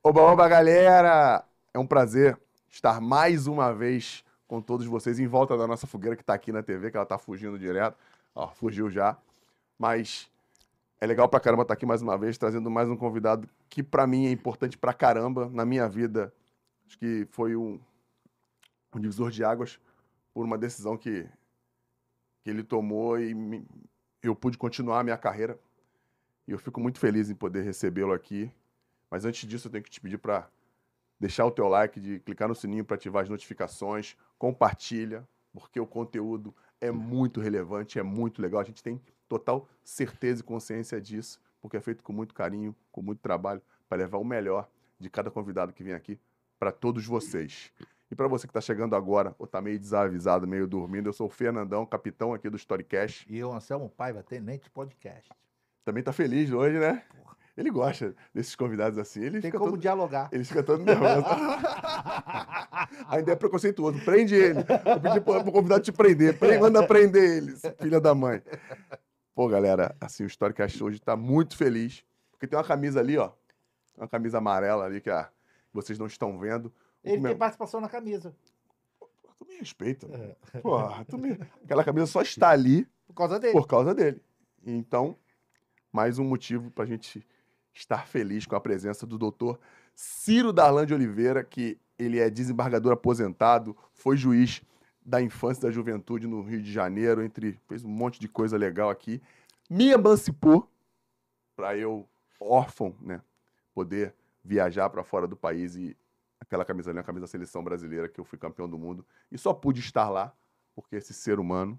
Oba, oba, galera! É um prazer estar mais uma vez com todos vocês em volta da nossa fogueira que tá aqui na TV, que ela tá fugindo direto. Ó, fugiu já. Mas é legal pra caramba estar aqui mais uma vez, trazendo mais um convidado que pra mim é importante pra caramba na minha vida. Acho que foi um divisor de águas por uma decisão que ele tomou e eu pude continuar a minha carreira. E eu fico muito feliz em poder recebê-lo aqui. Mas antes disso, eu tenho que te pedir para deixar o teu like, de clicar no sininho para ativar as notificações, compartilha, porque o conteúdo é muito relevante, é muito legal. A gente tem total certeza e consciência disso, porque é feito com muito carinho, com muito trabalho, para levar o melhor de cada convidado que vem aqui para todos vocês. E para você que está chegando agora, ou está meio desavisado, meio dormindo, eu sou o Fernandão, capitão aqui do Storycast. E eu, Anselmo Paiva, tenente podcast. Também tá feliz hoje, né? Ele gosta desses convidados assim. Ele Tem fica como todo... dialogar. Ele fica todo nervoso. Ainda é preconceituoso. Prende ele. Vou pedir pro convidado te prender. Manda prender ele, filha da mãe. Pô, galera, assim, o Storycast hoje tá muito feliz. Porque tem uma camisa ali, ó. Uma camisa amarela ali que vocês não estão vendo. Ele tem participação na camisa. Tu me respeita. Porra, aquela camisa só está ali Por causa dele. por causa dele. Então, mais um motivo pra gente estar feliz com a presença do doutor Ciro Darlan de Oliveira, que ele é desembargador aposentado, foi juiz da infância e da juventude no Rio de Janeiro, fez um monte de coisa legal aqui. Me emancipou para eu, órfão, né, poder viajar para fora do país e aquela camisa ali, a camisa da seleção brasileira, que eu fui campeão do mundo, e só pude estar lá porque esse ser humano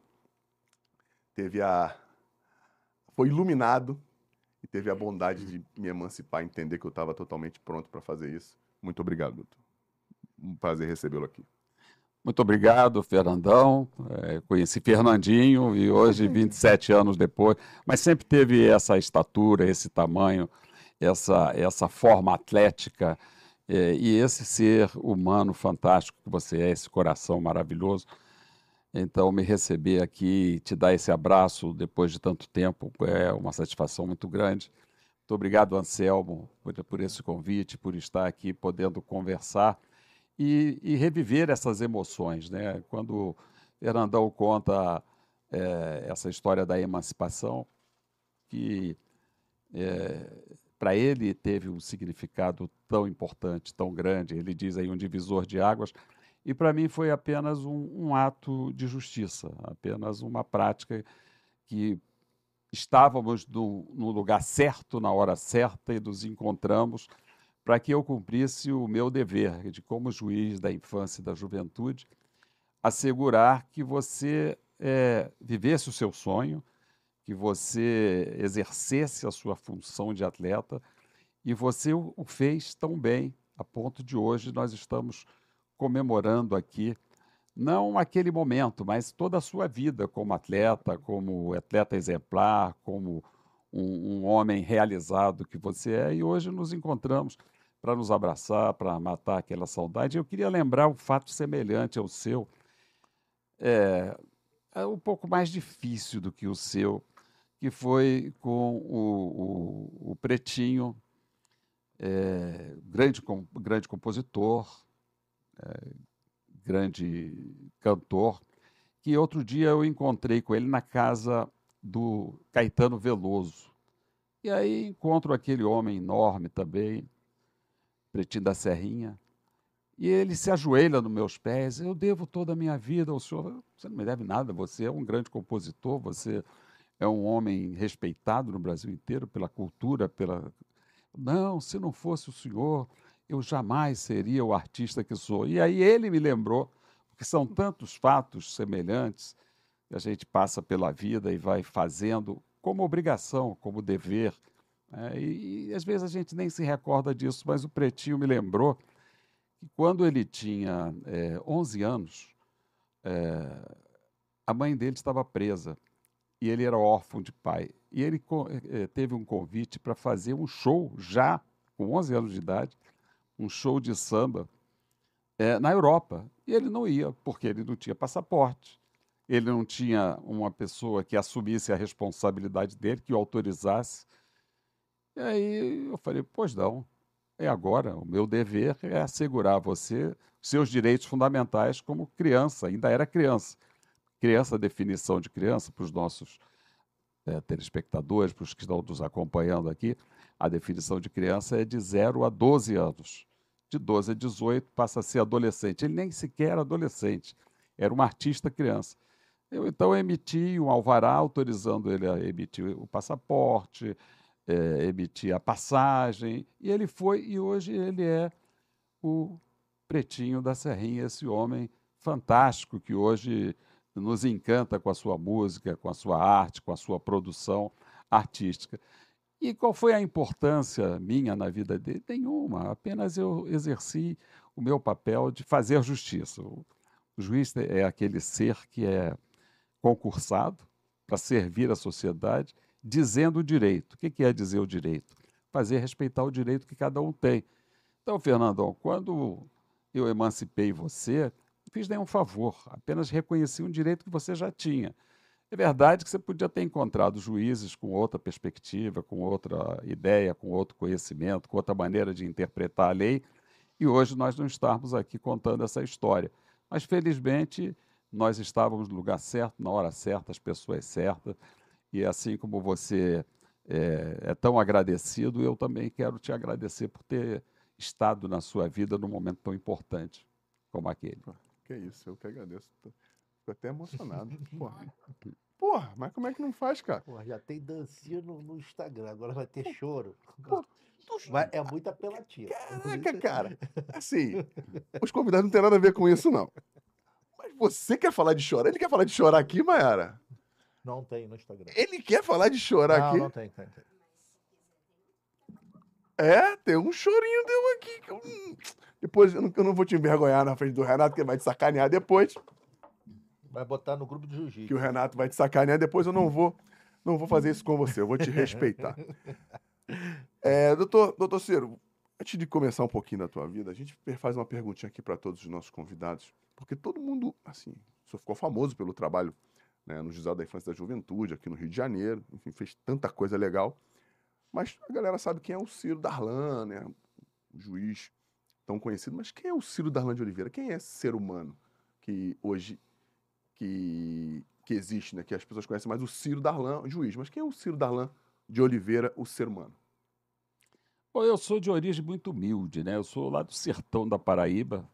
foi iluminado e teve a bondade de me emancipar, entender que eu estava totalmente pronto para fazer isso. Muito obrigado, doutor. Um prazer recebê-lo aqui. Muito obrigado, Fernandão. Conheci Fernandinho e hoje, 27 anos depois, mas sempre teve essa estatura, esse tamanho, essa forma atlética e esse ser humano fantástico que você é, esse coração maravilhoso. Então, me receber aqui, te dar esse abraço depois de tanto tempo, é uma satisfação muito grande. Muito obrigado, Anselmo, por esse convite, por estar aqui podendo conversar e reviver essas emoções, né? Quando Fernandão conta essa história da emancipação, que para ele teve um significado tão importante, tão grande, ele diz aí um divisor de águas, e para mim foi apenas um ato de justiça, apenas uma prática que estávamos no lugar certo, na hora certa, e nos encontramos para que eu cumprisse o meu dever de, como juiz da infância e da juventude, assegurar que você vivesse o seu sonho, que você exercesse a sua função de atleta, e você o fez tão bem, a ponto de hoje nós estamos comemorando aqui, não aquele momento, mas toda a sua vida como atleta exemplar, como um homem realizado que você é, e hoje nos encontramos para nos abraçar, para matar aquela saudade. Eu queria lembrar um fato semelhante ao seu, é um pouco mais difícil do que o seu, que foi com o Pretinho, grande compositor, grande cantor, que outro dia eu encontrei com ele na casa do Caetano Veloso. E aí encontro aquele homem enorme também, Pretinho da Serrinha, e ele se ajoelha nos meus pés. Eu devo toda a minha vida ao senhor. Você não me deve nada, você é um grande compositor, você é um homem respeitado no Brasil inteiro pela cultura, pela... Não, se não fosse o senhor, eu jamais seria o artista que sou. E aí ele me lembrou, porque são tantos fatos semelhantes que a gente passa pela vida e vai fazendo como obrigação, como dever, né? E às vezes a gente nem se recorda disso, mas o Pretinho me lembrou que quando ele tinha 11 anos, a mãe dele estava presa e ele era órfão de pai. E ele teve um convite para fazer um show, já com 11 anos de idade, um show de samba na Europa. E ele não ia, porque ele não tinha passaporte, ele não tinha uma pessoa que assumisse a responsabilidade dele, que o autorizasse. E aí eu falei, pois não, é agora, o meu dever é assegurar a você seus direitos fundamentais como criança, ainda era criança. Criança, a definição de criança, para os nossos telespectadores, para os que estão nos acompanhando aqui, a definição de criança é de 0 a 12 anos. De 12 a 18 passa a ser adolescente. Ele nem sequer era adolescente, era um artista criança. Eu, então, emiti um alvará autorizando ele a emitir o passaporte, emitir a passagem, e ele foi, e hoje ele é o Pretinho da Serrinha, esse homem fantástico que hoje nos encanta com a sua música, com a sua arte, com a sua produção artística. E qual foi a importância minha na vida dele? Nenhuma, apenas eu exerci o meu papel de fazer justiça. O juiz é aquele ser que é concursado para servir a sociedade, dizendo o direito. O que é dizer o direito? Fazer respeitar o direito que cada um tem. Então, Fernandão, quando eu emancipei você, não fiz nenhum favor, apenas reconheci um direito que você já tinha. É verdade que você podia ter encontrado juízes com outra perspectiva, com outra ideia, com outro conhecimento, com outra maneira de interpretar a lei, e hoje nós não estamos aqui contando essa história. Mas, felizmente, nós estávamos no lugar certo, na hora certa, as pessoas certas, e assim como você é tão agradecido, eu também quero te agradecer por ter estado na sua vida num momento tão importante como aquele. Que isso, eu que agradeço. Fico até emocionado. Porra, mas como é que não faz, cara? Porra, já tem dancinha no Instagram, agora vai ter choro. Pô, Mas é muito apelativo. Caraca, cara. Assim, os convidados não têm nada a ver com isso, não. Mas você quer falar de chorar? Ele quer falar de chorar aqui, Mayara? Não tem no Instagram. Ele quer falar de chorar aqui? Não tem. Tem um chorinho deu aqui. Depois eu não vou te envergonhar na frente do Renato, que ele vai te sacanear depois. Vai botar no grupo de jiu-jitsu. Que o Renato vai te sacanear depois, eu não vou fazer isso com você, eu vou te respeitar. Doutor Ciro, antes de começar um pouquinho da tua vida, a gente faz uma perguntinha aqui para todos os nossos convidados, porque todo mundo, assim, só ficou famoso pelo trabalho, né, no Juizado da Infância e da Juventude, aqui no Rio de Janeiro, enfim, fez tanta coisa legal, mas a galera sabe quem é o Ciro Darlan, né, o juiz tão conhecido, mas quem é o Ciro Darlan de Oliveira? Quem é esse ser humano que hoje que existe, né? Que as pessoas conhecem mais o Ciro Darlan, o juiz. Mas quem é o Ciro Darlan de Oliveira, o ser humano? Bom, eu sou de origem muito humilde, né? Eu sou lá do sertão da Paraíba.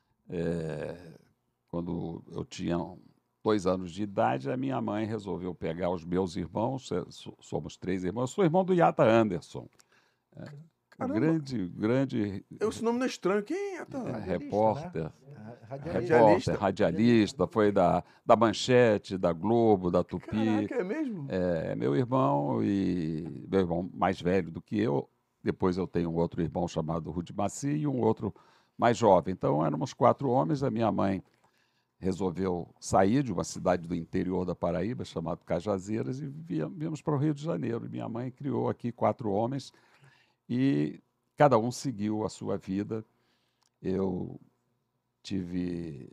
Quando eu tinha 2 anos de idade, a minha mãe resolveu pegar os meus irmãos, somos 3 irmãos, eu sou irmão do Yata Anderson. Um grande Esse nome não é estranho. Quem é? repórter. Radialista. Radialista, foi da Manchete, da Globo, da Tupi. Caraca, é mesmo? É meu irmão mais velho do que eu. Depois eu tenho um outro irmão chamado Rudi Maci e um outro mais jovem. Então éramos 4 homens. A minha mãe resolveu sair de uma cidade do interior da Paraíba, chamada Cajazeiras, e viemos para o Rio de Janeiro. Minha mãe criou aqui 4 homens e cada um seguiu a sua vida. Eu tive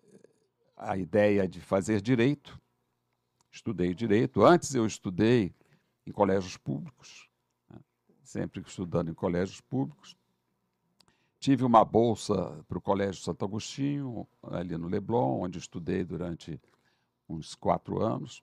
a ideia de fazer direito, estudei direito. Antes eu estudei em colégios públicos, né? Sempre estudando em colégios públicos. Tive uma bolsa para o Colégio Santo Agostinho, ali no Leblon, onde estudei durante uns 4 anos.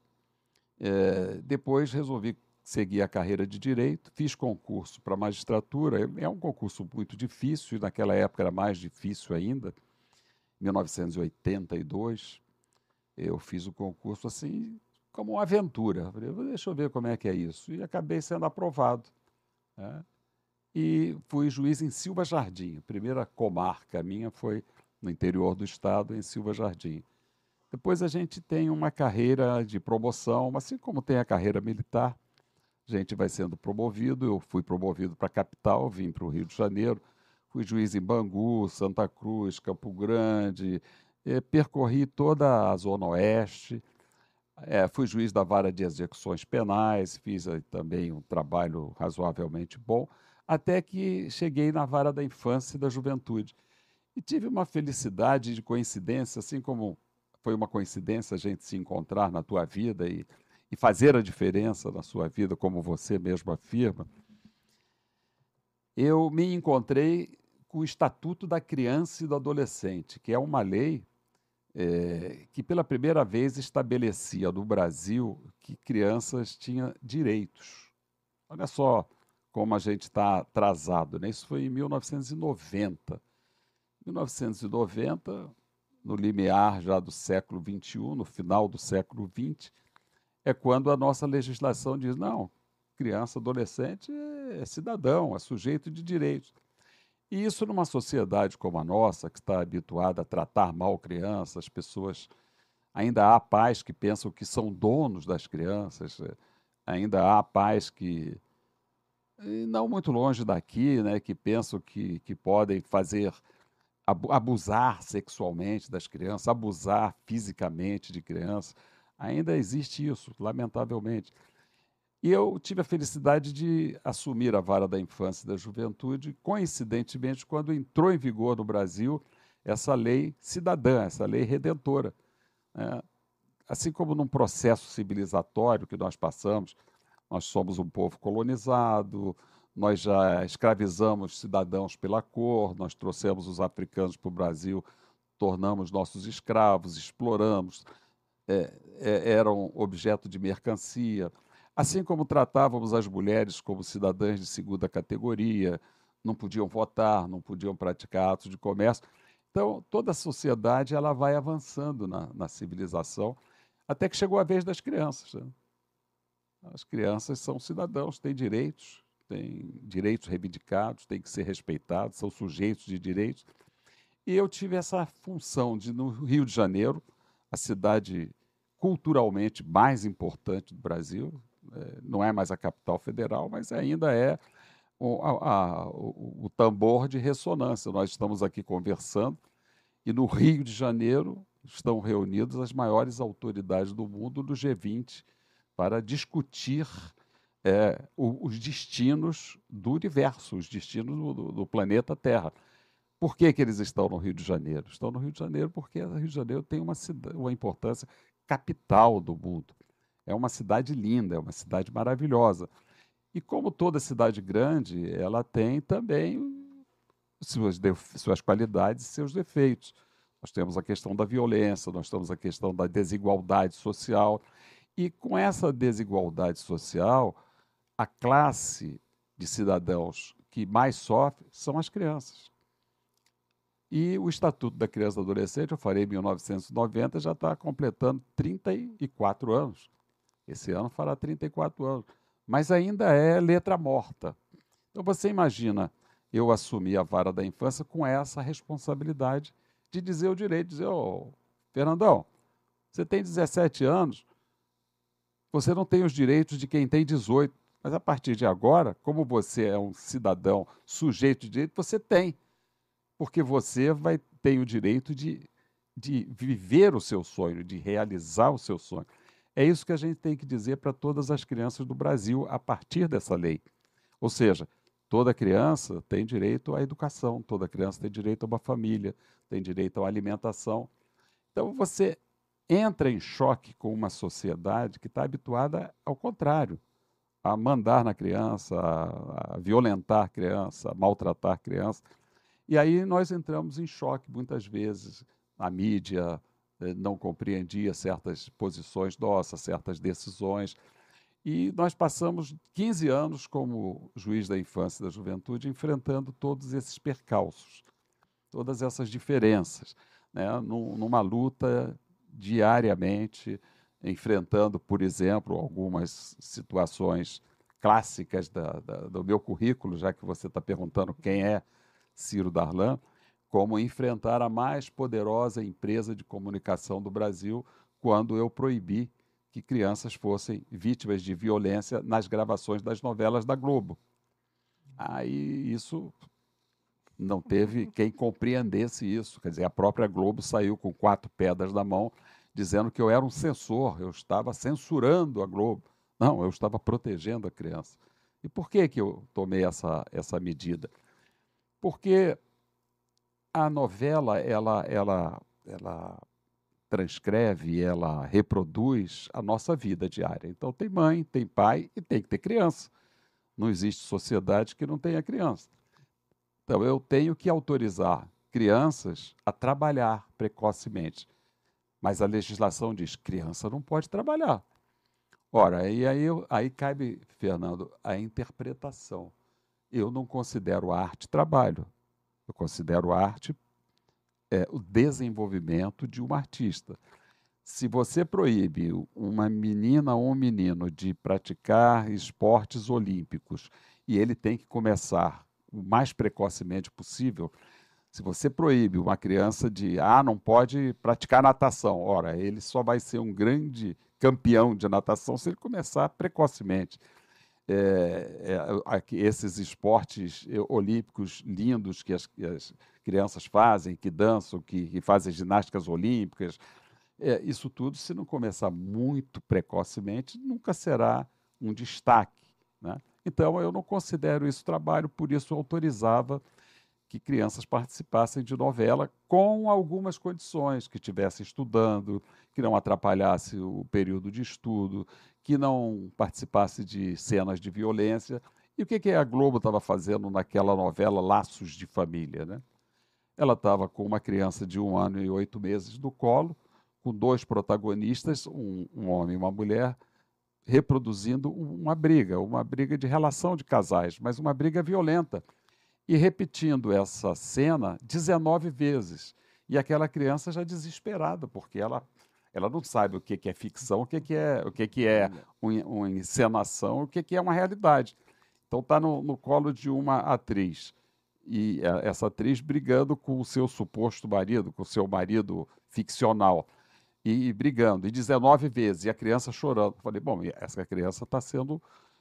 Depois resolvi seguir a carreira de Direito, fiz concurso para magistratura. É um concurso muito difícil, naquela época era mais difícil ainda. Em 1982, eu fiz o concurso assim, como uma aventura. Falei, deixa eu ver como é que é isso. E acabei sendo aprovado, né? E fui juiz em Silva Jardim. A primeira comarca minha foi no interior do estado, em Silva Jardim. Depois a gente tem uma carreira de promoção, assim como tem a carreira militar, a gente vai sendo promovido. Eu fui promovido para a capital, vim para o Rio de Janeiro, fui juiz em Bangu, Santa Cruz, Campo Grande, percorri toda a Zona Oeste, fui juiz da Vara de Execuções Penais, fiz também um trabalho razoavelmente bom, até que cheguei na Vara da Infância e da Juventude. E tive uma felicidade de coincidência, assim como foi uma coincidência a gente se encontrar na tua vida e fazer a diferença na sua vida, como você mesmo afirma. eu me encontrei com o Estatuto da Criança e do Adolescente, que é uma lei que pela primeira vez estabelecia no Brasil que crianças tinham direitos. Olha só como a gente está atrasado, né? Isso foi em 1990. 1990, no limiar já do século XXI, no final do século XX, é quando a nossa legislação diz, não, criança, adolescente é cidadão, é sujeito de direitos. E isso numa sociedade como a nossa, que está habituada a tratar mal crianças, as pessoas, ainda há pais que pensam que são donos das crianças, ainda há pais que, e não muito longe daqui, né, que pensam que podem fazer, abusar sexualmente das crianças, abusar fisicamente de crianças. Ainda existe isso, lamentavelmente. E eu tive a felicidade de assumir a vara da infância e da juventude, coincidentemente, quando entrou em vigor no Brasil essa lei cidadã, essa lei redentora, né? Assim como num processo civilizatório que nós passamos, nós somos um povo colonizado, nós já escravizamos cidadãos pela cor, nós trouxemos os africanos para o Brasil, tornamos nossos escravos, exploramos, eram objeto de mercancia. Assim como tratávamos as mulheres como cidadãs de segunda categoria, não podiam votar, não podiam praticar atos de comércio. Então, toda a sociedade ela vai avançando na civilização, até que chegou a vez das crianças, né? As crianças são cidadãos, têm direitos reivindicados, têm que ser respeitados, são sujeitos de direitos. E eu tive essa função de, no Rio de Janeiro, a cidade culturalmente mais importante do Brasil, não é mais a capital federal, mas ainda é o tambor de ressonância. Nós estamos aqui conversando e no Rio de Janeiro estão reunidas as maiores autoridades do mundo do G20 para discutir os destinos do universo, os destinos do planeta Terra. Por que eles estão no Rio de Janeiro? Estão no Rio de Janeiro porque o Rio de Janeiro tem uma importância capital do mundo. É uma cidade linda, é uma cidade maravilhosa. E como toda cidade grande, ela tem também suas qualidades e seus defeitos. Nós temos a questão da violência, nós temos a questão da desigualdade social. E com essa desigualdade social, a classe de cidadãos que mais sofre são as crianças. E o Estatuto da Criança e do Adolescente, eu falei em 1990, já está completando 34 anos. Esse ano fará 34 anos. Mas ainda é letra morta. Então você imagina, eu assumi a vara da infância com essa responsabilidade de dizer o direito, dizer, Fernandão, você tem 17 anos, você não tem os direitos de quem tem 18, mas a partir de agora, como você é um cidadão sujeito de direito, você tem. Porque você tem o direito de viver o seu sonho, de realizar o seu sonho. É isso que a gente tem que dizer para todas as crianças do Brasil a partir dessa lei. Ou seja, toda criança tem direito à educação, toda criança tem direito a uma família, tem direito à alimentação. Então você entra em choque com uma sociedade que está habituada ao contrário, a mandar na criança, a violentar a criança, a maltratar a criança. E aí nós entramos em choque muitas vezes. A mídia não compreendia certas posições nossas, certas decisões. E nós passamos 15 anos como juiz da infância e da juventude enfrentando todos esses percalços, todas essas diferenças, né? Numa luta diariamente, enfrentando, por exemplo, algumas situações clássicas do meu currículo, já que você está perguntando quem é Ciro Darlan, como enfrentar a mais poderosa empresa de comunicação do Brasil quando eu proibi que crianças fossem vítimas de violência nas gravações das novelas da Globo. Aí isso não teve quem compreendesse isso. Quer dizer, a própria Globo saiu com 4 pedras na mão, dizendo que eu era um censor, eu estava censurando a Globo. Não, eu estava protegendo a criança. E por que eu tomei essa medida? Porque a novela, ela transcreve, ela reproduz a nossa vida diária. Então tem mãe, tem pai e tem que ter criança. Não existe sociedade que não tenha criança. Então, eu tenho que autorizar crianças a trabalhar precocemente. Mas a legislação diz: criança não pode trabalhar. Ora, aí cabe, Fernando, a interpretação. Eu não considero a arte trabalho. Eu considero a arte o desenvolvimento de um artista. Se você proíbe uma menina ou um menino de praticar esportes olímpicos e ele tem que começar o mais precocemente possível, se você proíbe uma criança de, não pode praticar natação, ora, ele só vai ser um grande campeão de natação se ele começar precocemente. Esses esportes olímpicos lindos que as crianças fazem, que dançam, que fazem ginásticas olímpicas, isso tudo, se não começar muito precocemente, nunca será um destaque, né? Então, eu não considero isso trabalho, por isso eu autorizava que crianças participassem de novela com algumas condições, que estivessem estudando, que não atrapalhasse o período de estudo, que não participasse de cenas de violência. E o que a Globo estava fazendo naquela novela Laços de Família, né? Ela estava com uma criança de 1 ano e 8 meses no colo, com 2 protagonistas, um homem e uma mulher, reproduzindo uma briga de relação de casais, mas uma briga violenta, e repetindo essa cena 19 vezes. E aquela criança já desesperada, porque ela não sabe o que é ficção, o que é uma encenação, o que é uma realidade. Então está no colo de uma atriz. E essa atriz brigando com o seu suposto marido, com o seu marido ficcional, e brigando, e 19 vezes, e a criança chorando. Falei, bom, essa criança está sendo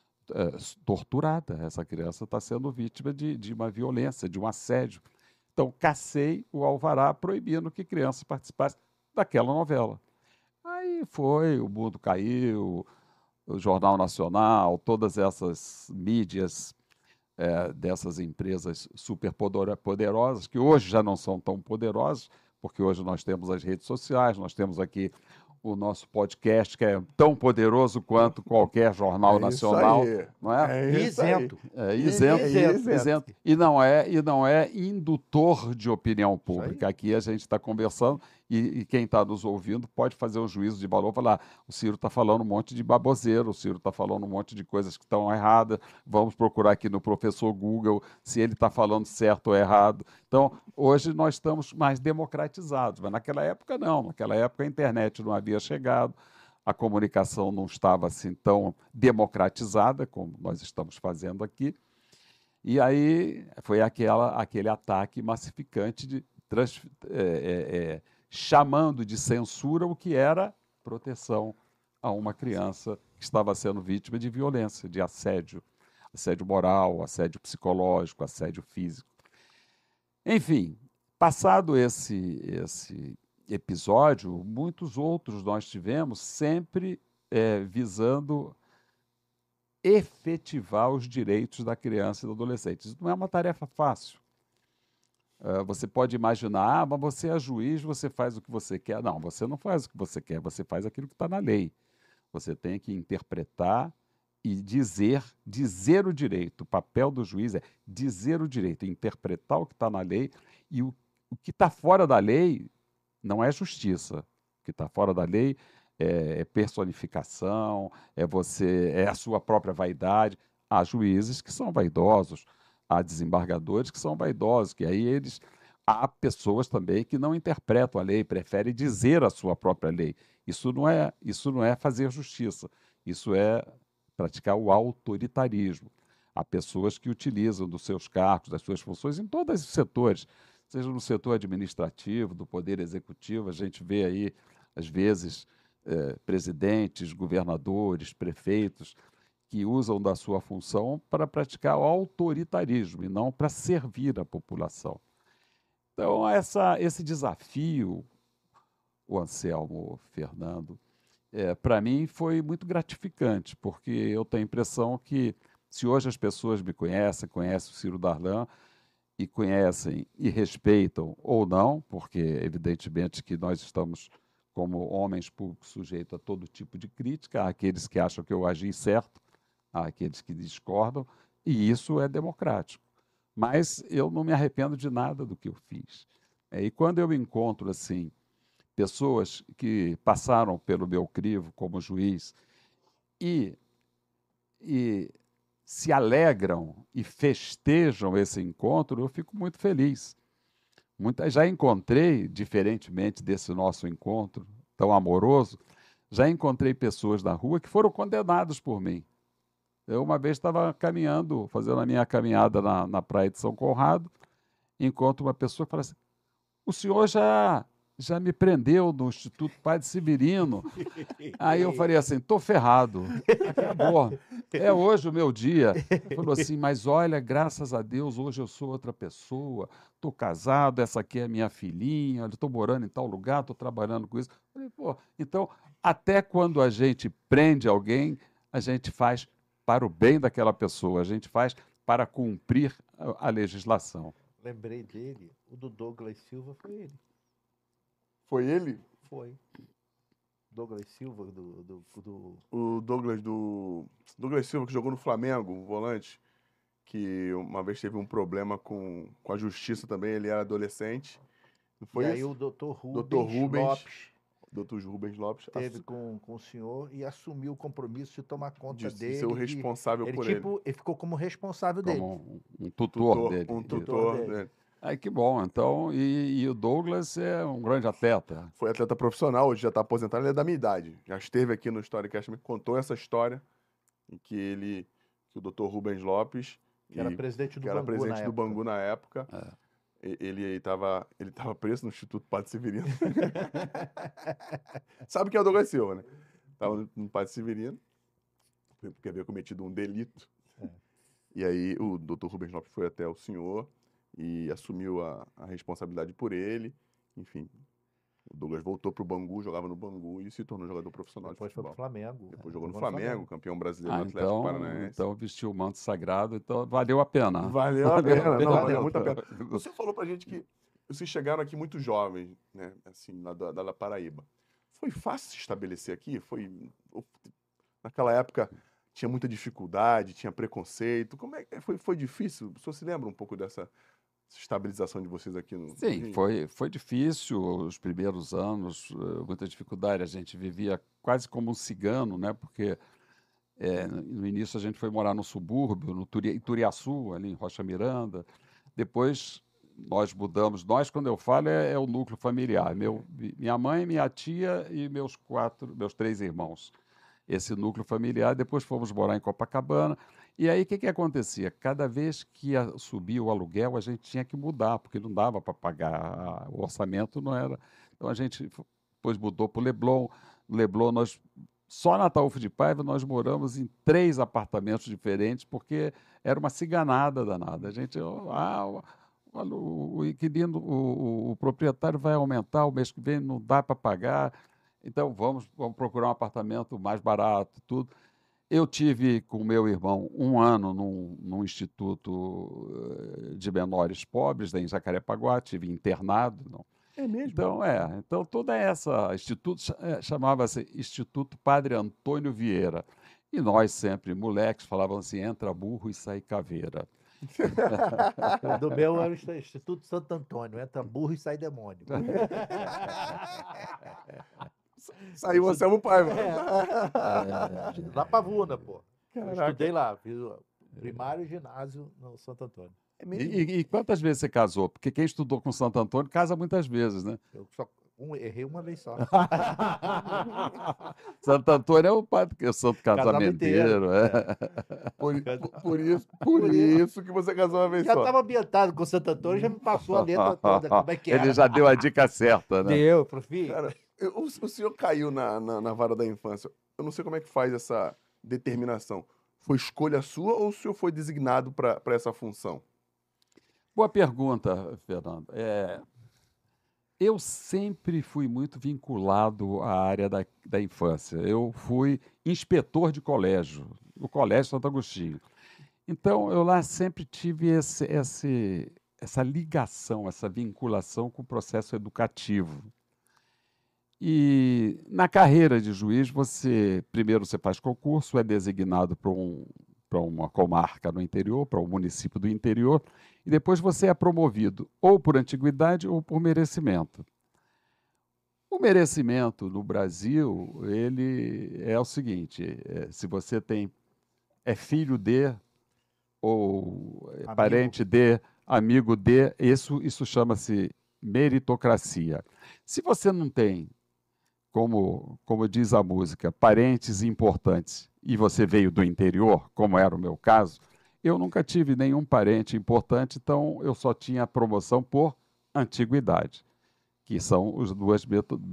torturada, essa criança está sendo vítima de uma violência, de um assédio. Então, cacei o alvará proibindo que criança participasse daquela novela. Aí foi, o mundo caiu, o Jornal Nacional, todas essas mídias dessas empresas super poderosas, que hoje já não são tão poderosas, porque hoje nós temos as redes sociais, nós temos aqui o nosso podcast, que é tão poderoso quanto qualquer jornal nacional, aí. não é? Isento. Isento. E não é indutor de opinião pública. Aqui a gente está conversando e quem está nos ouvindo pode fazer um juízo de valor, falar, o Ciro está falando um monte de baboseiro, o Ciro está falando um monte de coisas que estão erradas, vamos procurar aqui no professor Google se ele está falando certo ou errado. Então, hoje nós estamos mais democratizados, mas naquela época não. Naquela época a internet não havia chegado, a comunicação não estava assim tão democratizada como nós estamos fazendo aqui. E aí foi aquele ataque massificante chamando de censura o que era proteção a uma criança que estava sendo vítima de violência, de assédio moral, assédio psicológico, assédio físico. Enfim, passado esse episódio, muitos outros nós tivemos, sempre visando efetivar os direitos da criança e do adolescente. Isso não é uma tarefa fácil. Você pode imaginar, mas você é juiz, você faz o que você quer. Não, você não faz o que você quer, você faz aquilo que está na lei. Você tem que interpretar e dizer o direito. O papel do juiz é dizer o direito, interpretar o que está na lei, e o que está fora da lei não é justiça. O que está fora da lei é personificação, é a sua própria vaidade. Há juízes que são vaidosos, há desembargadores que são vaidosos, que aí há pessoas também que não interpretam a lei, preferem dizer a sua própria lei. Isso não é fazer justiça, isso é praticar o autoritarismo. Há pessoas que utilizam dos seus cargos, das suas funções, em todos os setores, seja no setor administrativo, do poder executivo, a gente vê aí, às vezes, presidentes, governadores, prefeitos, que usam da sua função para praticar o autoritarismo e não para servir a população. Então, esse desafio, o Anselmo, Fernando, para mim foi muito gratificante, porque eu tenho a impressão que, se hoje as pessoas me conhecem o Ciro Darlan, e conhecem e respeitam ou não, porque evidentemente que nós estamos, como homens públicos, sujeitos a todo tipo de crítica, há aqueles que acham que eu agi certo, há aqueles que discordam, e isso é democrático. mas eu não me arrependo de nada do que eu fiz. E quando eu encontro assim pessoas que passaram pelo meu crivo como juiz e, e se alegram e festejam esse encontro, eu fico muito feliz. Já encontrei, diferentemente desse nosso encontro tão amoroso, já encontrei pessoas na rua que foram condenadas por mim. Eu uma vez estava caminhando, fazendo a minha caminhada na praia de São Conrado, encontro uma pessoa que fala assim, o senhor já me prendeu no Instituto Padre Severino. Aí eu falei assim, estou ferrado, acabou, é hoje o meu dia. Ele falou assim, mas olha, graças a Deus, hoje eu sou outra pessoa, estou casado, essa aqui é minha filhinha, estou morando em tal lugar, estou trabalhando com isso. Eu falei, pô, então, até quando a gente prende alguém, a gente faz para o bem daquela pessoa, a gente faz para cumprir a legislação. Lembrei dele, o do Douglas Silva foi ele. Foi ele? Foi. Douglas Silva, O Douglas Silva, que jogou no Flamengo, o volante, que uma vez teve um problema com a justiça também, ele era adolescente. Não foi E esse? aí o doutor Rubens Lopes esteve com o senhor e assumiu o compromisso de tomar conta de dele. ser o responsável por ele. Ele ficou como responsável dele. Como um tutor dele. Um tutor dele. Ai, que bom. Então, e o Douglas é um grande atleta. Foi atleta profissional, hoje já está aposentado, ele é da minha idade. Já esteve aqui no Storycast, me contou essa história em que o Dr. Rubens Lopes, que era presidente do Bangu na época, ele estava preso no Instituto Padre Severino. Sabe quem é o Douglas Silva, né? Estava no Padre Severino, porque havia cometido um delito. E aí o Dr. Rubens Lopes foi até o senhor e assumiu a responsabilidade por ele. Enfim, o Douglas voltou para o Bangu, jogava no Bangu e se tornou jogador profissional Depois de futebol. foi pro Flamengo. Depois jogou no Flamengo, campeão brasileiro do Atlético então, Paranaense. Então vestiu o manto sagrado, então valeu a pena. Valeu a pena, valeu muito a pena. Você falou pra gente que vocês chegaram aqui muito jovens, né, assim, lá da Paraíba. Foi fácil se estabelecer aqui? Naquela época tinha muita dificuldade, tinha preconceito. Como é que foi difícil? O senhor se lembra um pouco dessa estabilização de vocês aqui no Sim, Rio? foi difícil os primeiros anos, muita dificuldade. A gente vivia quase como um cigano, né? Porque no início a gente foi morar no subúrbio, em Turiaçu, ali em Rocha Miranda. Depois nós mudamos. Nós, quando eu falo, é o núcleo familiar. Minha mãe, minha tia e meus 3 irmãos. Esse núcleo familiar. Depois fomos morar em Copacabana. E aí, o que acontecia? Cada vez que ia subir o aluguel, a gente tinha que mudar, porque não dava para pagar, o orçamento não era. Então, a gente depois mudou para o Leblon. No Leblon, só na Ataúfo de Paiva, nós moramos em 3 apartamentos diferentes, porque era uma ciganada danada. A gente, o inquilino, o proprietário vai aumentar, o mês que vem não dá para pagar, então vamos procurar um apartamento mais barato, tudo. Eu tive com meu irmão 1 ano num instituto de menores pobres, em Jacarepaguá, tive internado. Não. É mesmo? Então toda essa instituto chamava-se Instituto Padre Antônio Vieira. E nós sempre, moleques, falavam assim, entra burro e sai caveira. Do meu era o Instituto Santo Antônio, entra burro e sai demônio. Saiu o Anselmo Paiva. Lá pra Vuna, pô. Eu Caraca. estudei lá, fiz o primário e ginásio no Santo Antônio. É mesmo? E quantas vezes você casou? Porque quem estudou com Santo Antônio casa muitas vezes, né? Eu só errei uma vez só. Santo Antônio é o padre, é o santo casamenteiro. Por isso que você casou uma vez Já só. estava ambientado com Santo Antônio, já me passou a letra toda, como é que era. Ele já deu a dica certa, né? Deu, profi. Cara, o senhor caiu na vara da infância. Eu não sei como é que faz essa determinação. Foi escolha sua ou o senhor foi designado para essa função? Boa pergunta, Fernando. Eu sempre fui muito vinculado à área da infância. Eu fui inspetor de colégio, no Colégio Santo Agostinho. Então, eu lá sempre tive essa ligação, essa vinculação com o processo educativo. E na carreira de juiz, primeiro você faz concurso, é designado para uma comarca no interior, para um município do interior, E depois você é promovido ou por antiguidade ou por merecimento. O merecimento no Brasil, ele é o seguinte, se você é filho de, ou Amigo. parente de, amigo de, isso chama-se meritocracia. Se você não tem, como diz a música, parentes importantes, e você veio do interior, como era o meu caso, eu nunca tive nenhum parente importante, então eu só tinha promoção por antiguidade, que são os dois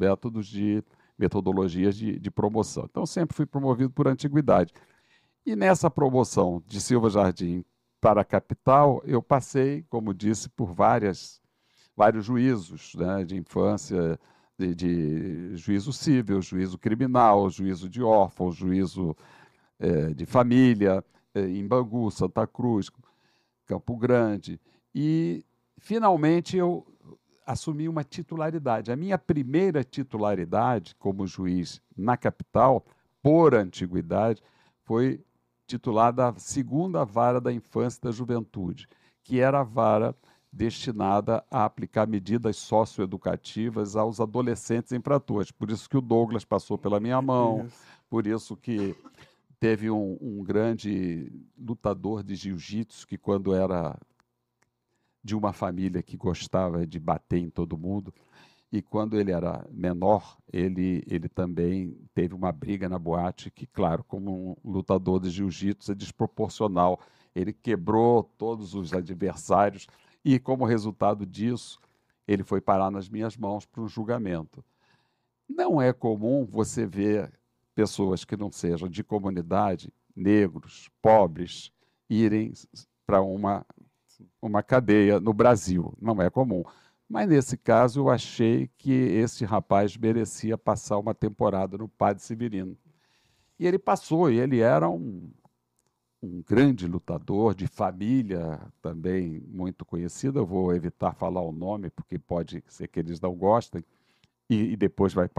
metodologias de promoção. Então, sempre fui promovido por antiguidade. E nessa promoção de Silva Jardim para a capital, eu passei, como disse, por vários juízos, né, de infância, de juízo civil, juízo criminal, juízo de órfãos, juízo de família, em Bangu, Santa Cruz, Campo Grande. E, finalmente, eu assumi uma titularidade. A minha primeira titularidade como juiz na capital, por antiguidade, foi titulada a segunda vara da infância e da juventude, que era a vara destinada a aplicar medidas socioeducativas aos adolescentes infratores. Por isso que o Douglas passou pela minha mão, por isso que teve um grande lutador de jiu-jitsu que, quando era de uma família que gostava de bater em todo mundo, e quando ele era menor, ele também teve uma briga na boate que, claro, como um lutador de jiu-jitsu, é desproporcional. Ele quebrou todos os adversários e, como resultado disso, ele foi parar nas minhas mãos para um julgamento. Não é comum você ver pessoas que não sejam de comunidade, negros, pobres, irem para uma cadeia no Brasil. Não é comum. Mas, nesse caso, eu achei que esse rapaz merecia passar uma temporada no Padre Severino. E ele passou, e ele era um grande lutador de família, também muito conhecido. Eu vou evitar falar o nome, porque pode ser que eles não gostem, e depois vai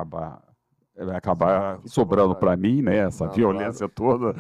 acabar sobrando para mim, né, essa violência toda.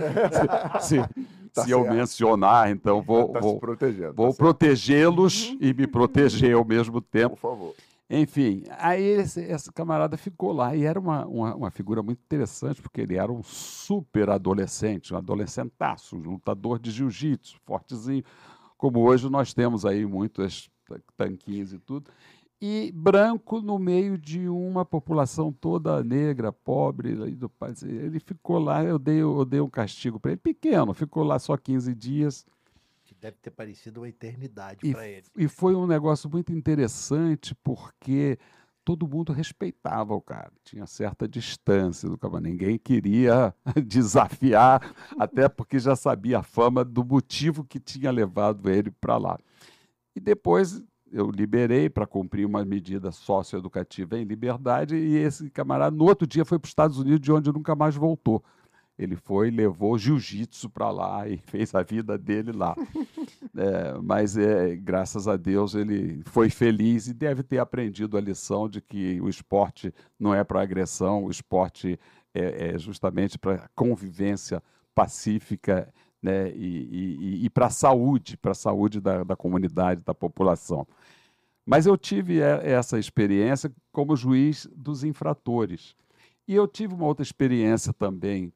Se eu mencionar, então vou protegê-los e me proteger ao mesmo tempo. Por favor. Enfim, aí esse camarada ficou lá e era uma figura muito interessante, porque ele era um super adolescente, um adolescentaço, um lutador de jiu-jitsu, fortezinho, como hoje nós temos aí muitos tanquinhos e tudo, e branco no meio de uma população toda negra, pobre. Ele ficou lá, eu dei um castigo para ele, pequeno, ficou lá só 15 dias. Que deve ter parecido uma eternidade para ele. E foi um negócio muito interessante, porque todo mundo respeitava o cara, tinha certa distância do cara, ninguém queria desafiar, até porque já sabia a fama do motivo que tinha levado ele para lá. E depois eu liberei para cumprir uma medida socioeducativa em liberdade, e esse camarada, no outro dia, foi para os Estados Unidos, de onde nunca mais voltou. Ele foi, levou jiu-jitsu para lá e fez a vida dele lá. Mas, graças a Deus, ele foi feliz e deve ter aprendido a lição de que o esporte não é para agressão, o esporte é justamente para convivência pacífica, né, e para a saúde da comunidade, da população. Mas eu tive essa experiência como juiz dos infratores. E eu tive uma outra experiência também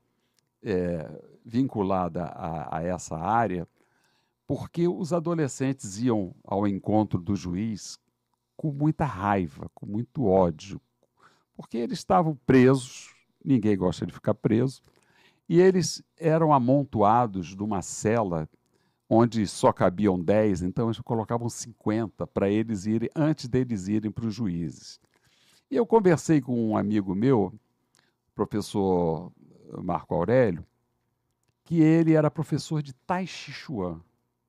vinculada a essa área, porque os adolescentes iam ao encontro do juiz com muita raiva, com muito ódio, porque eles estavam presos, ninguém gosta de ficar preso, e eles eram amontoados numa cela onde só cabiam 10, então eles colocavam 50 para eles irem, antes deles irem para os juízes. E eu conversei com um amigo meu, professor Marco Aurélio, que ele era professor de Tai Chi Chuan.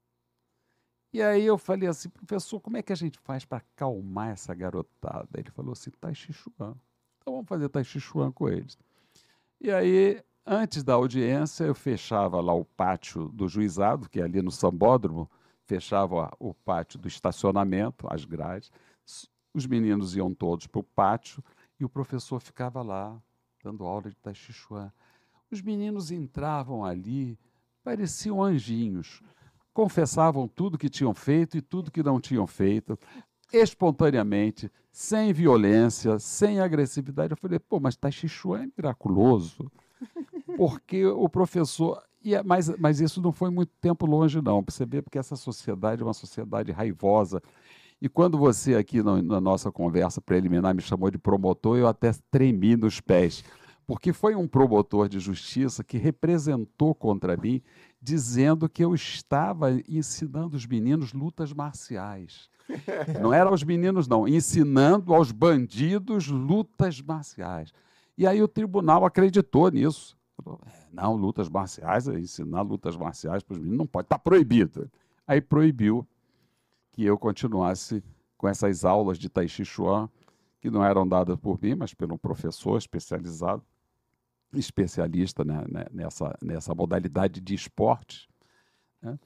E aí eu falei assim, professor, como é que a gente faz para acalmar essa garotada? Ele falou assim, Tai Chi Chuan. Então vamos fazer Tai Chi Chuan com eles. E aí, antes da audiência, eu fechava lá o pátio do juizado, que é ali no Sambódromo, fechava o pátio do estacionamento, as grades, os meninos iam todos para o pátio e o professor ficava lá, dando aula de Tai Chi Chuan. Os meninos entravam ali, pareciam anjinhos, confessavam tudo que tinham feito e tudo que não tinham feito, espontaneamente, sem violência, sem agressividade. Eu falei, pô, mas Tai Chi Chuan é miraculoso, porque o professor... Mas isso não foi muito tempo longe, não. Perceber porque essa sociedade é uma sociedade raivosa. E quando você aqui na nossa conversa preliminar me chamou de promotor, eu até tremi nos pés, porque foi um promotor de justiça que representou contra mim, dizendo que eu estava ensinando os meninos lutas marciais. Não eram os meninos, não, ensinando aos bandidos lutas marciais. E aí o tribunal acreditou nisso. Falou, não, lutas marciais, ensinar lutas marciais para os meninos não pode, está proibido. Aí proibiu que eu continuasse com essas aulas de Tai Chi Chuan, que não eram dadas por mim, mas pelo professor especializado, especialista, né, nessa modalidade de esporte, né?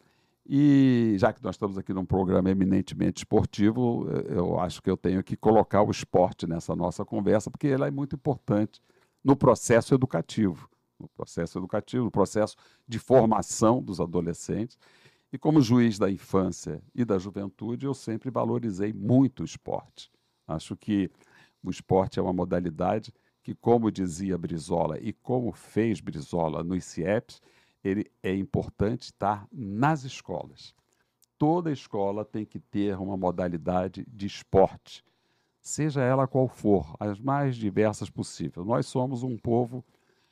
E já que nós estamos aqui num programa eminentemente esportivo, eu acho que eu tenho que colocar o esporte nessa nossa conversa, porque ele é muito importante no processo educativo, no processo de formação dos adolescentes. E como juiz da infância e da juventude, eu sempre valorizei muito o esporte. Acho que o esporte é uma modalidade que, como dizia Brizola e como fez Brizola nos CIEPs, ele é importante estar nas escolas. Toda escola tem que ter uma modalidade de esporte, seja ela qual for, as mais diversas possíveis. Nós somos um povo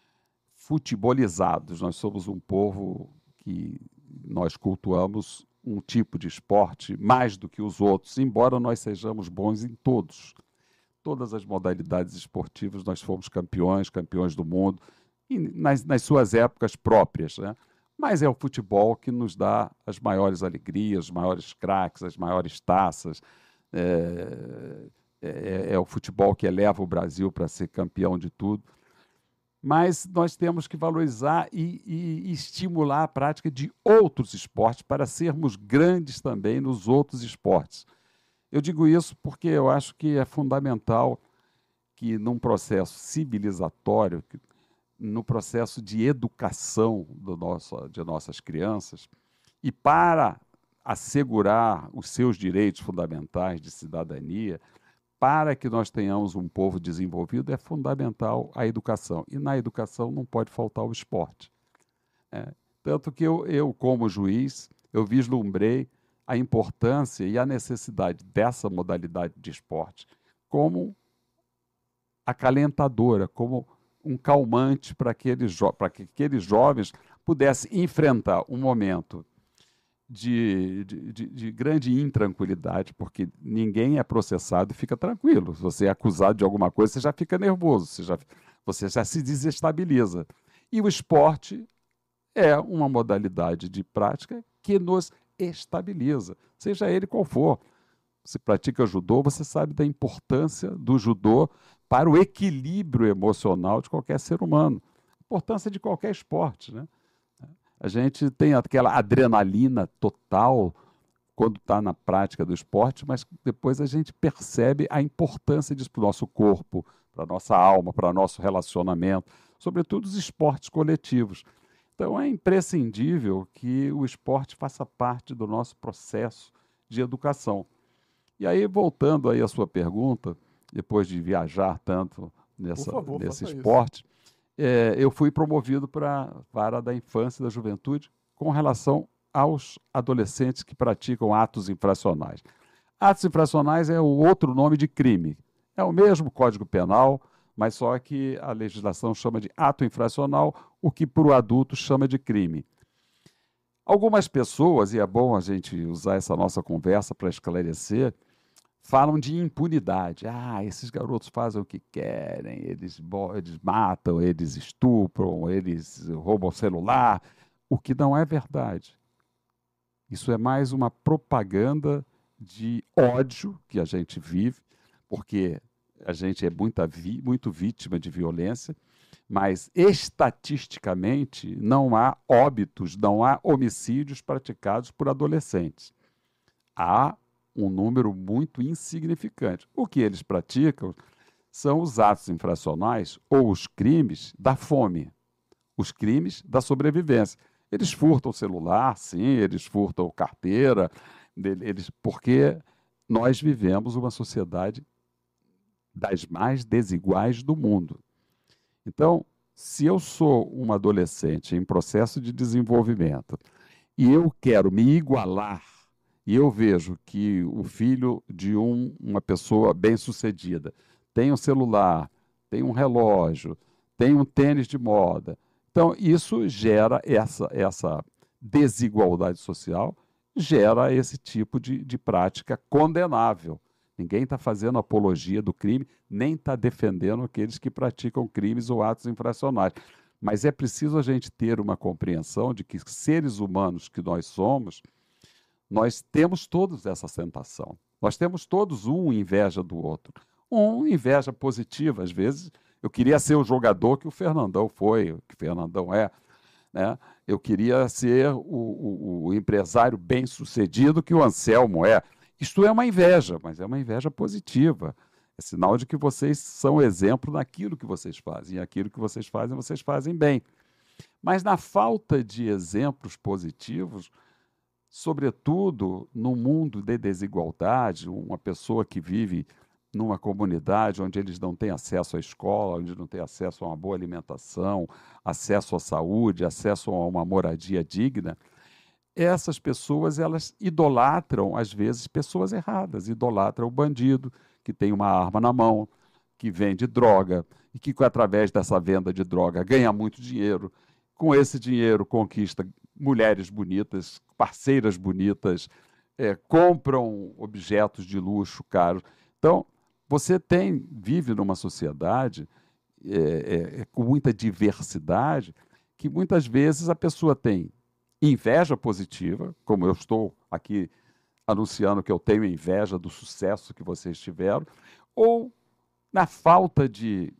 futebolizados, nós somos um povo que nós cultuamos um tipo de esporte mais do que os outros, embora nós sejamos bons em todos. Todas as modalidades esportivas nós fomos campeões do mundo, e nas suas épocas próprias, né? Mas é o futebol que nos dá as maiores alegrias, os maiores craques, as maiores taças. É o futebol que eleva o Brasil para ser campeão de tudo. Mas nós temos que valorizar e estimular a prática de outros esportes para sermos grandes também nos outros esportes. Eu digo isso porque eu acho que é fundamental que, num processo civilizatório, no processo de educação de nossas crianças, e para assegurar os seus direitos fundamentais de cidadania, para que nós tenhamos um povo desenvolvido, é fundamental a educação. E na educação não pode faltar o esporte. Tanto que eu, como juiz, eu vislumbrei a importância e a necessidade dessa modalidade de esporte como acalentadora, como um calmante para que aqueles jovens pudessem enfrentar um momento de grande intranquilidade, porque ninguém é processado e fica tranquilo. Se você é acusado de alguma coisa, você já fica nervoso, você já se desestabiliza. E o esporte é uma modalidade de prática que nos estabiliza, seja ele qual for. Se pratica judô, você sabe da importância do judô para o equilíbrio emocional de qualquer ser humano. Importância de qualquer esporte, né? A gente tem aquela adrenalina total quando está na prática do esporte, mas depois a gente percebe a importância disso para o nosso corpo, para a nossa alma, para o nosso relacionamento, sobretudo os esportes coletivos. Então é imprescindível que o esporte faça parte do nosso processo de educação. E aí, voltando aí à sua pergunta, depois de viajar tanto nesse esporte, eu fui promovido para a vara da infância e da juventude com relação aos adolescentes que praticam atos infracionais. Atos infracionais é o outro nome de crime. É o mesmo Código Penal, mas só que a legislação chama de ato infracional, o que para o adulto chama de crime. Algumas pessoas, e é bom a gente usar essa nossa conversa para esclarecer, falam de impunidade. Esses garotos fazem o que querem, eles matam, eles estupram, eles roubam celular, o que não é verdade. Isso é mais uma propaganda de ódio que a gente vive, porque a gente é muito vítima de violência, mas estatisticamente não há óbitos, não há homicídios praticados por adolescentes. Há um número muito insignificante. O que eles praticam são os atos infracionais ou os crimes da fome, os crimes da sobrevivência. Eles furtam o celular, sim, eles furtam carteira, porque nós vivemos uma sociedade das mais desiguais do mundo. Então, se eu sou um adolescente em processo de desenvolvimento e eu quero me igualar, e eu vejo que o filho de uma pessoa bem-sucedida tem um celular, tem um relógio, tem um tênis de moda, então isso gera essa desigualdade social, gera esse tipo de prática condenável. Ninguém está fazendo apologia do crime, nem está defendendo aqueles que praticam crimes ou atos infracionais. Mas é preciso a gente ter uma compreensão de que seres humanos que nós somos, nós temos todos essa tentação. Nós temos todos um inveja do outro. Um inveja positiva, às vezes. Eu queria ser o jogador que o Fernandão foi, que o Fernandão é. Né? Eu queria ser o empresário bem-sucedido que o Anselmo é. Isto é uma inveja, mas é uma inveja positiva. É sinal de que vocês são exemplo naquilo que vocês fazem. E aquilo que vocês fazem bem. Mas na falta de exemplos positivos, sobretudo no mundo de desigualdade, uma pessoa que vive numa comunidade onde eles não têm acesso à escola, onde não têm acesso a uma boa alimentação, acesso à saúde, acesso a uma moradia digna, essas pessoas, elas idolatram, às vezes, pessoas erradas. Idolatram o bandido, que tem uma arma na mão, que vende droga, e que, através dessa venda de droga, ganha muito dinheiro. Com esse dinheiro, conquista mulheres bonitas, parceiras bonitas, compram objetos de luxo caros. Então, você vive numa sociedade com muita diversidade, que muitas vezes a pessoa tem inveja positiva, como eu estou aqui anunciando que eu tenho inveja do sucesso que vocês tiveram, ou na falta de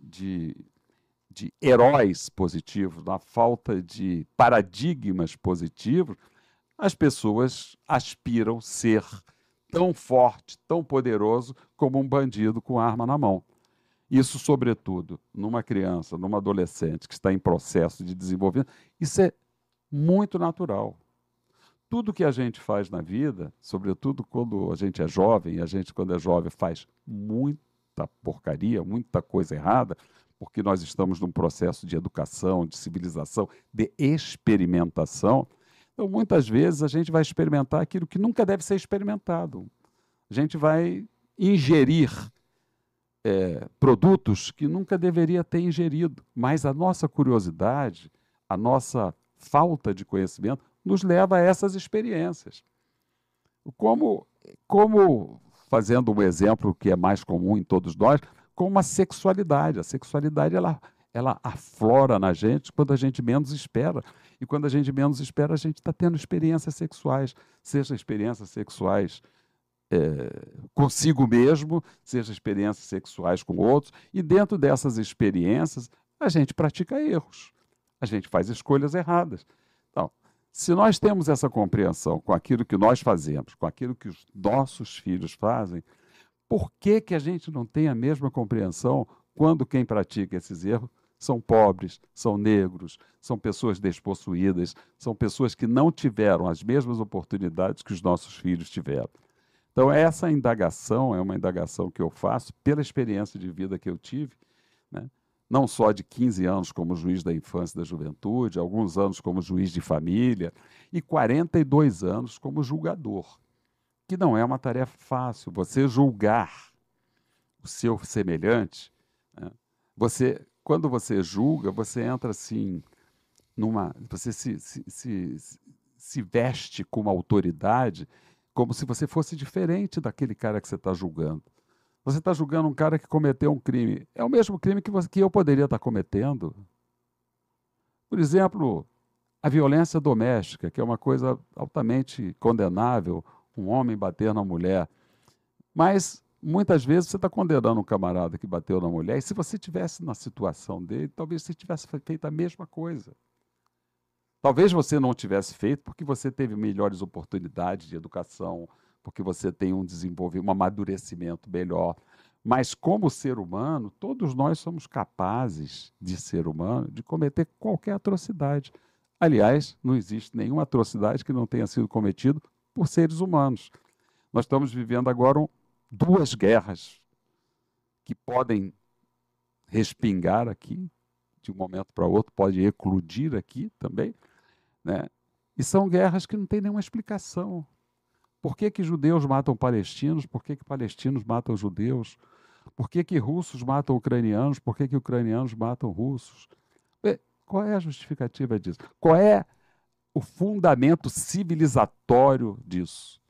heróis positivos, na falta de paradigmas positivos, as pessoas aspiram ser tão forte, tão poderoso como um bandido com arma na mão. Isso, sobretudo, numa criança, numa adolescente que está em processo de desenvolvimento, isso é muito natural. Tudo que a gente faz na vida, sobretudo quando a gente é jovem, e a gente, quando é jovem, faz muita porcaria, muita coisa errada, porque nós estamos num processo de educação, de civilização, de experimentação. Então, muitas vezes, a gente vai experimentar aquilo que nunca deve ser experimentado. A gente vai ingerir produtos que nunca deveria ter ingerido. Mas a nossa curiosidade, a nossa falta de conhecimento, nos leva a essas experiências. Como fazendo um exemplo que é mais comum em todos nós, como a sexualidade. A sexualidade, ela aflora na gente quando a gente menos espera. E quando a gente menos espera, a gente está tendo experiências sexuais, seja experiências sexuais consigo mesmo, seja experiências sexuais com outros. E dentro dessas experiências, a gente pratica erros. A gente faz escolhas erradas. Então, se nós temos essa compreensão com aquilo que nós fazemos, com aquilo que os nossos filhos fazem, por que a gente não tem a mesma compreensão quando quem pratica esses erros são pobres, são negros, são pessoas despossuídas, são pessoas que não tiveram as mesmas oportunidades que os nossos filhos tiveram? Então, essa indagação é uma indagação que eu faço pela experiência de vida que eu tive, né? Não só de 15 anos como juiz da infância e da juventude, alguns anos como juiz de família e 42 anos como julgador, que não é uma tarefa fácil. Você julgar o seu semelhante, né? Quando você julga, você entra assim você se veste com uma autoridade como se você fosse diferente daquele cara que você está julgando. Você está julgando um cara que cometeu um crime. É o mesmo crime que eu poderia estar cometendo. Por exemplo, a violência doméstica, que é uma coisa altamente condenável, um homem bater na mulher. Mas, muitas vezes, você está condenando um camarada que bateu na mulher, e se você estivesse na situação dele, talvez você tivesse feito a mesma coisa. Talvez você não tivesse feito porque você teve melhores oportunidades de educação, porque você tem um amadurecimento melhor. Mas, como ser humano, todos nós somos capazes de ser humano, de cometer qualquer atrocidade. Aliás, não existe nenhuma atrocidade que não tenha sido cometida por seres humanos. Nós estamos vivendo agora duas guerras que podem respingar aqui, de um momento para outro, pode eclodir aqui também, né? E são guerras que não têm nenhuma explicação. Por que que judeus matam palestinos? Por que que palestinos matam judeus? Por que que russos matam ucranianos? Por que que ucranianos matam russos? Qual é a justificativa disso? Qual é o fundamento civilizatório disso?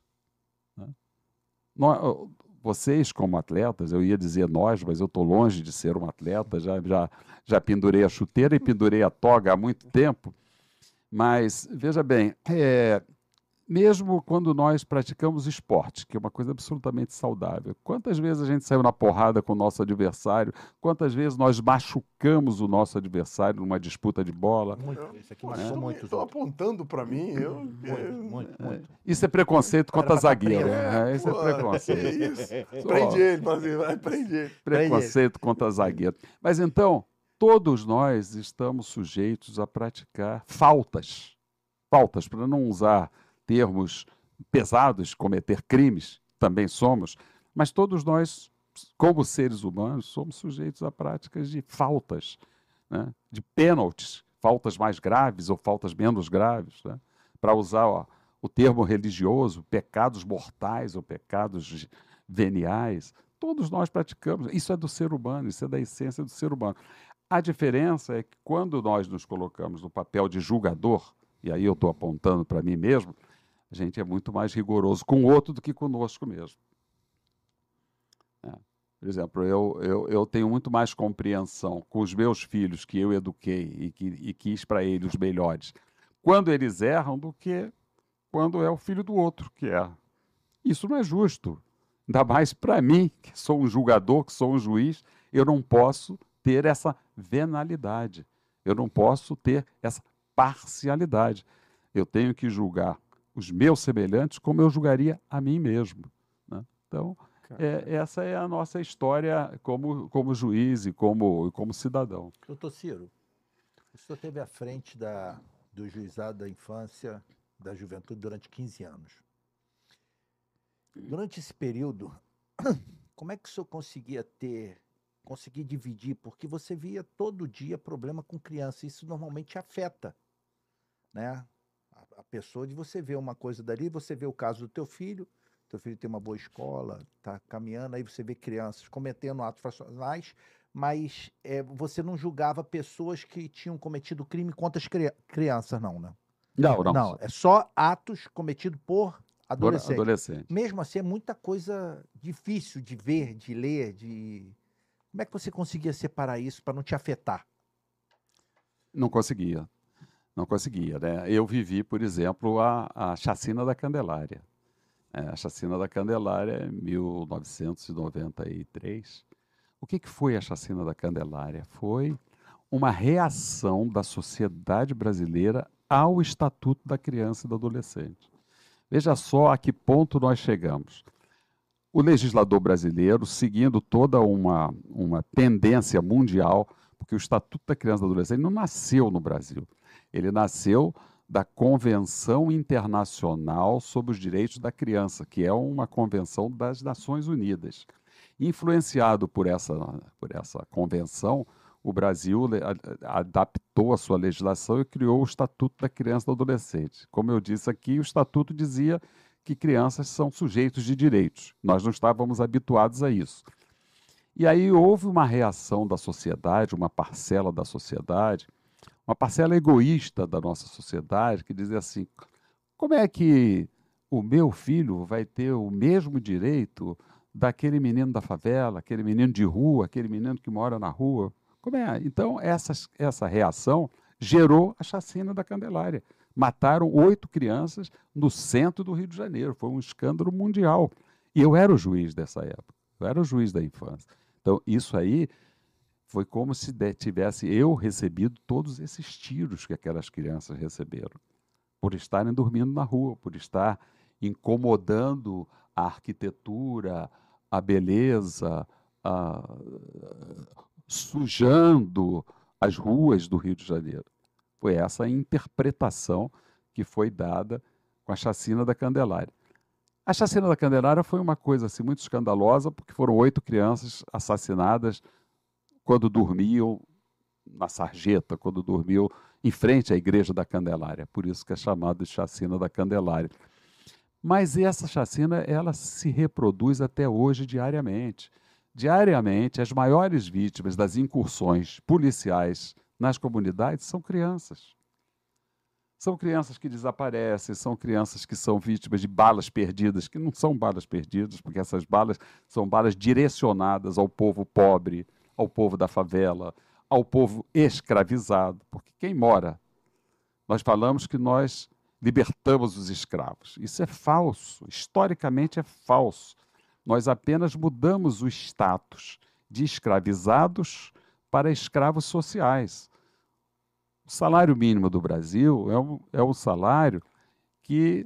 Vocês, como atletas, eu ia dizer nós, mas eu estou longe de ser um atleta, já pendurei a chuteira e pendurei a toga há muito tempo, mas, veja bem, mesmo quando nós praticamos esporte, que é uma coisa absolutamente saudável, quantas vezes a gente saiu na porrada com o nosso adversário, quantas vezes nós machucamos o nosso adversário numa disputa de bola? Muito, isso aqui machucou muito. Estão apontando para mim, Muito. Isso é preconceito contra Era pra zagueiro. preso. Isso é preconceito. Isso. Prende ele, vai prender. Preconceito contra zagueiro. Mas então, todos nós estamos sujeitos a praticar faltas. Faltas, para não usar termos pesados, cometer crimes, também somos, mas todos nós, como seres humanos, somos sujeitos a práticas de faltas, né? De pênaltis, faltas mais graves ou faltas menos graves, né? Para usar o termo religioso, pecados mortais ou pecados veniais, todos nós praticamos, isso é do ser humano, isso é da essência do ser humano. A diferença é que quando nós nos colocamos no papel de julgador, e aí eu estou apontando para mim mesmo, a gente é muito mais rigoroso com o outro do que conosco mesmo. Por exemplo, eu tenho muito mais compreensão com os meus filhos que eu eduquei e quis para eles os melhores, quando eles erram, do que quando é o filho do outro que erra. Isso não é justo. Ainda mais para mim, que sou um julgador, que sou um juiz, eu não posso ter essa venalidade. Eu não posso ter essa parcialidade. Eu tenho que julgar os meus semelhantes como eu julgaria a mim mesmo, né? Então, essa é a nossa história como juiz e como cidadão. Doutor Ciro, o senhor esteve à frente do juizado da infância, da juventude durante 15 anos. Durante esse período, como é que o senhor conseguir dividir? Porque você via todo dia problema com criança, isso normalmente afeta, né? A pessoa, de você ver uma coisa dali, você vê o caso do teu filho tem uma boa escola, está caminhando, aí você vê crianças cometendo atos infracionais, mas você não julgava pessoas que tinham cometido crime contra as crianças, não, né? Não. Não, é só atos cometidos por adolescentes. Adolescente. Mesmo assim, é muita coisa difícil de ver, de ler, Como é que você conseguia separar isso para não te afetar? Não conseguia, né? Eu vivi, por exemplo, a chacina da Candelária. A chacina da Candelária em 1993. O que foi a chacina da Candelária? Foi uma reação da sociedade brasileira ao Estatuto da Criança e do Adolescente. Veja só a que ponto nós chegamos. O legislador brasileiro, seguindo toda uma tendência mundial, porque o Estatuto da Criança e do Adolescente não nasceu no Brasil, ele nasceu da Convenção Internacional sobre os Direitos da Criança, que é uma convenção das Nações Unidas. Influenciado por essa convenção, o Brasil adaptou a sua legislação e criou o Estatuto da Criança e do Adolescente. Como eu disse aqui, o Estatuto dizia que crianças são sujeitos de direitos. Nós não estávamos habituados a isso. E aí houve uma reação da sociedade, uma parcela da sociedade, uma parcela egoísta da nossa sociedade, que dizia assim: como é que o meu filho vai ter o mesmo direito daquele menino da favela, aquele menino de rua, aquele menino que mora na rua? Como é? Então, essa reação gerou a chacina da Candelária. Mataram 8 crianças no centro do Rio de Janeiro. Foi um escândalo mundial. E eu era o juiz dessa época. Eu era o juiz da infância. Então, isso aí foi como se tivesse eu recebido todos esses tiros que aquelas crianças receberam, por estarem dormindo na rua, por estar incomodando a arquitetura, a beleza, sujando as ruas do Rio de Janeiro. Foi essa a interpretação que foi dada com a chacina da Candelária. A chacina da Candelária foi uma coisa assim, muito escandalosa, porque foram 8 crianças assassinadas quando dormiam na sarjeta, quando dormiam em frente à igreja da Candelária. Por isso que é chamado de chacina da Candelária. Mas essa chacina, ela se reproduz até hoje diariamente. Diariamente, as maiores vítimas das incursões policiais nas comunidades são crianças. São crianças que desaparecem, são crianças que são vítimas de balas perdidas, que não são balas perdidas, porque essas balas são balas direcionadas ao povo pobre, ao povo da favela, ao povo escravizado. Porque quem mora? Nós falamos que nós libertamos os escravos. Isso é falso, historicamente é falso. Nós apenas mudamos o status de escravizados para escravos sociais. O salário mínimo do Brasil é um salário que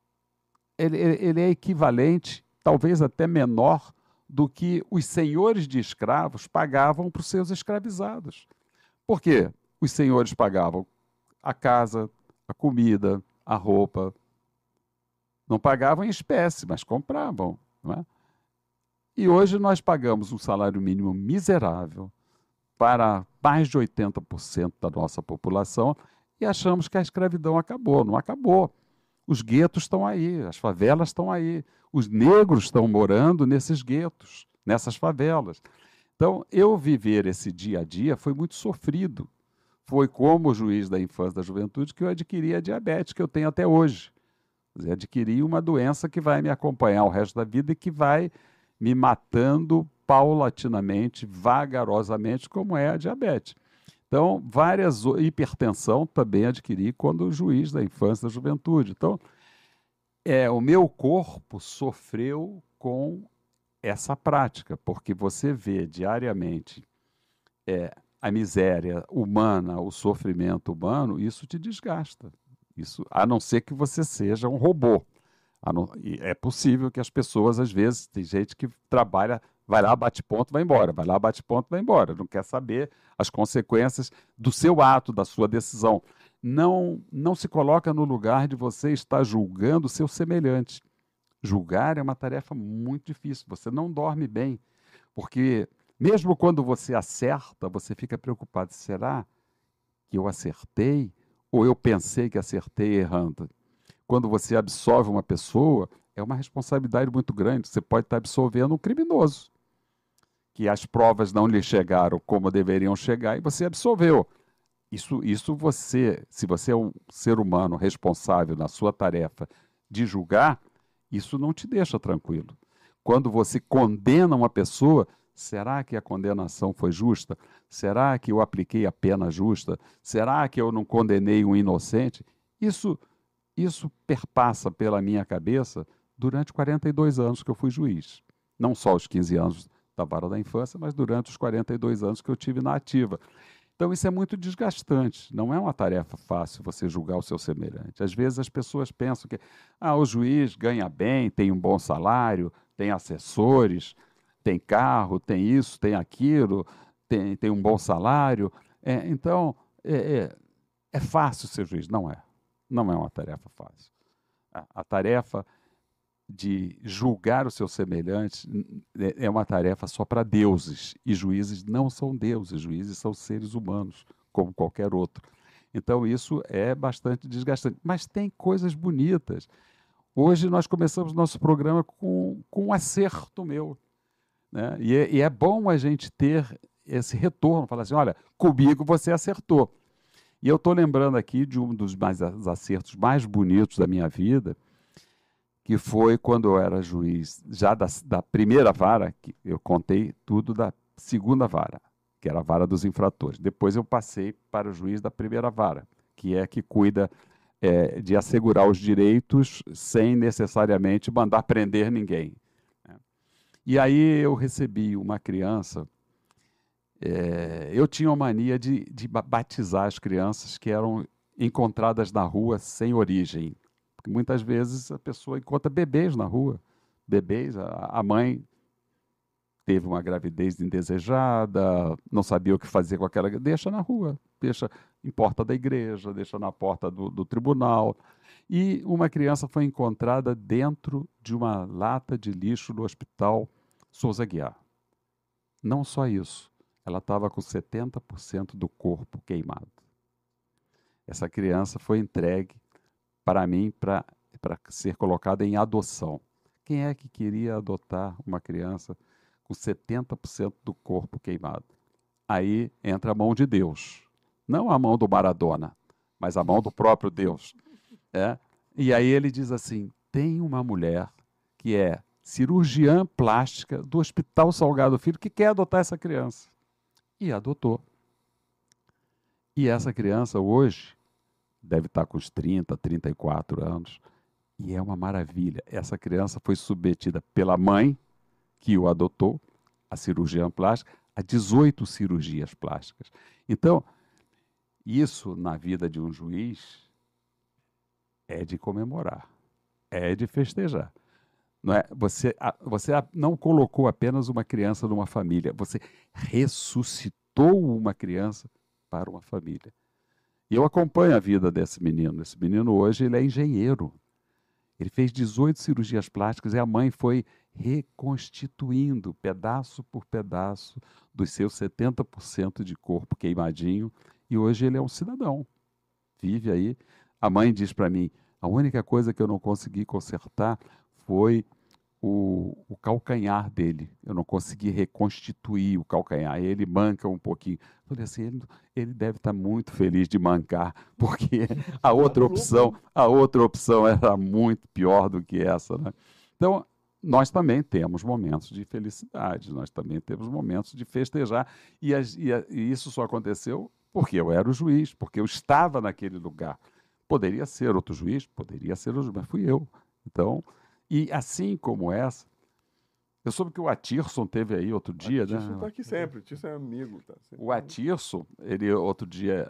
ele é equivalente, talvez até menor, do que os senhores de escravos pagavam para os seus escravizados. Por quê? Os senhores pagavam a casa, a comida, a roupa. Não pagavam em espécie, mas compravam. Não é? E hoje nós pagamos um salário mínimo miserável para mais de 80% da nossa população e achamos que a escravidão acabou. Não acabou. Os guetos estão aí, as favelas estão aí. Os negros estão morando nesses guetos, nessas favelas. Então, eu viver esse dia a dia foi muito sofrido. Foi como juiz da infância e da juventude que eu adquiri a diabetes, que eu tenho até hoje. Quer dizer, adquiri uma doença que vai me acompanhar o resto da vida e que vai me matando paulatinamente, vagarosamente, como é a diabetes. Então, hipertensão também adquiri quando juiz da infância e da juventude. Então, o meu corpo sofreu com essa prática, porque você vê diariamente a miséria humana, o sofrimento humano, isso te desgasta. Isso, a não ser que você seja um robô. E é possível que as pessoas, às vezes, tem gente que trabalha, vai lá, bate ponto, vai embora, vai lá, bate ponto, vai embora, não quer saber as consequências do seu ato, da sua decisão. Não se coloca no lugar de você estar julgando o seu semelhante. Julgar é uma tarefa muito difícil, você não dorme bem, porque mesmo quando você acerta, você fica preocupado, será que eu acertei ou eu pensei que acertei errando? Quando você absolve uma pessoa, é uma responsabilidade muito grande. Você pode estar absolvendo um criminoso, que as provas não lhe chegaram como deveriam chegar e você absolveu. Isso você, se você é um ser humano responsável na sua tarefa de julgar, isso não te deixa tranquilo. Quando você condena uma pessoa, será que a condenação foi justa? Será que eu apliquei a pena justa? Será que eu não condenei um inocente? Isso perpassa pela minha cabeça durante 42 anos que eu fui juiz. Não só os 15 anos da vara da infância, mas durante os 42 anos que eu tive na ativa. Então, isso é muito desgastante. Não é uma tarefa fácil você julgar o seu semelhante. Às vezes as pessoas pensam que o juiz ganha bem, tem um bom salário, tem assessores, tem carro, tem isso, tem aquilo, tem um bom salário. Então, é fácil ser juiz. Não é. Não é uma tarefa fácil. A tarefa de julgar o seu semelhante é uma tarefa só para deuses. E juízes não são deuses, juízes são seres humanos, como qualquer outro. Então, isso é bastante desgastante. Mas tem coisas bonitas. Hoje nós começamos nosso programa com um acerto meu. Né? E é bom a gente ter esse retorno, falar assim, olha, comigo você acertou. E eu estou lembrando aqui de um dos acertos mais bonitos da minha vida, que foi quando eu era juiz, já da primeira vara, que eu contei tudo da segunda vara, que era a vara dos infratores. Depois eu passei para o juiz da primeira vara, que é que cuida de assegurar os direitos sem necessariamente mandar prender ninguém. Né? E aí eu recebi uma criança. Eu tinha uma mania de batizar as crianças que eram encontradas na rua sem origem. Porque muitas vezes a pessoa encontra bebês na rua. Bebês, a mãe teve uma gravidez indesejada, não sabia o que fazer com aquela, deixa na rua, deixa em porta da igreja, deixa na porta do tribunal. E uma criança foi encontrada dentro de uma lata de lixo no Hospital Souza Aguiar. Não só isso, ela estava com 70% do corpo queimado. Essa criança foi entregue para mim para ser colocada em adoção. Quem é que queria adotar uma criança com 70% do corpo queimado? Aí entra a mão de Deus. Não a mão do Maradona, mas a mão do próprio Deus. E aí ele diz assim, tem uma mulher que é cirurgiã plástica do Hospital Salgado Filho que quer adotar essa criança. E adotou. E essa criança hoje deve estar com uns 30, 34 anos. E é uma maravilha. Essa criança foi submetida pela mãe, que o adotou, a cirurgiã plástica, a 18 cirurgias plásticas. Então, isso na vida de um juiz é de comemorar, é de festejar. Não é? Você não colocou apenas uma criança numa família, você ressuscitou uma criança para uma família. E eu acompanho a vida desse menino. Esse menino hoje ele é engenheiro. Ele fez 18 cirurgias plásticas e a mãe foi reconstituindo pedaço por pedaço dos seus 70% de corpo queimadinho e hoje ele é um cidadão. Vive aí. A mãe diz para mim, a única coisa que eu não consegui consertar foi o calcanhar dele. Eu não consegui reconstituir o calcanhar. Ele manca um pouquinho. Eu falei assim, ele deve estar muito feliz de mancar, porque a outra opção era muito pior do que essa, né? Então, nós também temos momentos de felicidade, nós também temos momentos de festejar. E isso só aconteceu porque eu era o juiz, porque eu estava naquele lugar. Poderia ser outro juiz, poderia ser outro juiz, mas fui eu. Então, e assim como essa, eu soube que o Atirson teve aí outro dia, né? O Atirson está aqui sempre, o Atirson é amigo. Tá sempre. O Atirson, ele outro dia,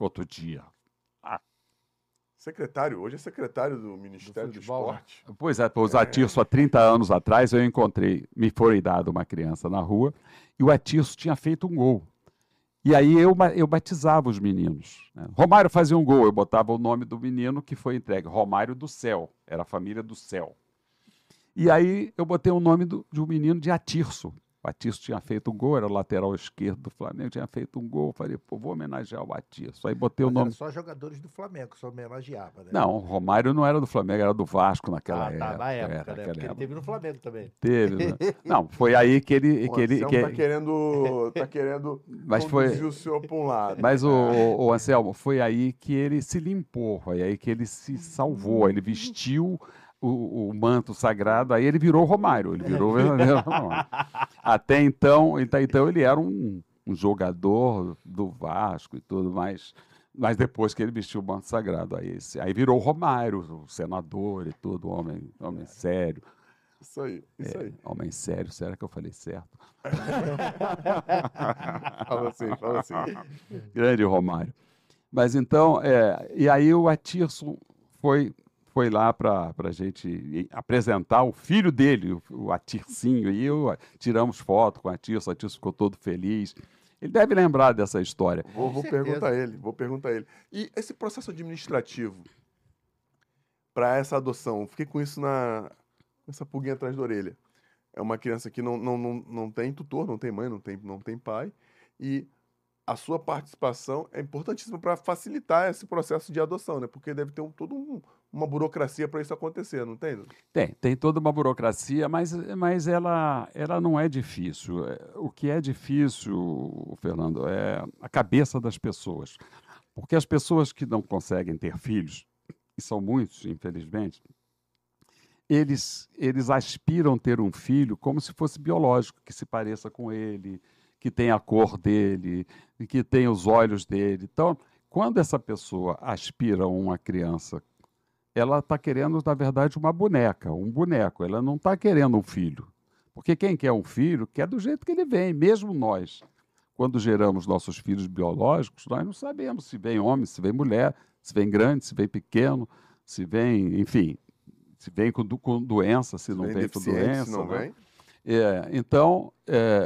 secretário, hoje é secretário do Ministério do Esporte. Pois é, o Atirson, há 30 anos atrás, eu encontrei, me foi dado uma criança na rua, e o Atirson tinha feito um gol. E aí eu batizava os meninos. Né? Romário fazia um gol, eu botava o nome do menino que foi entregue, Romário do Céu, era a família do Céu. E aí eu botei o nome de um menino de Atirson. O Atirson tinha feito um gol, era o lateral esquerdo do Flamengo, tinha feito um gol. Falei, pô, vou homenagear o Atirson. Aí botei o nome. Era só jogadores do Flamengo, só homenageava, né? Não, o Romário não era do Flamengo, era do Vasco naquela época. Tá, na época, né? Porque ele teve no Flamengo também. Teve, né? Não, foi aí que ele... Tá querendo mas conduzir o senhor para um lado. Mas, o Anselmo, foi aí que ele se limpou, foi aí que ele se salvou, ele vestiu o manto sagrado, aí ele virou Romário, ele virou o verdadeiro Romário. Até então ele era um jogador do Vasco e tudo, mas depois que ele vestiu o manto sagrado, aí virou Romário, o senador e tudo, homem sério. Isso aí. Homem sério, será que eu falei certo? Fala assim. Grande Romário. Mas então, e aí o Atirson foi lá para a gente apresentar o filho dele, o Atircinho, e tiramos foto com o Atirson ficou todo feliz. Ele deve lembrar dessa história. Vou perguntar a ele. E esse processo administrativo para essa adoção, fiquei com isso essa pulguinha atrás da orelha. É uma criança que não tem tutor, não tem mãe, não tem pai, e a sua participação é importantíssima para facilitar esse processo de adoção, né? Porque deve ter toda uma burocracia para isso acontecer, não tem? Tem toda uma burocracia, mas ela não é difícil. O que é difícil, Fernando, é a cabeça das pessoas. Porque as pessoas que não conseguem ter filhos, e são muitos, infelizmente, eles aspiram ter um filho como se fosse biológico, que se pareça com ele, que tenha a cor dele, que tenha os olhos dele. Então, quando essa pessoa aspira a uma criança, ela está querendo, na verdade, uma boneca, um boneco. Ela não está querendo um filho. Porque quem quer um filho, quer do jeito que ele vem. Mesmo nós, quando geramos nossos filhos biológicos, nós não sabemos se vem homem, se vem mulher, se vem grande, se vem pequeno, se vem, enfim, se vem com doença, se não vem com doença. Se não vem. Então,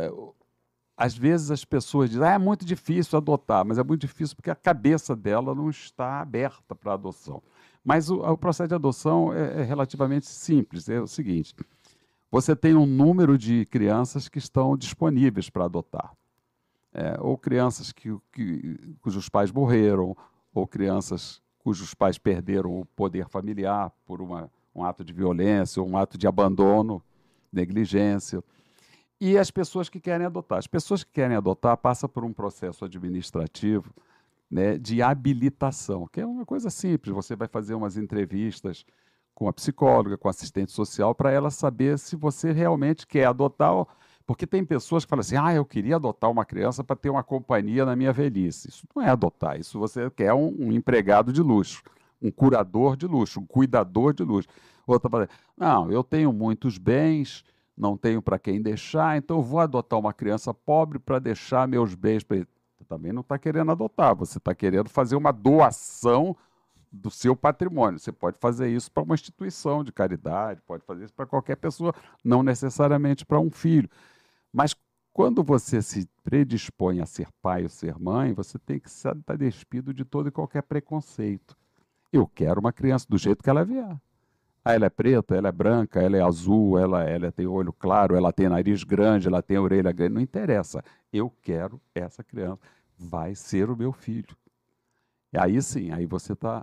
às vezes as pessoas dizem, é muito difícil adotar, mas é muito difícil porque a cabeça dela não está aberta para a adoção. Mas o processo de adoção é relativamente simples. É o seguinte, você tem um número de crianças que estão disponíveis para adotar. Ou crianças cujos pais morreram, ou crianças cujos pais perderam o poder familiar por um ato de violência, ou um ato de abandono, negligência. E as pessoas que querem adotar. As pessoas que querem adotar passam por um processo administrativo, né, de habilitação, que é uma coisa simples. Você vai fazer umas entrevistas com a psicóloga, com a assistente social, para ela saber se você realmente quer adotar. Porque tem pessoas que falam assim, eu queria adotar uma criança para ter uma companhia na minha velhice. Isso não é adotar, isso você quer um empregado de luxo, um curador de luxo, um cuidador de luxo. Outra fala, não, eu tenho muitos bens, não tenho para quem deixar, então eu vou adotar uma criança pobre para deixar meus bens para ele. Você também não está querendo adotar, você está querendo fazer uma doação do seu patrimônio. Você pode fazer isso para uma instituição de caridade, pode fazer isso para qualquer pessoa, não necessariamente para um filho. Mas quando você se predispõe a ser pai ou ser mãe, você tem que estar despido de todo e qualquer preconceito. Eu quero uma criança do jeito que ela vier. Ela é preta, ela é branca, ela é azul, ela tem olho claro, ela tem nariz grande, ela tem orelha grande, não interessa. Eu quero essa criança, vai ser o meu filho. E aí sim, aí você está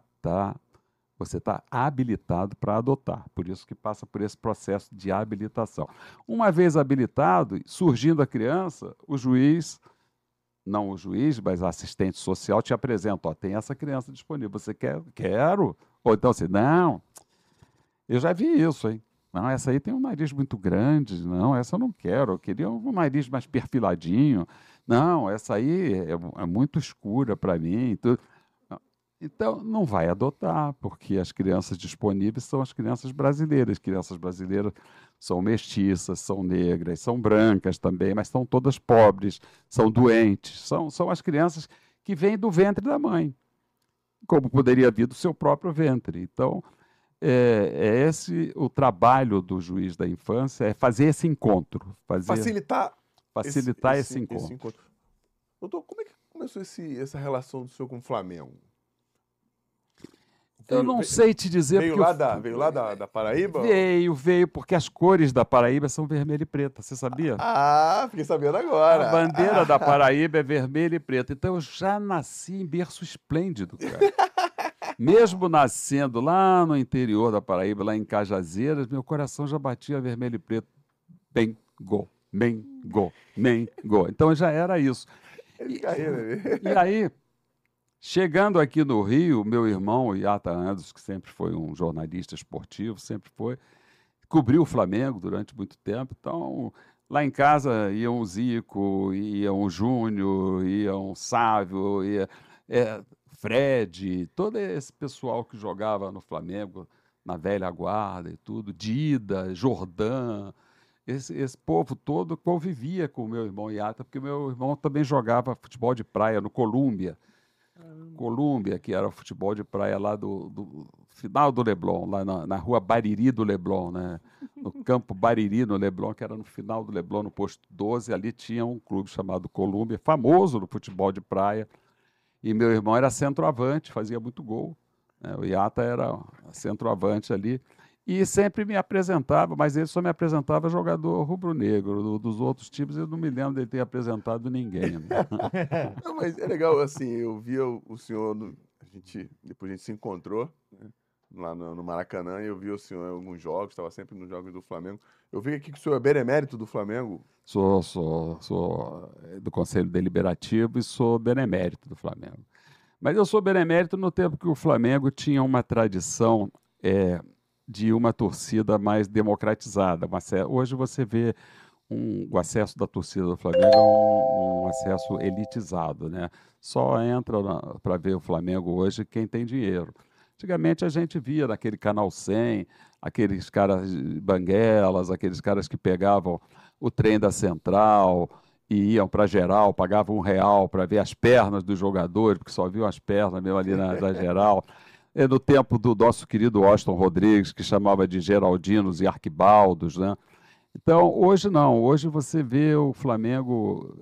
habilitado para adotar. Por isso que passa por esse processo de habilitação. Uma vez habilitado, surgindo a criança, o juiz, não o juiz, mas a assistente social te apresenta, tem essa criança disponível, você quer? Quero. Ou então assim, não, eu já vi isso, hein? Não, essa aí tem um nariz muito grande. Não, essa eu não quero. Eu queria um nariz mais perfiladinho. Não, essa aí é muito escura para mim. Então, não vai adotar, porque as crianças disponíveis são as crianças brasileiras. Crianças brasileiras são mestiças, são negras, são brancas também, mas são todas pobres, são doentes. São as crianças que vêm do ventre da mãe, como poderia vir do seu próprio ventre. Então, é esse o trabalho do juiz da infância, é fazer esse encontro. Facilitar esse encontro. Doutor, como é que começou essa relação do senhor com o Flamengo? Eu não sei te dizer. Veio lá da Paraíba? Veio, porque as cores da Paraíba são vermelho e preta, você sabia? Fiquei sabendo agora. A bandeira da Paraíba é vermelho e preta. Então eu já nasci em berço esplêndido, cara. Mesmo nascendo lá no interior da Paraíba, lá em Cajazeiras, meu coração já batia vermelho e preto. Mengo. Então já era isso. E aí, chegando aqui no Rio, meu irmão, o Iata Andos, que sempre foi um jornalista esportivo, cobriu o Flamengo durante muito tempo. Então, lá em casa iam o Zico, iam o Júnior, iam o Sávio, Fred, todo esse pessoal que jogava no Flamengo, na velha guarda e tudo, Dida, Jordan, esse povo todo convivia com o meu irmão Iata, porque meu irmão também jogava futebol de praia no Colômbia. Colômbia, que era o futebol de praia lá do final do Leblon, lá na rua Bariri do Leblon, né? No campo Bariri, no Leblon, que era no final do Leblon, no posto 12, ali tinha um clube chamado Colômbia, famoso no futebol de praia, e meu irmão era centroavante, fazia muito gol, né? O Iata era centroavante ali, e sempre me apresentava, mas ele só me apresentava jogador rubro-negro. Dos outros times eu não me lembro dele ter apresentado ninguém. Né? Não, mas é legal, assim, eu via o senhor, depois a gente se encontrou, né, lá no Maracanã, e eu vi o senhor em alguns jogos, estava sempre nos jogos do Flamengo. Eu vi aqui que o senhor é benemérito do Flamengo. Sou do Conselho Deliberativo e sou benemérito do Flamengo. Mas eu sou benemérito no tempo que o Flamengo tinha uma tradição de uma torcida mais democratizada. Hoje você vê o acesso da torcida do Flamengo é um acesso elitizado, né? Só entra para ver o Flamengo hoje quem tem dinheiro. Antigamente a gente via naquele Canal 100, aqueles caras banguelas, aqueles caras que pegavam o trem da Central e iam para Geral, pagavam R$1 para ver as pernas dos jogadores, porque só viam as pernas mesmo ali na Geral. No tempo do nosso querido Austin Rodrigues, que chamava de Geraldinos e Arquibaldos, né? Então, hoje não. Hoje você vê o Flamengo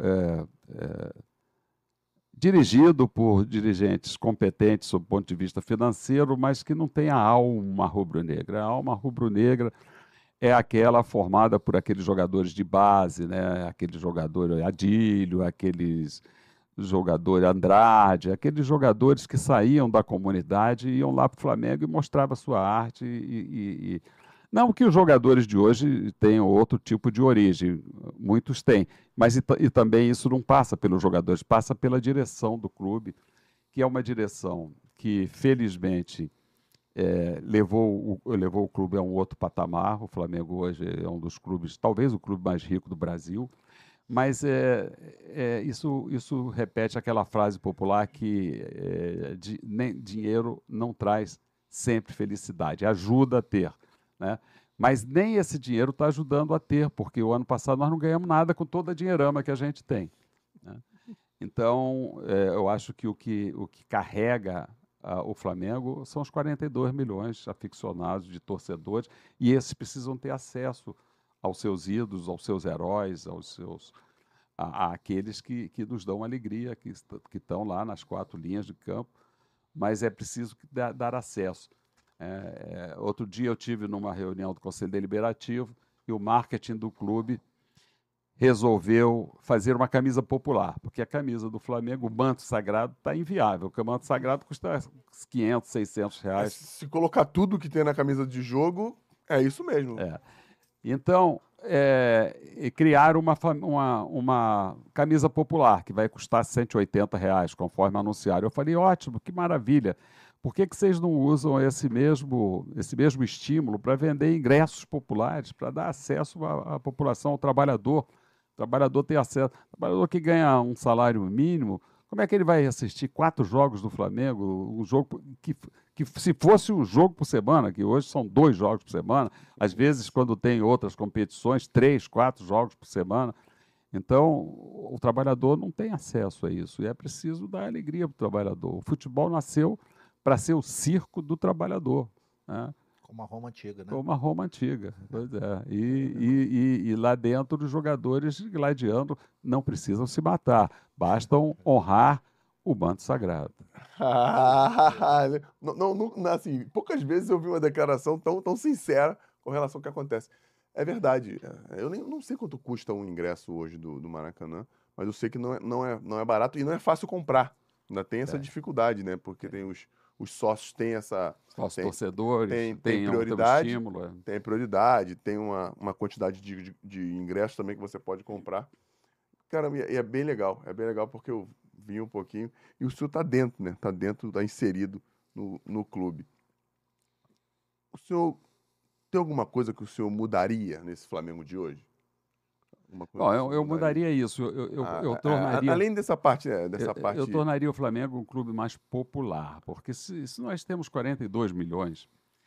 dirigido por dirigentes competentes sob o ponto de vista financeiro, mas que não tem a alma rubro-negra. A alma rubro-negra é aquela formada por aqueles jogadores de base, né? Aquele jogador Adílio, aqueles jogadores Andrade, aqueles jogadores que saíam da comunidade, iam lá para o Flamengo e mostravam a sua arte. Não que os jogadores de hoje tenham outro tipo de origem, muitos têm, mas e também isso não passa pelos jogadores, passa pela direção do clube, que é uma direção que, felizmente, levou o clube a um outro patamar. O Flamengo hoje é um dos clubes, talvez o clube mais rico do Brasil, mas isso repete aquela frase popular que nem dinheiro não traz sempre felicidade, ajuda a ter, né? Mas nem esse dinheiro está ajudando a ter, porque o ano passado nós não ganhamos nada com toda a dinheirama que a gente tem, né? Então, eu acho que o que carrega o Flamengo são os 42 milhões aficionados de torcedores, e esses precisam ter acesso aos seus ídolos, aos seus heróis, àqueles que nos dão alegria, que estão lá nas 4 linhas de campo, mas é preciso dar acesso. Outro dia eu tive numa reunião do Conselho Deliberativo e o marketing do clube resolveu fazer uma camisa popular, porque a camisa do Flamengo, o manto sagrado, está inviável, porque o manto sagrado custa 500, 600 reais. Se colocar tudo que tem na camisa de jogo, é isso mesmo. Então, criar uma camisa popular, que vai custar 180 reais, conforme anunciaram. Eu falei, ótimo, que maravilha. Por que vocês não usam esse mesmo estímulo para vender ingressos populares, para dar acesso à população, ao trabalhador? O trabalhador ter acesso. O trabalhador que ganha um salário mínimo, como é que ele vai assistir 4 jogos do Flamengo? Um jogo que se fosse um jogo por semana, que hoje são 2 jogos por semana, às vezes, quando tem outras competições, 3, 4 jogos por semana. Então, o trabalhador não tem acesso a isso, e é preciso dar alegria para o trabalhador. O futebol nasceu para ser o circo do trabalhador, né? Como a Roma antiga, né? Como a Roma antiga, pois é. E lá dentro os jogadores gladiando não precisam se matar, bastam honrar o manto sagrado. Assim, poucas vezes eu vi uma declaração tão sincera com relação ao que acontece. É verdade. Eu não sei quanto custa um ingresso hoje do Maracanã, mas eu sei que não é barato e não é fácil comprar. Ainda tem essa dificuldade, né? Porque tem os sócios têm essa... Sócios torcedores, tem prioridade, um estímulo. Tem prioridade, tem uma quantidade de ingressos também que você pode comprar. Cara, e é bem legal porque eu vi um pouquinho, e o senhor tá dentro, né? Tá dentro, tá inserido no clube. O senhor tem alguma coisa que o senhor mudaria nesse Flamengo de hoje? Bom, eu mudaria isso. Eu tornaria, além dessa parte, eu tornaria o Flamengo um clube mais popular, porque se nós temos 42 milhões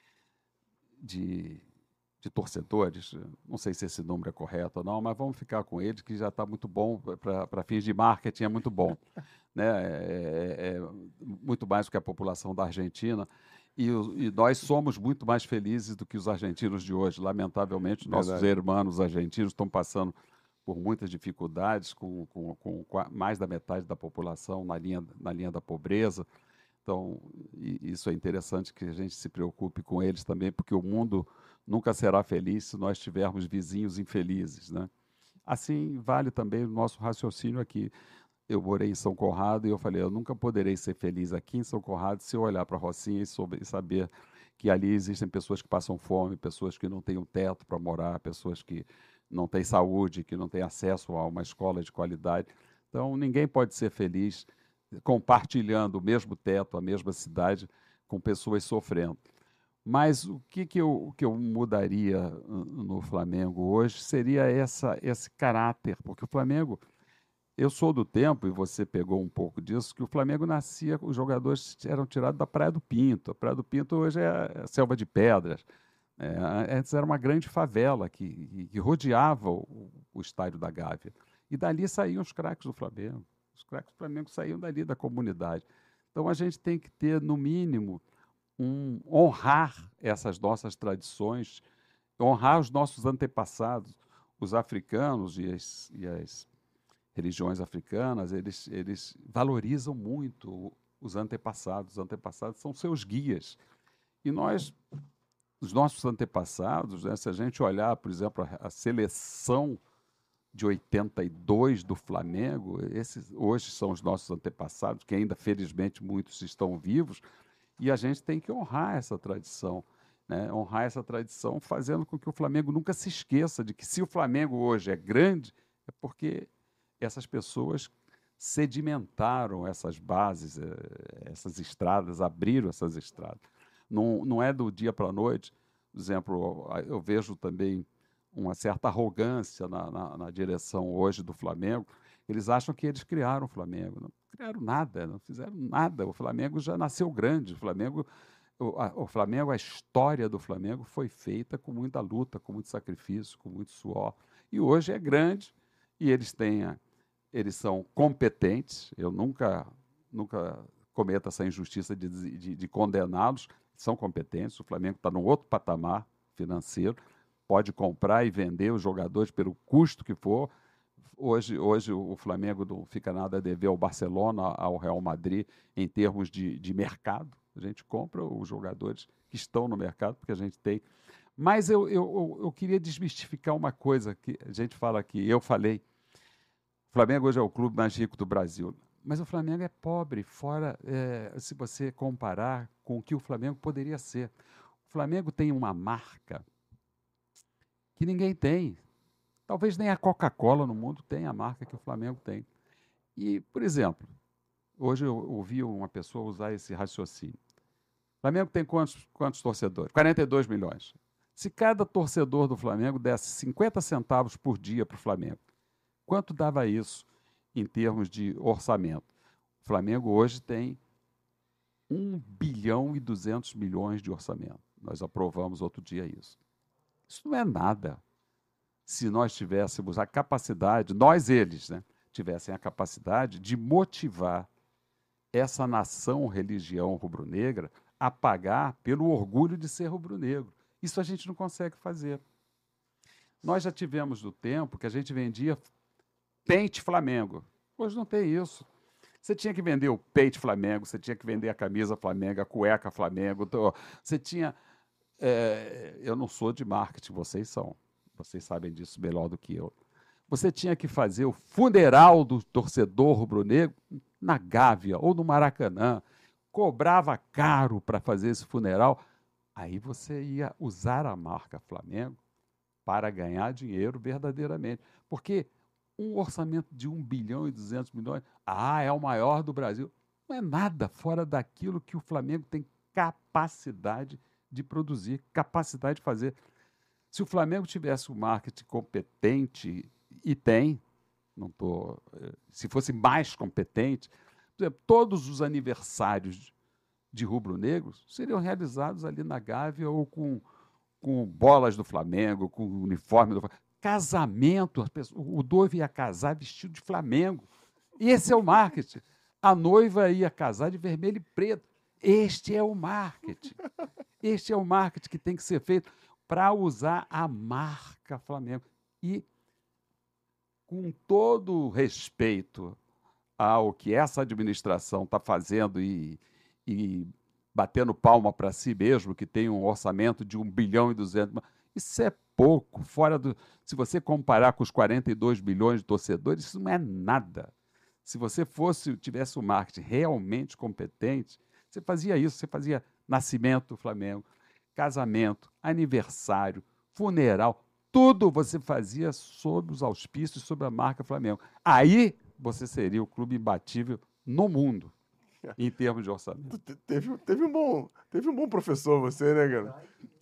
de torcedores, não sei se esse número é correto ou não, mas vamos ficar com ele, que já está muito bom, para fins de marketing é muito bom, né? É muito mais do que a população da Argentina, e nós somos muito mais felizes do que os argentinos de hoje. Lamentavelmente, nossos irmãos argentinos estão passando por muitas dificuldades, com mais da metade da população na linha da pobreza. Então, isso é interessante que a gente se preocupe com eles também, porque o mundo nunca será feliz se nós tivermos vizinhos infelizes, né? Assim vale também o nosso raciocínio aqui. Eu morei em São Conrado e eu falei, eu nunca poderei ser feliz aqui em São Conrado se eu olhar para a Rocinha e saber que ali existem pessoas que passam fome, pessoas que não têm um teto para morar, pessoas que não têm saúde, que não têm acesso a uma escola de qualidade. Então, ninguém pode ser feliz compartilhando o mesmo teto, a mesma cidade, com pessoas sofrendo. Mas o que eu mudaria no Flamengo hoje seria esse caráter, porque o Flamengo, eu sou do tempo, e você pegou um pouco disso, que o Flamengo nascia, os jogadores eram tirados da Praia do Pinto. A Praia do Pinto hoje é a selva de pedras. Antes era uma grande favela que rodeava o estádio da Gávea. E dali saíam os craques do Flamengo. Os craques do Flamengo saíam dali da comunidade. Então a gente tem que ter, no mínimo, honrar essas nossas tradições, honrar os nossos antepassados. os africanos e as religiões africanas, eles valorizam muito os antepassados. Os antepassados são seus guias. E os nossos antepassados, né, se a gente olhar, por exemplo, a seleção de 82 do Flamengo, esses hoje são os nossos antepassados, que ainda, felizmente, muitos estão vivos, e a gente tem que honrar essa tradição, né? Honrar essa tradição fazendo com que o Flamengo nunca se esqueça de que se o Flamengo hoje é grande, é porque essas pessoas sedimentaram essas bases, essas estradas, abriram essas estradas. Não é do dia para a noite. Por exemplo, eu vejo também uma certa arrogância na direção hoje do Flamengo. Eles acham que eles criaram o Flamengo. Não criaram nada, não fizeram nada. O Flamengo já nasceu grande. O Flamengo, a história do Flamengo foi feita com muita luta, com muito sacrifício, com muito suor. E hoje é grande e eles são competentes. Eu nunca cometo essa injustiça de condená-los. São competentes. O Flamengo está num outro patamar financeiro. Pode comprar e vender os jogadores pelo custo que for. Hoje o Flamengo não fica nada a dever ao Barcelona, ao Real Madrid, em termos de mercado. A gente compra os jogadores que estão no mercado, porque a gente tem. Mas eu queria desmistificar uma coisa que a gente fala aqui. Eu falei, o Flamengo hoje é o clube mais rico do Brasil. Mas o Flamengo é pobre, se você comparar com o que o Flamengo poderia ser. O Flamengo tem uma marca que ninguém tem. Talvez nem a Coca-Cola no mundo tenha a marca que o Flamengo tem. E, por exemplo, hoje eu ouvi uma pessoa usar esse raciocínio. O Flamengo tem quantos torcedores? 42 milhões. Se cada torcedor do Flamengo desse 50 centavos por dia para o Flamengo, quanto dava isso em termos de orçamento? O Flamengo hoje tem 1 bilhão e 200 milhões de orçamento. Nós aprovamos outro dia isso. Isso não é nada. Se nós tivéssemos a capacidade, eles, né, tivessem a capacidade de motivar essa nação, religião rubro-negra a pagar pelo orgulho de ser rubro-negro. Isso a gente não consegue fazer. Nós já tivemos do tempo que a gente vendia pente Flamengo. Hoje não tem isso. Você tinha que vender o peito Flamengo, você tinha que vender a camisa Flamengo, a cueca Flamengo. Você tinha... eu não sou de marketing, vocês são. Vocês sabem disso melhor do que eu. Você tinha que fazer o funeral do torcedor rubro-negro na Gávea ou no Maracanã. Cobrava caro para fazer esse funeral. Aí você ia usar a marca Flamengo para ganhar dinheiro verdadeiramente. Porque um orçamento de 1 bilhão e 200 milhões, é o maior do Brasil. Não é nada fora daquilo que o Flamengo tem capacidade de produzir, capacidade de fazer. Se o Flamengo tivesse um marketing competente, e tem, se fosse mais competente, por exemplo, todos os aniversários de rubro-negros seriam realizados ali na Gávea ou com bolas do Flamengo, com o uniforme do Flamengo. Casamento, o noivo ia casar vestido de Flamengo. Esse é o marketing. A noiva ia casar de vermelho e preto. Este é o marketing. Este é o marketing que tem que ser feito para usar a marca Flamengo. E, com todo respeito ao que essa administração está fazendo e batendo palma para si mesmo, que tem um orçamento de 1 bilhão e 200, isso é pouco. Se você comparar com os 42 bilhões de torcedores, isso não é nada. Se você tivesse um marketing realmente competente, você fazia isso, você fazia nascimento do Flamengo, casamento, aniversário, funeral, tudo você fazia sob os auspícios, sob a marca Flamengo. Aí você seria o clube imbatível no mundo, em termos de orçamento. Teve um bom professor você, né, cara?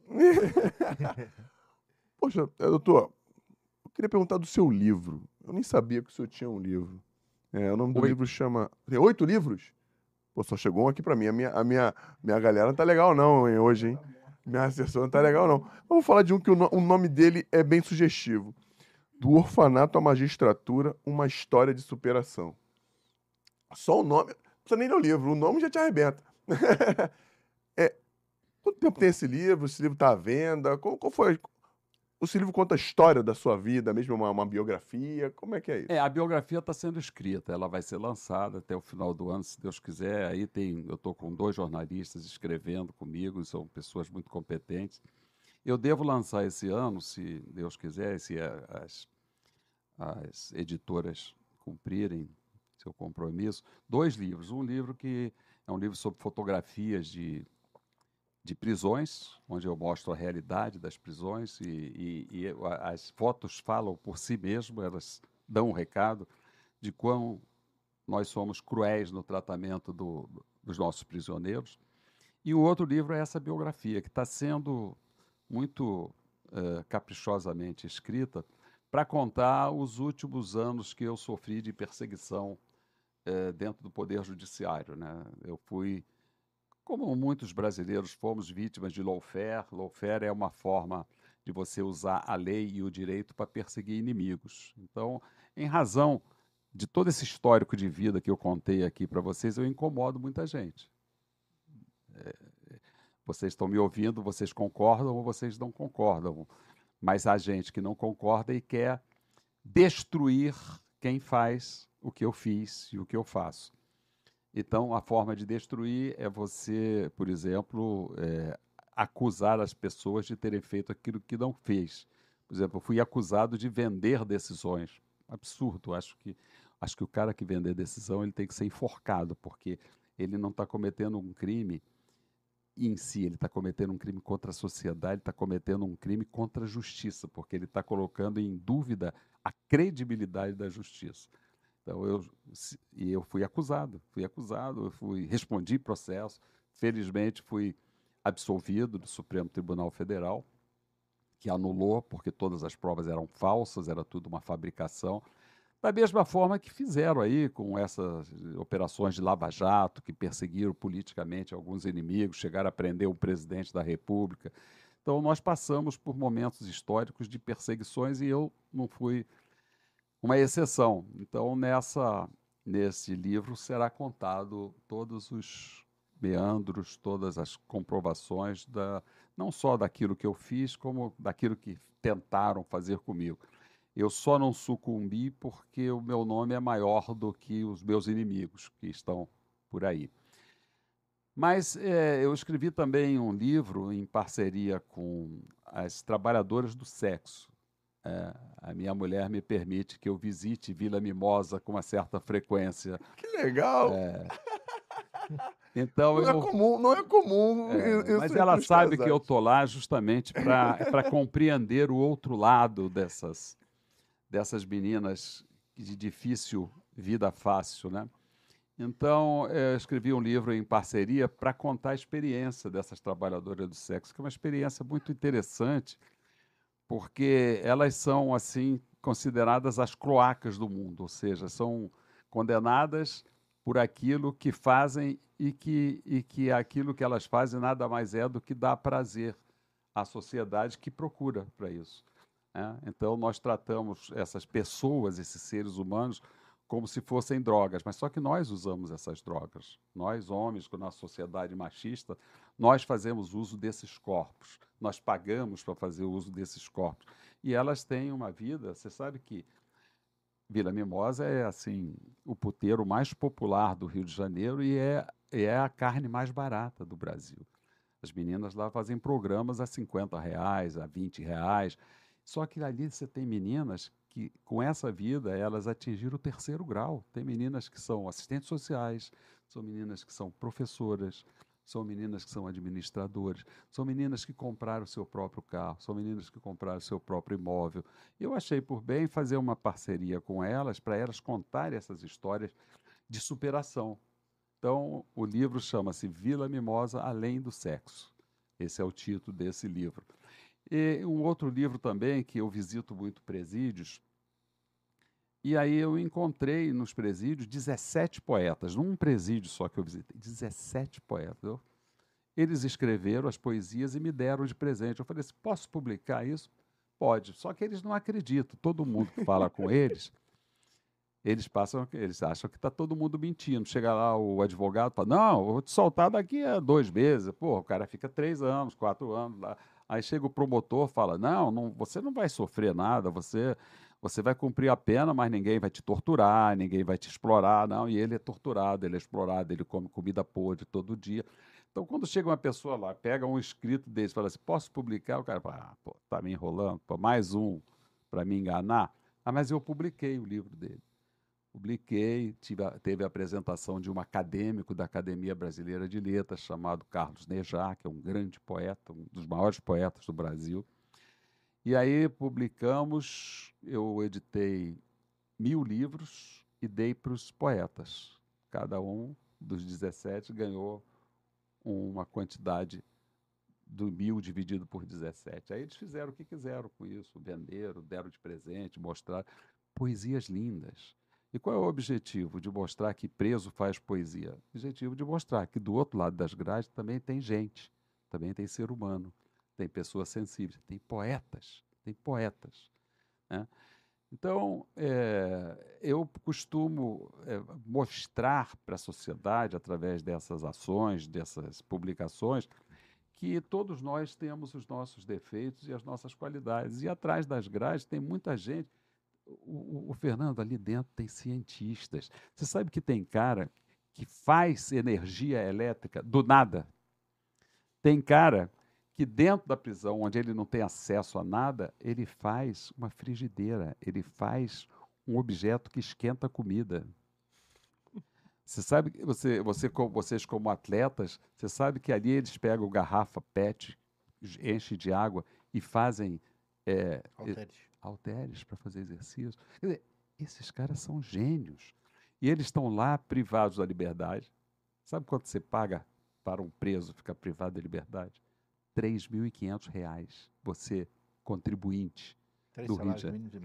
Poxa, doutor, eu queria perguntar do seu livro. Eu nem sabia que o senhor tinha um livro. O nome do livro chama... Tem 8 livros? Pô, só chegou um aqui pra mim. A minha galera não tá legal não, hein, hoje, hein? Minha assessora não tá legal, não. Vamos falar de um que o nome dele é bem sugestivo. Do Orfanato à Magistratura, uma história de superação. Só o nome... Não precisa nem ler o livro, o nome já te arrebenta. Quanto tempo tem esse livro? Esse livro tá à venda? Qual foi esse livro conta a história da sua vida, mesmo uma biografia? Como é que é isso? A biografia está sendo escrita, ela vai ser lançada até o final do ano, se Deus quiser. Aí eu estou com 2 jornalistas escrevendo comigo, são pessoas muito competentes. Eu devo lançar esse ano, se Deus quiser, se as editoras cumprirem seu compromisso, 2 livros. Um livro que é um livro sobre fotografias de prisões, onde eu mostro a realidade das prisões e as fotos falam por si mesmas, elas dão um recado de quão nós somos cruéis no tratamento dos nossos prisioneiros. E o outro livro é essa biografia, que está sendo muito caprichosamente escrita para contar os últimos anos que eu sofri de perseguição dentro do Poder Judiciário, né? Eu fui, como muitos brasileiros, fomos vítimas de lawfare. Lawfare é uma forma de você usar a lei e o direito para perseguir inimigos. Então, em razão de todo esse histórico de vida que eu contei aqui para vocês, eu incomodo muita gente. Vocês estão me ouvindo, vocês concordam ou vocês não concordam. Mas há gente que não concorda e quer destruir quem faz o que eu fiz e o que eu faço. Então, a forma de destruir é você, por exemplo, acusar as pessoas de terem feito aquilo que não fez. Por exemplo, eu fui acusado de vender decisões. Absurdo. Acho que o cara que vender decisão ele tem que ser enforcado, porque ele não está cometendo um crime em si, ele está cometendo um crime contra a sociedade, está cometendo um crime contra a justiça, porque ele está colocando em dúvida a credibilidade da justiça. Então, eu fui acusado, respondi processo, felizmente fui absolvido do Supremo Tribunal Federal, que anulou, porque todas as provas eram falsas, era tudo uma fabricação. Da mesma forma que fizeram aí com essas operações de Lava Jato, que perseguiram politicamente alguns inimigos, chegaram a prender o presidente da República. Então, nós passamos por momentos históricos de perseguições e eu não fui uma exceção. Então, nesse livro será contado todos os meandros, todas as comprovações, não só daquilo que eu fiz, como daquilo que tentaram fazer comigo. Eu só não sucumbi porque o meu nome é maior do que os meus inimigos que estão por aí. Mas eu escrevi também um livro em parceria com as trabalhadoras do sexo. A minha mulher me permite que eu visite Vila Mimosa com uma certa frequência. Que legal! Então, não é comum. Mas ela sabe que eu estou lá justamente para compreender o outro lado dessas meninas de difícil vida fácil, né? Então, eu escrevi um livro em parceria para contar a experiência dessas trabalhadoras do sexo, que é uma experiência muito interessante, porque elas são, assim, consideradas as cloacas do mundo, ou seja, são condenadas por aquilo que fazem e que aquilo que elas fazem nada mais é do que dar prazer à sociedade que procura para isso. Então, nós tratamos essas pessoas, esses seres humanos, como se fossem drogas, mas só que nós usamos essas drogas. Nós, homens, com a nossa sociedade machista, nós fazemos uso desses corpos, nós pagamos para fazer o uso desses corpos. E elas têm uma vida, você sabe que Vila Mimosa é assim, o puteiro mais popular do Rio de Janeiro e é a carne mais barata do Brasil. As meninas lá fazem programas a R$50, a R$20. Só que ali você tem meninas que, com essa vida, elas atingiram o 3º grau. Tem meninas que são assistentes sociais, são meninas que são professoras, são meninas que são administradoras, são meninas que compraram o seu próprio carro, são meninas que compraram o seu próprio imóvel. Eu achei por bem fazer uma parceria com elas, para elas contarem essas histórias de superação. Então, o livro chama-se Vila Mimosa, Além do Sexo. Esse é o título desse livro. E um outro livro também, que eu visito muito presídios, e aí eu encontrei nos presídios 17 poetas, num presídio só que eu visitei, 17 poetas. Eles escreveram as poesias e me deram de presente. Eu falei assim, posso publicar isso? Pode, só que eles não acreditam. Todo mundo que fala com eles, eles acham que está todo mundo mentindo. Chega lá o advogado e fala, não, eu vou te soltar daqui a 2 meses. Pô, o cara fica 3 anos, 4 anos lá. Aí chega o promotor, fala: não, você não vai sofrer nada, você vai cumprir a pena, mas ninguém vai te torturar, ninguém vai te explorar, não. E ele é torturado, ele é explorado, ele come comida podre todo dia. Então, quando chega uma pessoa lá, pega um escrito desse, fala assim: posso publicar? O cara fala: pô, tá me enrolando, pô, mais um para me enganar. Ah, mas eu publiquei o livro dele. Publiquei, teve a apresentação de um acadêmico da Academia Brasileira de Letras, chamado Carlos Nejar, que é um grande poeta, um dos maiores poetas do Brasil. E aí publicamos, eu editei 1000 livros e dei para os poetas. Cada um dos 17 ganhou uma quantidade do 1000 dividido por 17. Aí eles fizeram o que quiseram com isso, venderam, deram de presente, mostraram poesias lindas. E qual é o objetivo? De mostrar que preso faz poesia. O objetivo de mostrar que do outro lado das grades também tem gente, também tem ser humano, tem pessoas sensíveis, tem poetas, né? Então, eu costumo mostrar para a sociedade, através dessas ações, dessas publicações, que todos nós temos os nossos defeitos e as nossas qualidades. E atrás das grades tem muita gente. O Fernando, ali dentro tem cientistas. Você sabe que tem cara que faz energia elétrica do nada? Tem cara que dentro da prisão, onde ele não tem acesso a nada, ele faz uma frigideira, ele faz um objeto que esquenta a comida. Você sabe, vocês como atletas, você sabe que ali eles pegam garrafa PET, enchem de água e fazem halteres para fazer exercício. Quer dizer, esses caras são gênios. E eles estão lá privados da liberdade. Sabe quanto você paga para um preso ficar privado da liberdade? R$ 3.500. Você, contribuinte do Rio de Janeiro.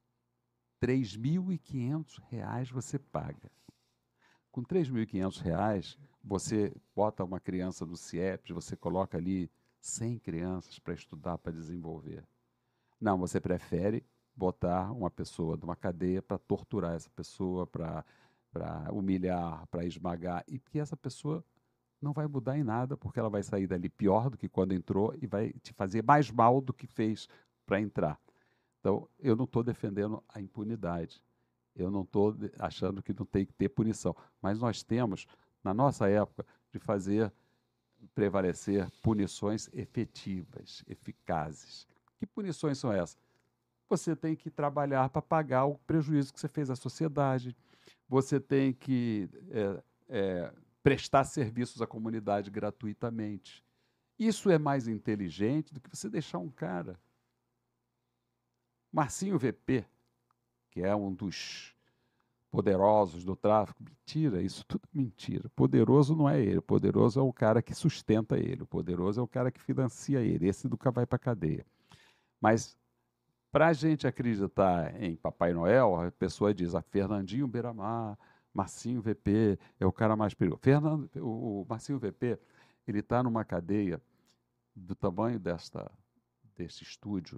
R$ 3.500 você paga. Com R$ 3.500, você bota uma criança no CIEPS, você coloca ali 100 crianças para estudar, para desenvolver. Não, você prefere botar uma pessoa numa cadeia para torturar essa pessoa, para humilhar, para esmagar, e que essa pessoa não vai mudar em nada, porque ela vai sair dali pior do que quando entrou e vai te fazer mais mal do que fez para entrar. Então, eu não estou defendendo a impunidade. Eu não estou achando que não tem que ter punição. Mas nós temos, na nossa época, de fazer prevalecer punições efetivas, eficazes. Que punições são essas? Você tem que trabalhar para pagar o prejuízo que você fez à sociedade. Você tem que prestar serviços à comunidade gratuitamente. Isso é mais inteligente do que você deixar um cara. Marcinho VP, que é um dos poderosos do tráfico, mentira, isso tudo é mentira. Poderoso não é ele, o poderoso é o cara que sustenta ele, o poderoso é o cara que financia ele, esse nunca vai para a cadeia. Mas, para a gente acreditar em Papai Noel, a pessoa diz, Fernandinho Beiramar, Marcinho VP é o cara mais perigoso. O Marcinho VP, ele está numa cadeia do tamanho desse estúdio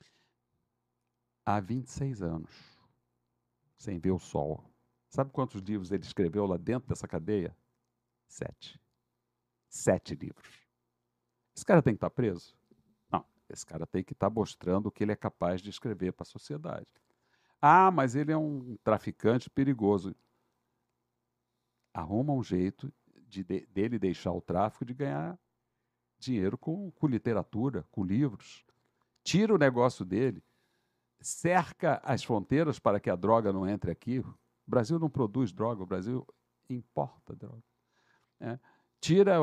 há 26 anos, sem ver o sol. Sabe quantos livros ele escreveu lá dentro dessa cadeia? 7. 7 livros. Esse cara tem que estar preso? Não, esse cara tem que estar mostrando o que ele é capaz de escrever para a sociedade. Ah, mas ele é um traficante perigoso. Arruma um jeito dele deixar o tráfico de ganhar dinheiro com literatura, com livros. Tira o negócio dele, cerca as fronteiras para que a droga não entre aqui. O Brasil não produz droga, o Brasil importa droga. Tira,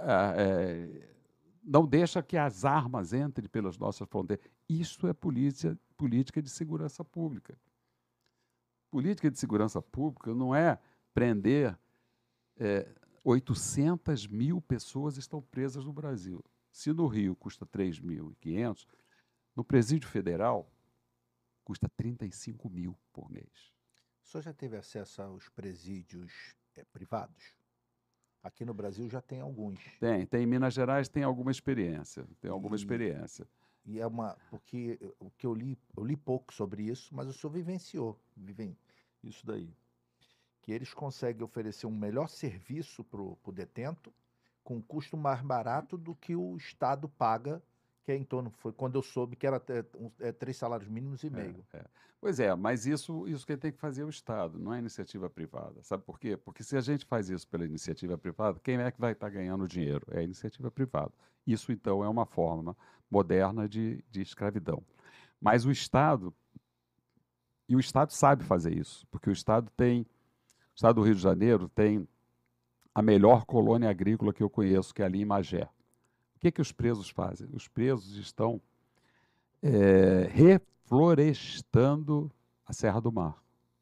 não deixa que as armas entrem pelas nossas fronteiras. Isso é política de segurança pública. Política de segurança pública não é prender 800 mil pessoas estão presas no Brasil. Se no Rio custa 3.500, no Presídio Federal custa 35 mil por mês. O senhor já teve acesso aos presídios privados? Aqui no Brasil já tem alguns. Tem. Em Minas Gerais tem alguma experiência. E é porque o que eu li pouco sobre isso, mas o senhor vivenciou isso daí. Que eles conseguem oferecer um melhor serviço para o detento com um custo mais barato do que o Estado paga que é em torno, foi quando eu soube que era 3 salários mínimos e meio. Pois é, mas isso quem tem que fazer é o Estado, não é a iniciativa privada. Sabe por quê? Porque se a gente faz isso pela iniciativa privada, quem é que vai estar ganhando dinheiro? É a iniciativa privada. Isso, então, é uma forma moderna de escravidão. Mas o Estado sabe fazer isso, porque o Estado do Rio de Janeiro tem a melhor colônia agrícola que eu conheço, que é ali em Magé. O que os presos fazem? Os presos estão reflorestando a Serra do Mar.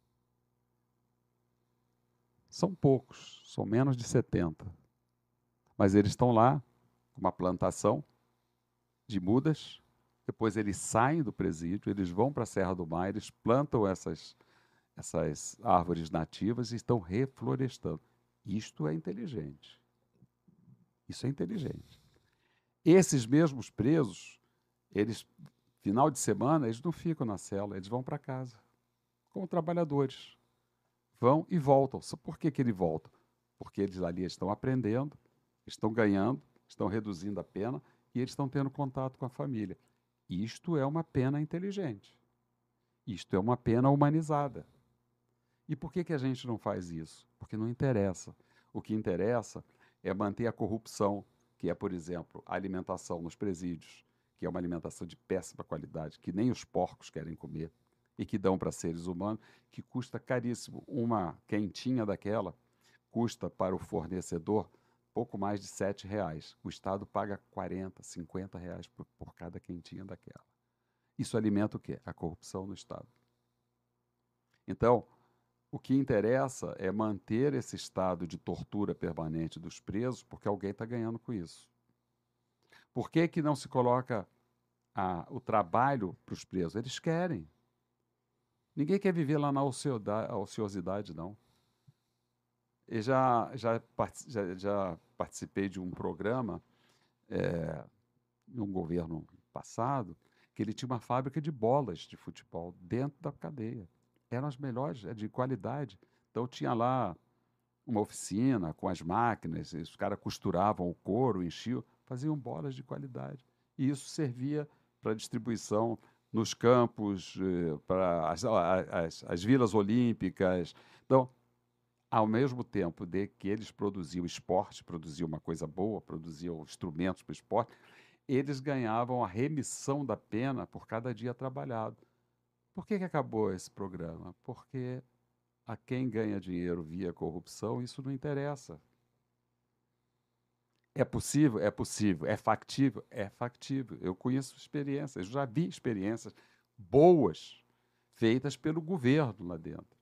São poucos, são menos de 70. Mas eles estão lá com uma plantação de mudas, depois eles saem do presídio, eles vão para a Serra do Mar, eles plantam essas árvores nativas e estão reflorestando. Isto é inteligente. Isso é inteligente. Esses mesmos presos, eles, final de semana, eles não ficam na cela, eles vão para casa, como trabalhadores. Vão e voltam. Por que eles voltam? Porque eles ali estão aprendendo, estão ganhando, estão reduzindo a pena e eles estão tendo contato com a família. Isto é uma pena inteligente. Isto é uma pena humanizada. E por que a gente não faz isso? Porque não interessa. O que interessa é manter a corrupção, que é, por exemplo, a alimentação nos presídios, que é uma alimentação de péssima qualidade, que nem os porcos querem comer e que dão para seres humanos, que custa caríssimo. Uma quentinha daquela custa para o fornecedor pouco mais de R$ 7. O Estado paga R$ 40, R$ 50 por cada quentinha daquela. Isso alimenta o quê? A corrupção no Estado. Então, o que interessa é manter esse estado de tortura permanente dos presos, porque alguém está ganhando com isso. Por que não se coloca o trabalho para os presos? Eles querem. Ninguém quer viver lá na ociosidade, não. Eu já participei de um programa num governo passado, que ele tinha uma fábrica de bolas de futebol dentro da cadeia. Eram as melhores, de qualidade. Então tinha lá uma oficina com as máquinas, os caras costuravam o couro, enchiam, faziam bolas de qualidade. E isso servia para distribuição nos campos, para as vilas olímpicas. Então, ao mesmo tempo de que eles produziam esporte, produziam uma coisa boa, produziam instrumentos para o esporte, eles ganhavam a remissão da pena por cada dia trabalhado. Por que acabou esse programa? Porque a quem ganha dinheiro via corrupção, isso não interessa. É possível? É possível. É factível? É factível. Eu conheço experiências, já vi experiências boas feitas pelo governo lá dentro.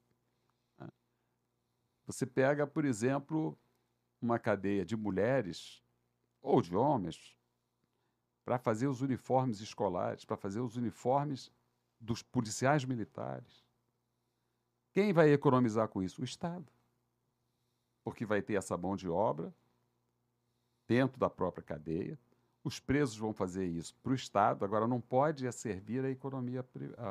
Você pega, por exemplo, uma cadeia de mulheres ou de homens para fazer os uniformes escolares, para fazer os uniformes dos policiais militares. Quem vai economizar com isso? O Estado. Porque vai ter essa mão de obra dentro da própria cadeia. Os presos vão fazer isso para o Estado. Agora, não pode servir a economia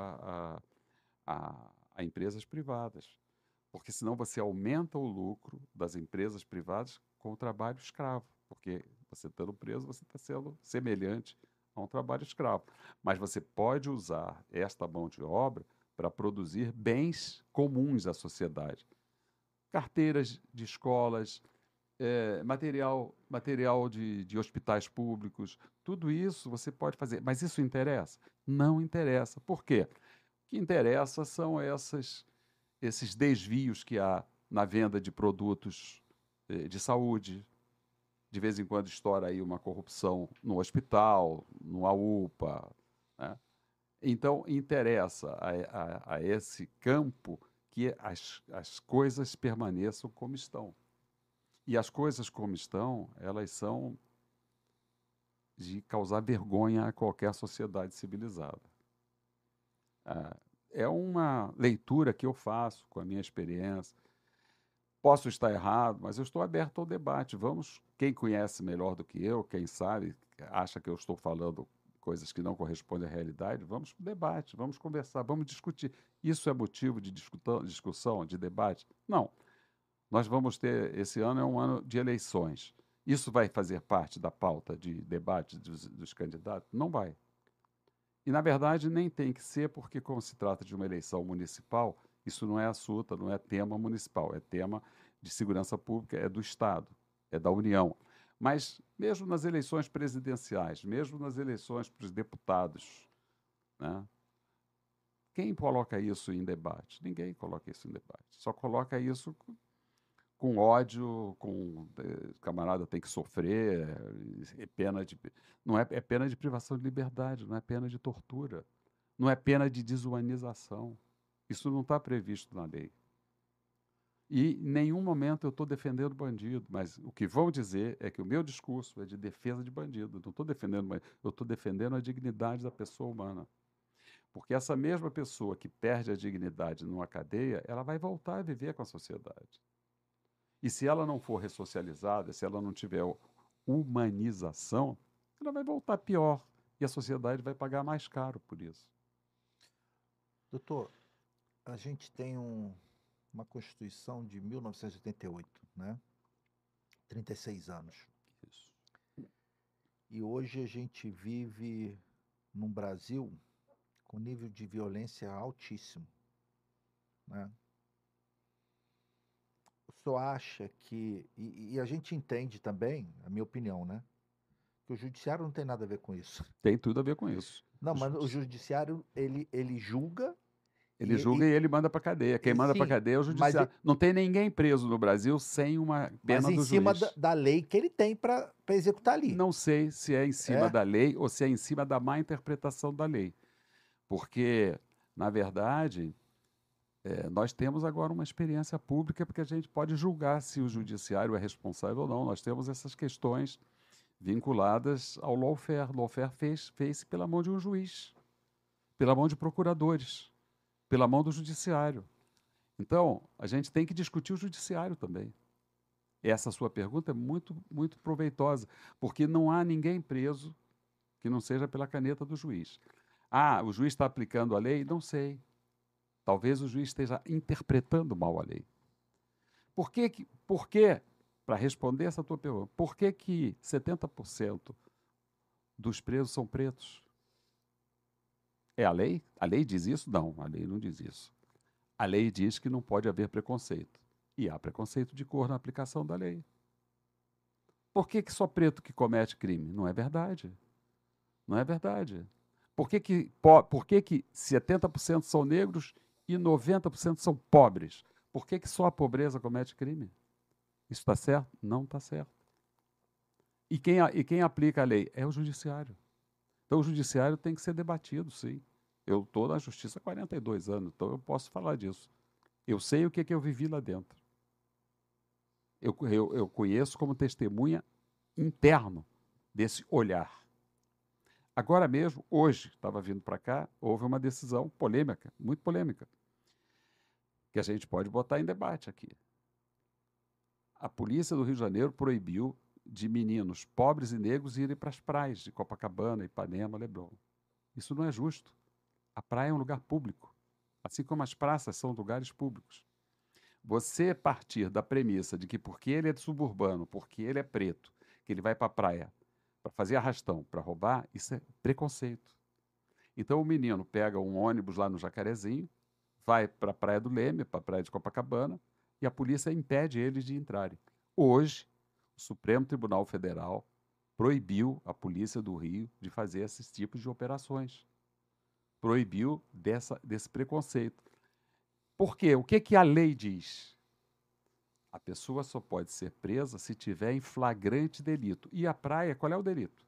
a empresas privadas. Porque senão você aumenta o lucro das empresas privadas com o trabalho escravo. Porque você estando preso, você está sendo semelhante a um trabalho escravo. Mas você pode usar esta mão de obra para produzir bens comuns à sociedade. Carteiras de escolas, material de hospitais públicos, tudo isso você pode fazer. Mas isso interessa? Não interessa. Por quê? O que interessa são esses desvios que há na venda de produtos de saúde. De vez em quando estoura aí uma corrupção no hospital, numa UPA, né? Então, interessa a esse campo que as coisas permaneçam como estão. E as coisas como estão, elas são de causar vergonha a qualquer sociedade civilizada. É uma leitura que eu faço com a minha experiência. Posso estar errado, mas eu estou aberto ao debate. Vamos, quem conhece melhor do que eu, quem sabe, acha que eu estou falando coisas que não correspondem à realidade, vamos para o debate, vamos conversar, vamos discutir. Isso é motivo de discussão, de debate? Não. Nós vamos ter, esse ano é um ano de eleições. Isso vai fazer parte da pauta de debate dos candidatos? Não vai. E, na verdade, nem tem que ser, porque, como se trata de uma eleição municipal, isso não é assunto, não é tema municipal, é tema de segurança pública, é do Estado, é da União. Mas, mesmo nas eleições presidenciais, mesmo nas eleições para os deputados, né, quem coloca isso em debate? Ninguém coloca isso em debate. Só coloca isso com ódio, camarada tem que sofrer, é pena de, não é, é pena de privação de liberdade, não é pena de tortura, não é pena de desumanização. Isso não está previsto na lei. E em nenhum momento eu estou defendendo bandido, mas o que vão dizer é que o meu discurso é de defesa de bandido. Não estou defendendo bandido, eu estou defendendo a dignidade da pessoa humana. Porque essa mesma pessoa que perde a dignidade numa cadeia, ela vai voltar a viver com a sociedade. E se ela não for ressocializada, se ela não tiver humanização, ela vai voltar pior. E a sociedade vai pagar mais caro por isso. Doutor, a gente tem uma Constituição de 1988, né? 36 anos. Isso. E hoje a gente vive num Brasil com nível de violência altíssimo, né? O senhor acha que... E a gente entende também, a minha opinião, né? Que o judiciário não tem nada a ver com isso. Tem tudo a ver com isso. Não, mas o judiciário, ele julga... Ele julga e ele manda para cadeia. Quem manda para sim, cadeia é o judiciário. Não tem ninguém preso no Brasil sem uma pena mas em do cima juiz. da lei que ele tem para executar ali. Não sei se é em cima da lei ou se é em cima da má interpretação da lei. Porque, na verdade, nós temos agora uma experiência pública porque a gente pode julgar se o judiciário é responsável ou não. Nós temos essas questões vinculadas ao lawfare. O lawfare fez pela mão de um juiz, pela mão de procuradores, pela mão do judiciário. Então, a gente tem que discutir o judiciário também. Essa sua pergunta é muito, muito proveitosa, porque não há ninguém preso que não seja pela caneta do juiz. Ah, o juiz está aplicando a lei? Não sei. Talvez o juiz esteja interpretando mal a lei. Por que, para responder essa tua pergunta, por que 70% dos presos são pretos? É a lei? A lei diz isso? Não, a lei não diz isso. A lei diz que não pode haver preconceito. E há preconceito de cor na aplicação da lei. Por que só preto que comete crime? Não é verdade. Não é verdade. Por que 70% são negros e 90% são pobres? Por que só a pobreza comete crime? Isso está certo? Não está certo. E quem aplica a lei? É o judiciário. Então, o judiciário tem que ser debatido, sim. Eu estou na justiça há 42 anos, então eu posso falar disso. Eu sei o que eu vivi lá dentro. Eu conheço como testemunha interno desse olhar. Agora mesmo, hoje, estava vindo para cá, houve uma decisão polêmica, muito polêmica, que a gente pode botar em debate aqui. A polícia do Rio de Janeiro proibiu de meninos pobres e negros irem para as praias de Copacabana, Ipanema, Leblon. Isso não é justo. A praia é um lugar público, assim como as praças são lugares públicos. Você partir da premissa de que porque ele é suburbano, porque ele é preto, que ele vai para a praia para fazer arrastão, para roubar, isso é preconceito. Então o menino pega um ônibus lá no Jacarezinho, vai para a Praia do Leme, para a Praia de Copacabana, e a polícia impede eles de entrarem. Hoje, o Supremo Tribunal Federal proibiu a polícia do Rio de fazer esses tipos de operações. Proibiu desse preconceito. Por quê? O que a lei diz? A pessoa só pode ser presa se tiver em flagrante delito. E a praia, qual é o delito?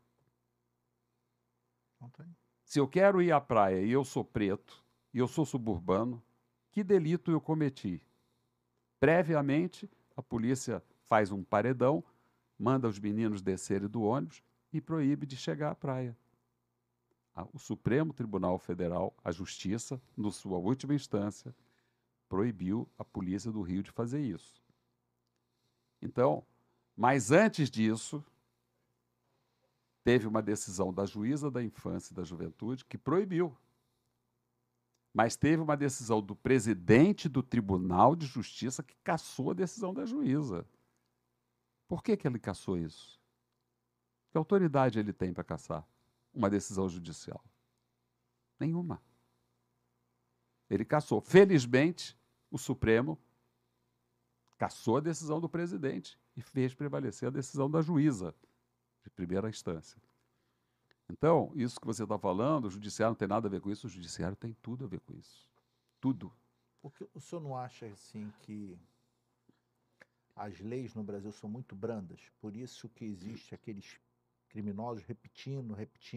Não tem. Se eu quero ir à praia e eu sou preto, e eu sou suburbano, que delito eu cometi? Previamente, a polícia faz um paredão, manda os meninos descerem do ônibus e proíbe de chegar à praia. O Supremo Tribunal Federal, a Justiça, na sua última instância, proibiu a polícia do Rio de fazer isso. Então, mas antes disso, teve uma decisão da juíza da infância e da juventude que proibiu. Mas teve uma decisão do presidente do Tribunal de Justiça que cassou a decisão da juíza. Por que ele cassou isso? Que autoridade ele tem para cassar uma decisão judicial? Nenhuma. Ele cassou. Felizmente, o Supremo cassou a decisão do presidente e fez prevalecer a decisão da juíza de primeira instância. Então, isso que você está falando, o judiciário não tem nada a ver com isso, o judiciário tem tudo a ver com isso. Tudo. Porque o senhor não acha, assim, que as leis no Brasil são muito brandas? Por isso que existe aqueles criminosos repetindo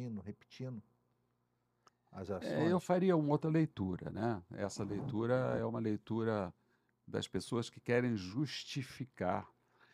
as ações? Eu faria uma outra leitura, né? Essa leitura é uma leitura das pessoas que querem justificar.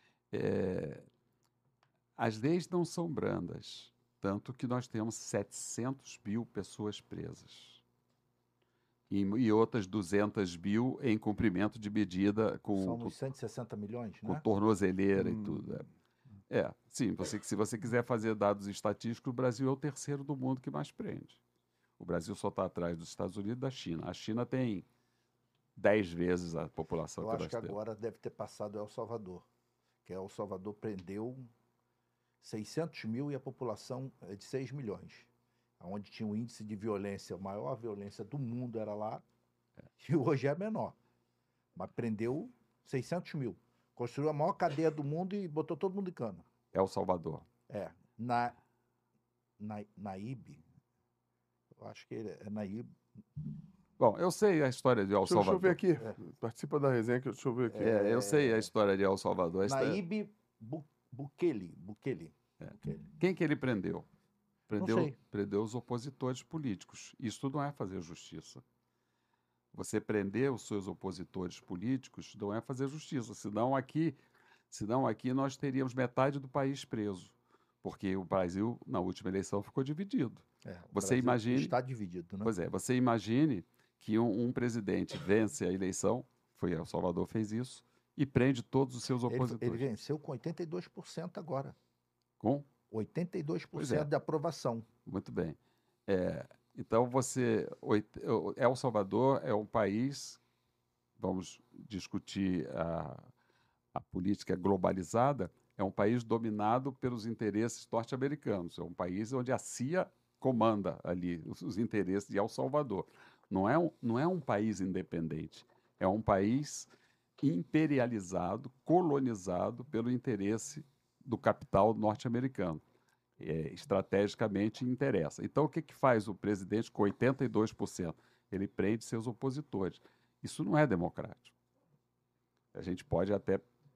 As leis não são brandas, tanto que nós temos 700 mil pessoas presas e outras 200 mil em cumprimento de medida Somos 160 milhões, com né? tornozeleira e tudo. Sim, se você quiser fazer dados estatísticos, o Brasil é o terceiro do mundo que mais prende. O Brasil só está atrás dos Estados Unidos e da China. A China tem 10 vezes a população Eu que acho nós que temos. agora deve ter passado El Salvador, que El Salvador prendeu 600 mil e a população é de 6 milhões. Onde tinha um índice de violência, a maior violência do mundo era lá, e hoje é menor. Mas prendeu 600 mil. Construiu a maior cadeia do mundo e botou todo mundo em cana. El Salvador. Naíbe, eu acho que é Naíbe. Bom, eu sei a história de El Deixa eu Salvador. ver aqui. Participa da resenha, deixa eu ver aqui. Eu sei a história de El Salvador. Naíbe Bukele. Quem que ele prendeu? Não sei. Prendeu os opositores políticos. Isso não é fazer justiça. Você prender os seus opositores políticos não é fazer justiça. Senão aqui nós teríamos metade do país preso. Porque o Brasil, na última eleição, ficou dividido. Você imagine. Está dividido, né? Pois é, você imagine que um presidente vence a eleição, foi El Salvador fez isso, e prende todos os seus opositores. Ele venceu com 82% agora. Com? 82% de aprovação. Muito bem. Então, El Salvador é um país, vamos discutir a política globalizada, é um país dominado pelos interesses norte-americanos. É um país onde a CIA comanda ali os interesses de El Salvador. Não é um país independente. É um país imperializado, colonizado pelo interesse do capital norte-americano. Estrategicamente interessa. Então, o que faz o presidente com 82%? Ele prende seus opositores. Isso não é democrático. A gente pode até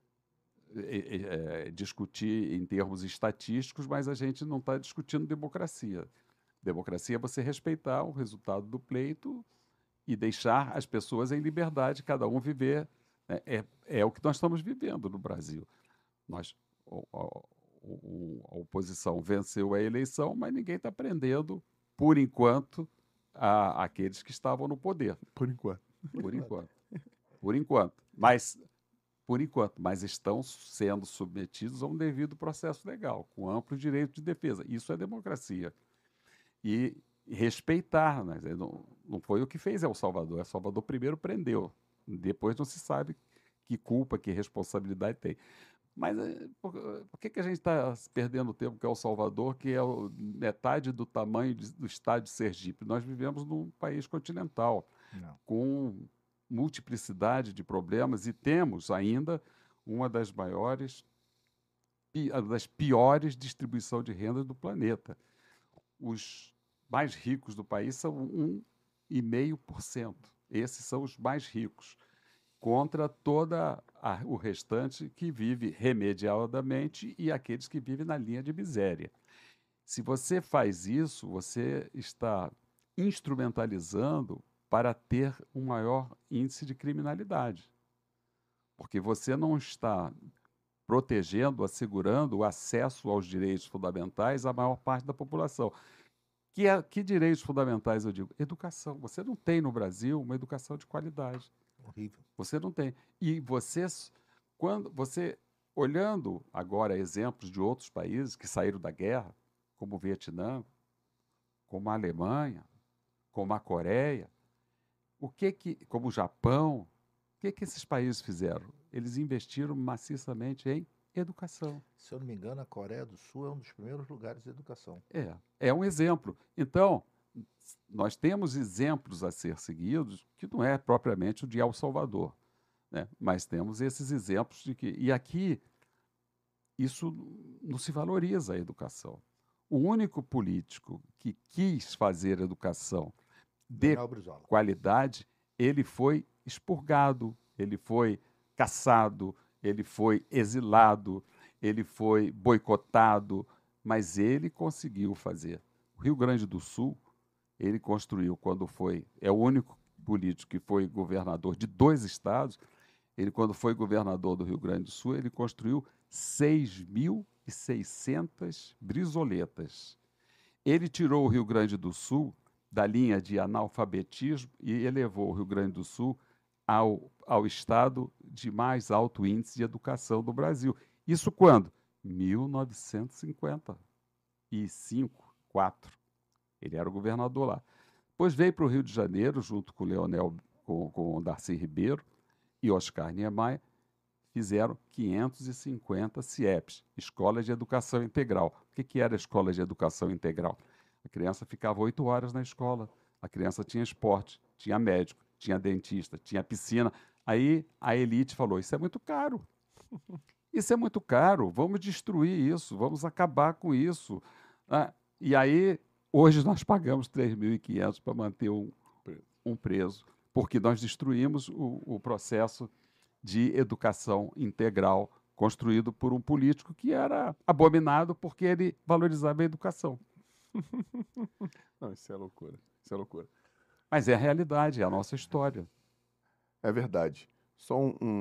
discutir em termos estatísticos, mas a gente não está discutindo democracia. Democracia é você respeitar o resultado do pleito e deixar as pessoas em liberdade, cada um viver. É o que nós estamos vivendo no Brasil. A oposição venceu a eleição, mas ninguém está prendendo, por enquanto, aqueles que estavam no poder. Por enquanto. Por enquanto. Mas estão sendo submetidos a um devido processo legal, com amplo direito de defesa. Isso é democracia. E respeitar, né? Não foi o que fez El Salvador. El Salvador primeiro prendeu, depois não se sabe que culpa, que responsabilidade tem. Mas por que a gente está perdendo tempo com El Salvador, que é metade do tamanho do estado de Sergipe? Nós vivemos num país continental, com multiplicidade de problemas, e temos ainda uma das piores distribuições de renda do planeta. Os mais ricos do país são 1,5%. Esses são os mais ricos, contra toda o restante que vive remediadamente e aqueles que vivem na linha de miséria. Se você faz isso, você está instrumentalizando para ter um maior índice de criminalidade, porque você não está protegendo, assegurando o acesso aos direitos fundamentais à maior parte da população. Que direitos fundamentais eu digo? Educação. Você não tem no Brasil uma educação de qualidade. Horrível. Você não tem. E olhando agora exemplos de outros países que saíram da guerra, como o Vietnã, como a Alemanha, como a Coreia, como o Japão, o que esses países fizeram? Eles investiram maciçamente em Educação. Se eu não me engano, a Coreia do Sul é um dos primeiros lugares de educação. É um exemplo. Então, nós temos exemplos a ser seguidos, que não é propriamente o de El Salvador, né? Mas temos esses exemplos de que... E aqui, isso não se valoriza a educação. O único político que quis fazer educação de Daniel Brizola. qualidade, ele foi expurgado, ele foi caçado, ele foi exilado, ele foi boicotado, mas ele conseguiu fazer. O Rio Grande do Sul, ele construiu quando foi, é o único político que foi governador de 2 estados, ele quando foi governador do Rio Grande do Sul, ele construiu 6.600 brisoletas. Ele tirou o Rio Grande do Sul da linha de analfabetismo e elevou o Rio Grande do Sul ao estado de mais alto índice de educação do Brasil. Isso quando? 1955, 4. Ele era o governador lá. Depois veio para o Rio de Janeiro, junto com o Leonel, com o Darcy Ribeiro e Oscar Niemeyer, fizeram 550 CIEPs, Escolas de Educação Integral. O que era a Escola de Educação Integral? A criança ficava 8 horas na escola, a criança tinha esporte, tinha médico, tinha dentista, tinha piscina. Aí a elite falou, isso é muito caro. Isso é muito caro, vamos destruir isso, vamos acabar com isso. E aí, hoje nós pagamos 3.500 para manter um preso, porque nós destruímos o processo de educação integral construído por um político que era abominado porque ele valorizava a educação. Não, isso é loucura. Isso é loucura. Mas é a realidade, é a nossa história. É verdade. Só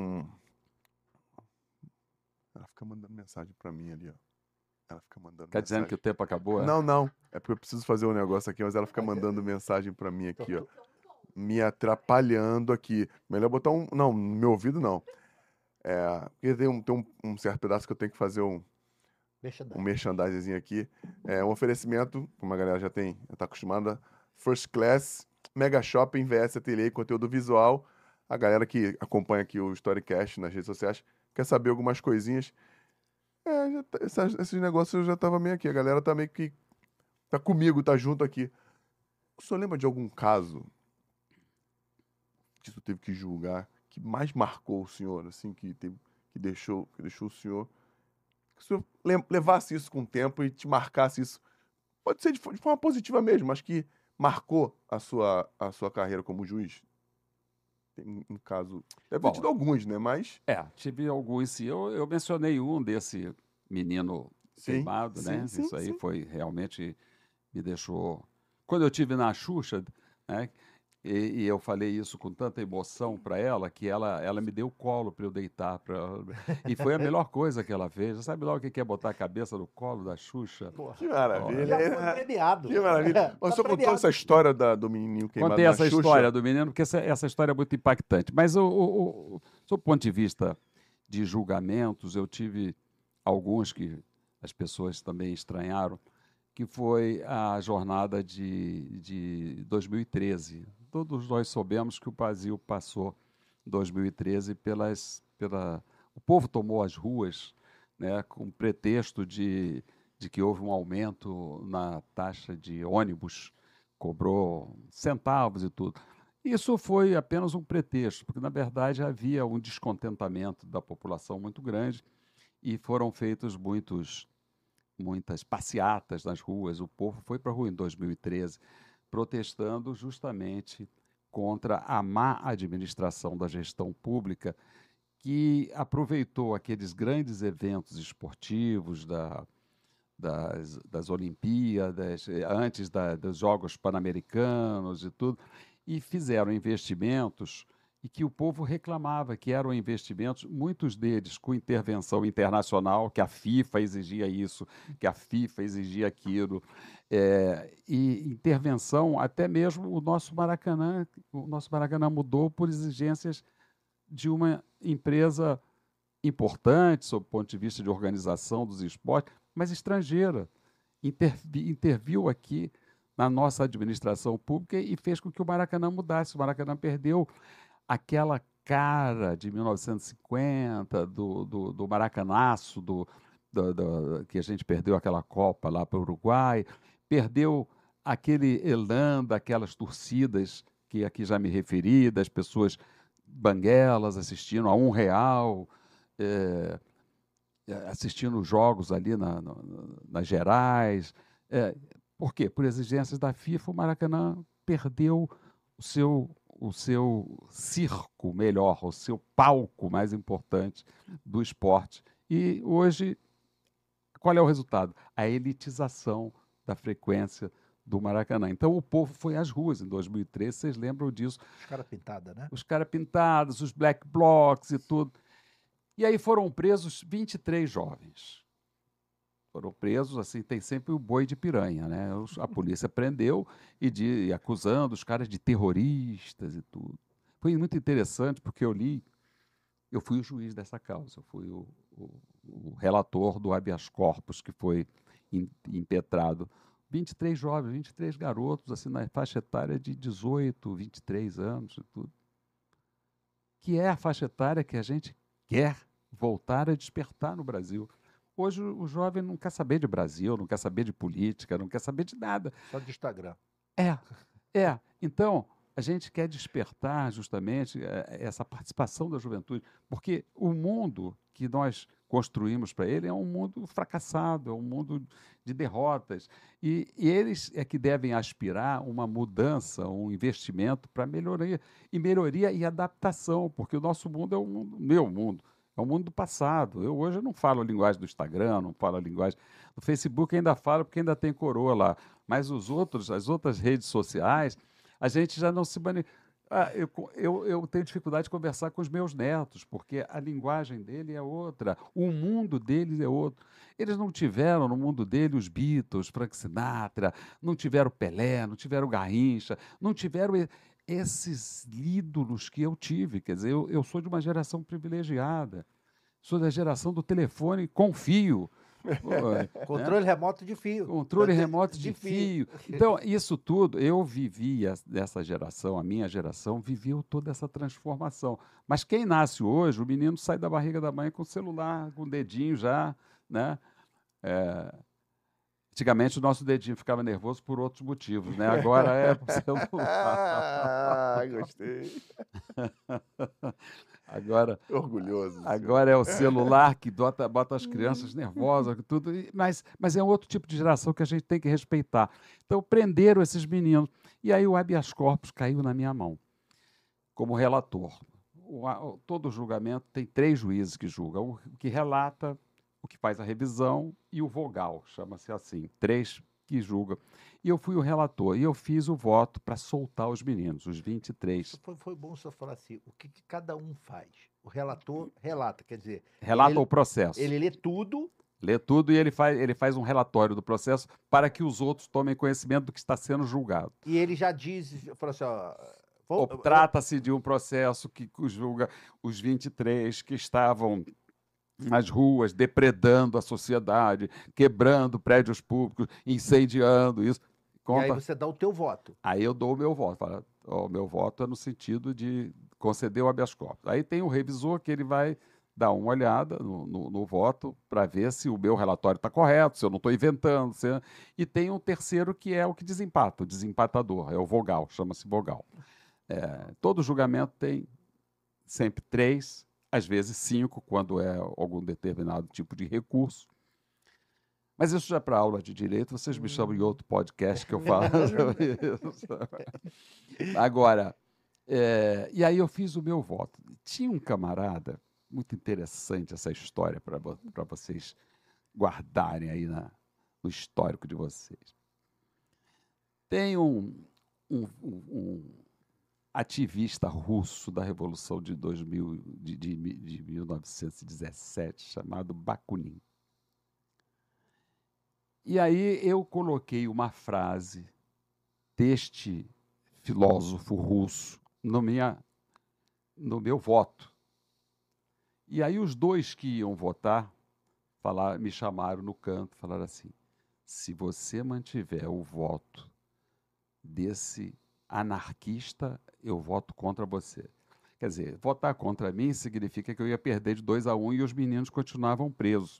Ela fica mandando mensagem pra mim ali, ó. Ela fica mandando Quer dizendo mensagem. que o tempo acabou? É? Não, não. É porque eu preciso fazer um negócio aqui, mas ela fica mandando mensagem pra mim aqui, ó. Me atrapalhando aqui. Melhor botar um... Não, no meu ouvido não. Porque tem um certo pedaço que eu tenho que fazer um merchandising aqui. É um oferecimento, como a galera já tá acostumada, First Class, Mega Shopping, VS Ateliê, conteúdo visual. A galera que acompanha aqui o Storycast nas redes sociais quer saber algumas coisinhas. Esses negócios eu já tava meio aqui. A galera tá meio que... Tá comigo, tá junto aqui. O senhor lembra de algum caso que o senhor teve que julgar, que mais marcou o senhor, assim, que deixou o senhor... Que o senhor levasse isso com o tempo e te marcasse isso. Pode ser de forma positiva mesmo, mas que marcou a sua carreira como juiz. Tem um caso... Deve ter tido alguns, né? Mas... tive alguns, sim. Eu mencionei um desse menino queimado, né? Sim, Isso aí sim. foi realmente... Me deixou... Quando eu tive na Xuxa, né? E eu falei isso com tanta emoção para ela, que ela me deu colo para eu deitar. E foi a melhor coisa que ela fez. Sabe lá o que é botar a cabeça no colo da Xuxa? Que maravilha. Já foi premiado. Que maravilha. Mas o senhor contou essa história do menininho queimado Contei na essa Xuxa? história do menino, porque essa história é muito impactante. Mas, sob o ponto de vista de julgamentos, eu tive alguns que as pessoas também estranharam, que foi a jornada de 2013. Todos nós soubemos que o Brasil passou em 2013 o povo tomou as ruas, né, com pretexto de que houve um aumento na taxa de ônibus, cobrou centavos e tudo. Isso foi apenas um pretexto, porque, na verdade, havia um descontentamento da população muito grande e foram feitos muitas passeatas nas ruas. O povo foi para a rua em 2013, protestando justamente contra a má administração da gestão pública, que aproveitou aqueles grandes eventos esportivos das Olimpíadas, antes dos Jogos Pan-Americanos e tudo, e fizeram investimentos e que o povo reclamava que eram investimentos, muitos deles com intervenção internacional, que a FIFA exigia isso, que a FIFA exigia aquilo, e intervenção, até mesmo o nosso Maracanã mudou por exigências de uma empresa importante, sob o ponto de vista de organização dos esportes, mas estrangeira, interviu aqui na nossa administração pública e fez com que o Maracanã mudasse. O Maracanã perdeu aquela cara de 1950, do Maracanaço, que a gente perdeu aquela Copa lá para o Uruguai, perdeu aquele elan daquelas torcidas que aqui já me referi, das pessoas banguelas assistindo a R$ 1, assistindo jogos ali nas Gerais. Por quê? Por exigências da FIFA, o Maracanã perdeu o seu circo melhor, o seu palco mais importante do esporte. E hoje, qual é o resultado? A elitização da frequência do Maracanã. Então, o povo foi às ruas em 2013, vocês lembram disso? Os caras pintados, né? Os caras pintados, os black blocs e tudo. E aí foram presos 23 jovens. Foram presos, assim, tem sempre o boi de piranha, né? A polícia prendeu e acusando os caras de terroristas e tudo. Foi muito interessante, porque eu fui o juiz dessa causa, eu fui o relator do habeas corpus que foi impetrado. 23 jovens, 23 garotos, assim, na faixa etária de 18, 23 anos e tudo. Que é a faixa etária que a gente quer voltar a despertar no Brasil. Hoje o jovem não quer saber de Brasil, não quer saber de política, não quer saber de nada. Só de Instagram. Então, a gente quer despertar justamente essa participação da juventude, porque o mundo que nós construímos para ele é um mundo fracassado, é um mundo de derrotas. E eles é que devem aspirar uma mudança, um investimento para melhoria e adaptação, porque o nosso mundo é um mundo, meu mundo, é um mundo do passado. Eu hoje não falo a linguagem do Instagram, não falo a linguagem do Facebook, ainda falo porque ainda tem coroa lá. Mas as outras redes sociais, a gente já não se eu tenho dificuldade de conversar com os meus netos, porque a linguagem dele é outra, o mundo deles é outro. Eles não tiveram no mundo dele os Beatles, Frank Sinatra, não tiveram Pelé, não tiveram Garrincha, não tiveram esses ídolos que eu tive. Quer dizer, eu sou de uma geração privilegiada, sou da geração do telefone com fio. Controle remoto de fio. Controle remoto de fio. Então, isso tudo, eu vivia dessa geração, a minha geração, viveu toda essa transformação. Mas quem nasce hoje, o menino sai da barriga da mãe com o celular, com o dedinho já, né? Antigamente o nosso dedinho ficava nervoso por outros motivos, né? Agora é por celular. Gostei. Agora, orgulhoso. Agora é o celular que bota as crianças nervosas, tudo. Mas é outro tipo de geração que a gente tem que respeitar. Então, prenderam esses meninos. E aí o habeas corpus caiu na minha mão, como relator. Todo julgamento tem 3 juízes que julgam. O que relata, o que faz a revisão e o vogal, chama-se assim. 3 que julgam. E eu fui o relator, e eu fiz o voto para soltar os meninos, os 23. Foi bom o senhor falar assim, o que cada um faz? O relator relata, quer dizer... Relata o processo. Ele lê tudo... Lê tudo e ele faz um relatório do processo para que os outros tomem conhecimento do que está sendo julgado. E ele já diz, fala assim, trata-se de um processo que julga os 23 que estavam nas ruas, depredando a sociedade, quebrando prédios públicos, incendiando isso. E aí você dá o teu voto. Aí eu dou o meu voto. Fala, o meu voto é no sentido de conceder o habeas corpus. Aí tem o revisor que ele vai dar uma olhada no voto para ver se o meu relatório está correto, se eu não estou inventando. E tem um terceiro que é o que desempata, o desempatador, é o vogal, chama-se vogal. Todo julgamento tem sempre 3, às vezes 5, quando é algum determinado tipo de recurso. Mas isso já é para aula de direito, vocês me chamam em outro podcast que eu falo isso. Agora, e aí eu fiz o meu voto. Tinha um camarada, muito interessante essa história para vocês guardarem aí no histórico de vocês. Tem um ativista russo da Revolução de 1917, chamado Bakunin. E aí eu coloquei uma frase deste filósofo russo no meu voto. E aí os 2 que iam votar me chamaram no canto, falaram assim, se você mantiver o voto desse anarquista, eu voto contra você. Quer dizer, votar contra mim significa que eu ia perder de 2-1 e os meninos continuavam presos.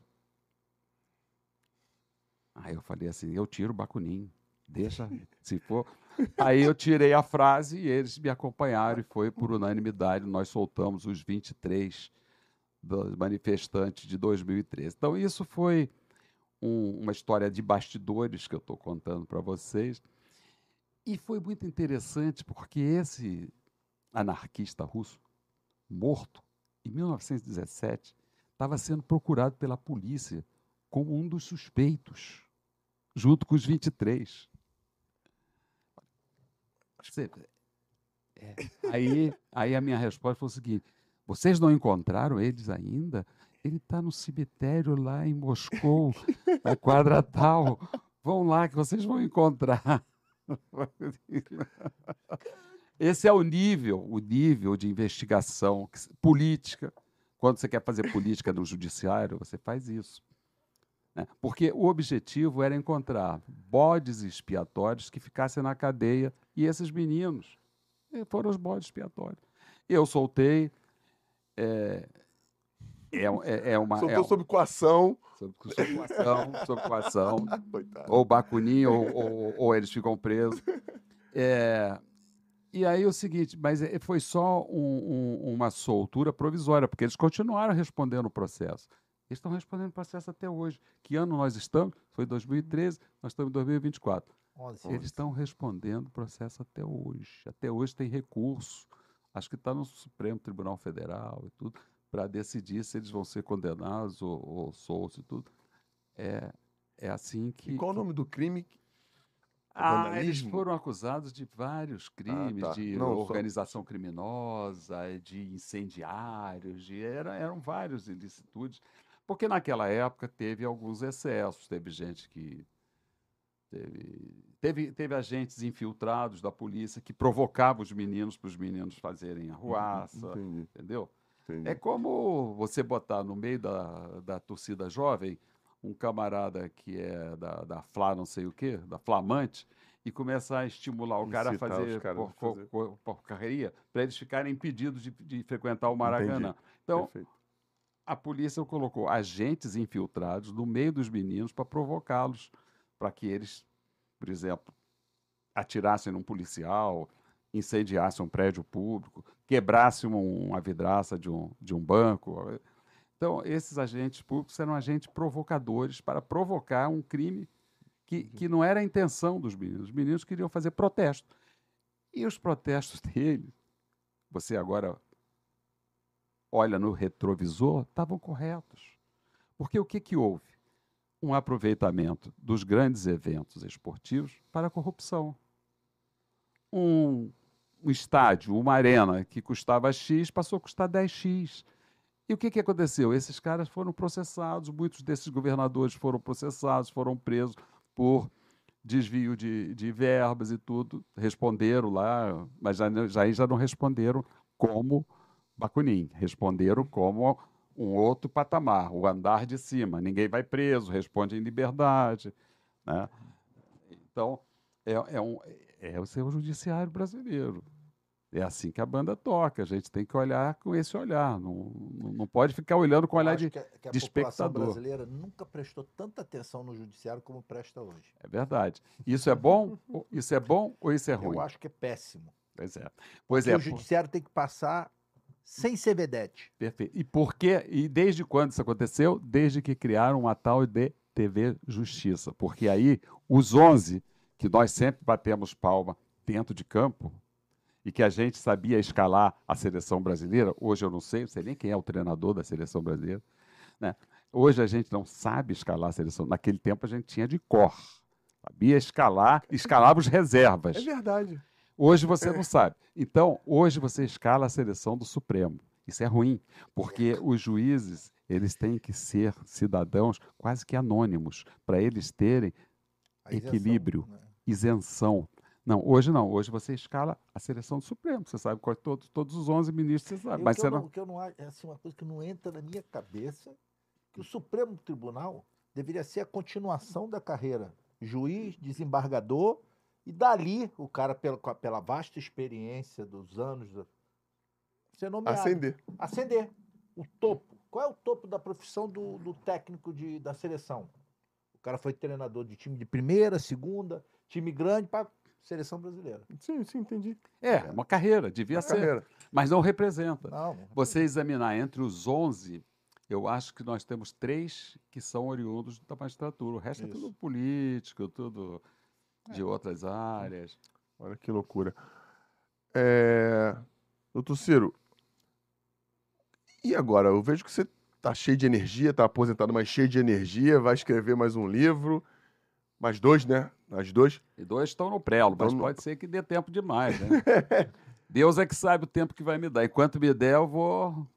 Aí eu falei assim, eu tiro o Bakunin, deixa, se for. Aí eu tirei a frase e eles me acompanharam e foi por unanimidade, nós soltamos os 23 dos manifestantes de 2013. Então isso foi uma história de bastidores que eu estou contando para vocês. E foi muito interessante porque esse anarquista russo, morto em 1917, estava sendo procurado pela polícia como um dos suspeitos, junto com os 23. Aí a minha resposta foi o seguinte: vocês não encontraram eles ainda? Ele está no cemitério lá em Moscou, na quadra tal. Vão lá que vocês vão encontrar. Esse é o nível de investigação política. Quando você quer fazer política no judiciário, você faz isso. Né? Porque o objetivo era encontrar bodes expiatórios que ficassem na cadeia, e esses meninos foram os bodes expiatórios. Eu soltei. Soltou sob coação. Sob coação. Ou Bakunin, ou eles ficam presos. E aí o seguinte, mas foi só uma soltura provisória, porque eles continuaram respondendo o processo. Eles estão respondendo o processo até hoje. Que ano nós estamos? Foi 2013, nós estamos em 2024. Eles estão respondendo o processo até hoje. Até hoje tem recurso. Acho que está no Supremo Tribunal Federal e tudo, para decidir se eles vão ser condenados ou soltos e tudo. É assim que... E qual o nome do crime? Eles foram acusados de vários crimes, de organização criminosa, de incendiários, eram vários ilicitudes, porque naquela época teve alguns excessos, teve gente que... Teve agentes infiltrados da polícia que provocavam os meninos para os meninos fazerem arruaça, entendeu? Entendi. É como você botar no meio da torcida jovem um camarada que é da Fla não sei o quê, da Flamante, e começar a estimular o cara a fazer porcaria, para eles ficarem impedidos de frequentar o Maracanã. Entendi. Então, Perfeito. A polícia colocou agentes infiltrados no meio dos meninos para provocá-los, para que eles, por exemplo, atirassem num policial, incendiassem um prédio público, quebrassem uma vidraça de um banco. Então, esses agentes públicos eram agentes provocadores para provocar um crime que não era a intenção dos meninos. Os meninos queriam fazer protesto. E os protestos deles, você agora olha no retrovisor, estavam corretos. Porque o que houve? Um aproveitamento dos grandes eventos esportivos para a corrupção. Um estádio, uma arena que custava X, passou a custar 10X. E o que aconteceu? Esses caras foram processados, muitos desses governadores foram processados, foram presos por desvio de verbas e tudo, responderam lá, mas já não responderam como Bakunin, responderam como um outro patamar, o andar de cima. Ninguém vai preso, responde em liberdade. Né? Então, é o seu judiciário brasileiro. É assim que a banda toca. A gente tem que olhar com esse olhar. Não pode ficar olhando com o olhar de espectador. A população brasileira nunca prestou tanta atenção no judiciário como presta hoje. É verdade. Isso é bom? Isso é bom ou isso é ruim? Eu acho que é péssimo. Pois é. O judiciário tem que passar sem ser vedete. Perfeito. E por quê? E desde quando isso aconteceu? Desde que criaram uma tal de TV Justiça. Porque aí, os 11 que nós sempre batemos palma dentro de campo, e que a gente sabia escalar a seleção brasileira, hoje eu não sei nem quem é o treinador da seleção brasileira, né? Hoje a gente não sabe escalar a seleção. Naquele tempo a gente tinha de cor. Sabia escalava os reservas. É verdade. Hoje você não sabe. Então, hoje você escala a seleção do Supremo. Isso é ruim, porque os juízes, eles têm que ser cidadãos quase que anônimos, para eles terem equilíbrio, isenção. Não, hoje você escala a seleção do Supremo, você sabe quais todos os 11 ministros, você sabe. Mas o que eu não acho, é assim, uma coisa que não entra na minha cabeça, que o Supremo Tribunal deveria ser a continuação da carreira. Juiz, desembargador, e dali o cara, pela vasta experiência dos anos, ser nomeado. Ascender. O topo. Qual é o topo da profissão do técnico da seleção? O cara foi treinador de time de primeira, segunda, time grande para seleção brasileira. Sim, entendi. Uma carreira, devia ser. Carreira. Mas não representa. Não. Você examinar entre os 11, eu acho que nós temos 3 que são oriundos da magistratura. O resto é tudo político, tudo de outras áreas. Olha que loucura. Doutor Ciro, e agora? Eu vejo que você tá cheio de energia, tá aposentado, mas cheio de energia, vai escrever mais um livro, mais 2, né? Mais 2. E 2 estão no prelo, mas pode ser que dê tempo demais, né? Deus é que sabe o tempo que vai me dar. Enquanto me der, eu vou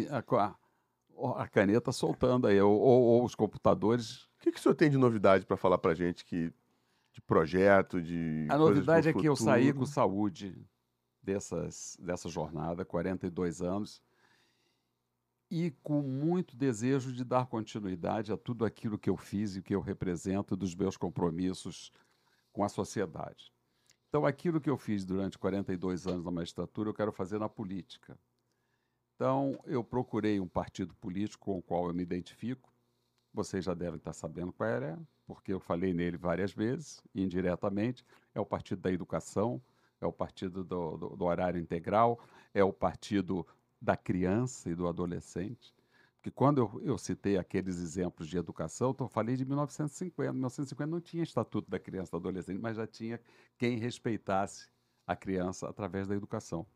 a caneta soltando aí, ou os computadores. O que o senhor tem de novidade para falar pra gente de projeto, de A novidade é que eu futuro? saí com saúde dessa jornada, 42 anos, e com muito desejo de dar continuidade a tudo aquilo que eu fiz e que eu represento dos meus compromissos com a sociedade. Então, aquilo que eu fiz durante 42 anos na magistratura, eu quero fazer na política. Então, eu procurei um partido político com o qual eu me identifico. Vocês já devem estar sabendo qual é, porque eu falei nele várias vezes, indiretamente. É o Partido da Educação, é o Partido do Horário Integral, é o Partido da Criança e do Adolescente. Porque quando eu citei aqueles exemplos de educação, eu falei de 1950. 1950 não tinha Estatuto da Criança e do Adolescente, mas já tinha quem respeitasse a criança através da educação.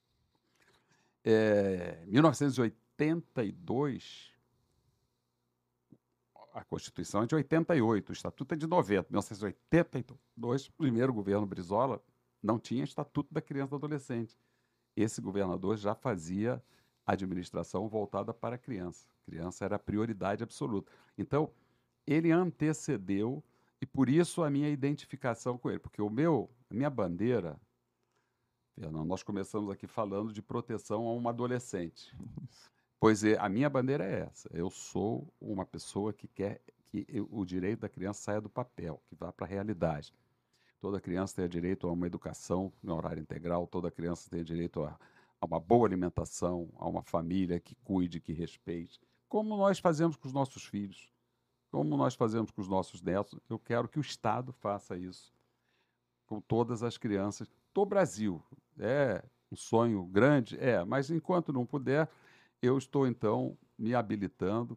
1982, a Constituição é de 88, o Estatuto é de 90. 1982, o primeiro governo Brizola não tinha Estatuto da Criança e do Adolescente. Esse governador já fazia administração voltada para a criança. A criança era a prioridade absoluta. Então, ele antecedeu, e por isso a minha identificação com ele, porque a minha bandeira, Fernando, nós começamos aqui falando de proteção a uma adolescente. Pois é, a minha bandeira é essa. Eu sou uma pessoa que quer que o direito da criança saia do papel, que vá para a realidade. Toda criança tem direito a uma educação em horário integral, toda criança tem direito a uma boa alimentação, a uma família que cuide, que respeite, como nós fazemos com os nossos filhos, como nós fazemos com os nossos netos. Eu quero que o Estado faça isso com todas as crianças do Brasil. É um sonho grande? Mas enquanto não puder, eu estou, então, me habilitando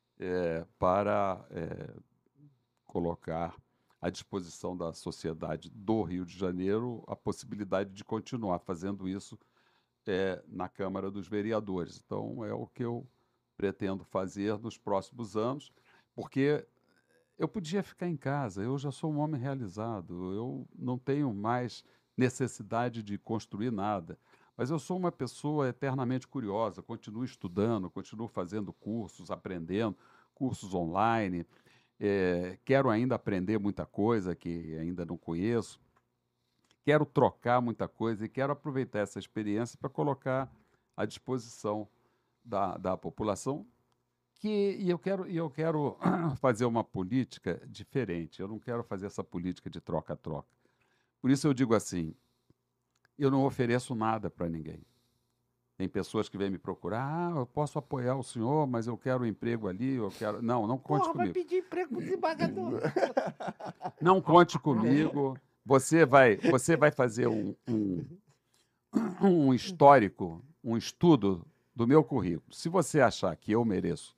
para colocar à disposição da sociedade do Rio de Janeiro a possibilidade de continuar fazendo isso na Câmara dos Vereadores. Então, é o que eu pretendo fazer nos próximos anos, porque eu podia ficar em casa, eu já sou um homem realizado, eu não tenho mais necessidade de construir nada, mas eu sou uma pessoa eternamente curiosa, continuo estudando, continuo fazendo cursos, aprendendo, cursos online, quero ainda aprender muita coisa que ainda não conheço, quero trocar muita coisa e quero aproveitar essa experiência para colocar à disposição da população. E eu quero fazer uma política diferente, eu não quero fazer essa política de troca-troca. Por isso eu digo assim, eu não ofereço nada para ninguém. Tem pessoas que vêm me procurar, eu posso apoiar o senhor, mas eu quero um emprego ali, eu quero... Não conte comigo. Vai pedir emprego para o desembargador. Não conte comigo. Você vai fazer um histórico, um estudo do meu currículo. Se você achar que eu mereço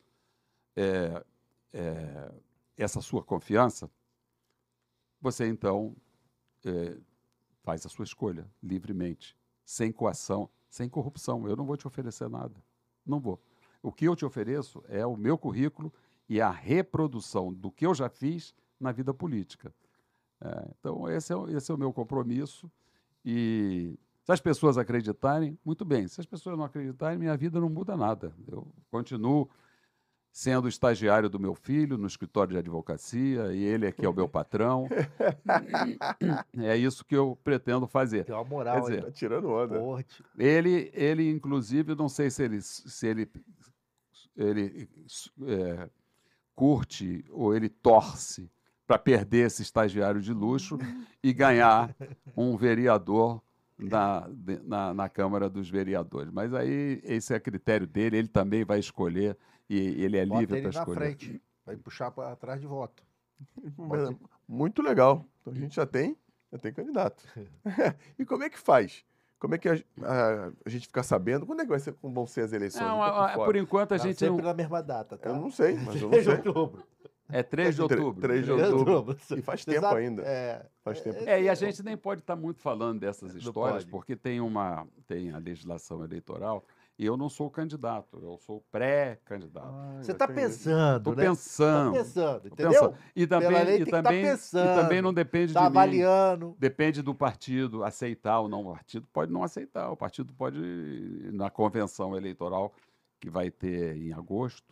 essa sua confiança, você então faz a sua escolha livremente, sem coação, sem corrupção. Eu não vou te oferecer nada. Não vou. O que eu te ofereço é o meu currículo e a reprodução do que eu já fiz na vida política. Então, esse é o meu compromisso. E se as pessoas acreditarem, muito bem. Se as pessoas não acreditarem, minha vida não muda nada. Eu continuo sendo estagiário do meu filho no escritório de advocacia, e ele aqui é o meu patrão. É isso que eu pretendo fazer. Tem uma moral, aí. Tá tirando onda. Ele, inclusive, não sei se ele curte ou ele torce para perder esse estagiário de luxo e ganhar um vereador na Câmara dos Vereadores. Mas aí esse é critério dele, ele também vai escolher e ele é Bota livre ele para na escolher. frente. Vai puxar para trás de voto. Muito legal. Então a gente já tem candidato. E como é que faz? Como é que a gente fica sabendo? Quando é que como vão ser as eleições? Não, Eu tô por fora. por enquanto a Tá gente sempre não... na mesma data, tá? Eu não sei, mas eu não 3 de sei. outubro. É 3 de outubro. 3 de 3 de outubro. outubro. E faz Você tempo sabe- ainda. Faz tempo. E a gente nem pode estar muito falando dessas Não histórias, pode. porque tem a legislação eleitoral e eu não sou candidato, eu sou pré-candidato. Você tá pensando, Estou né? pensando. Tá pensando, tô entendeu? pensando. E Pela também, lei e tem que tá também, pensando, e também não depende Tá de mim. avaliando. Depende do partido aceitar ou não. O partido pode não aceitar. O partido pode, na convenção eleitoral que vai ter em agosto,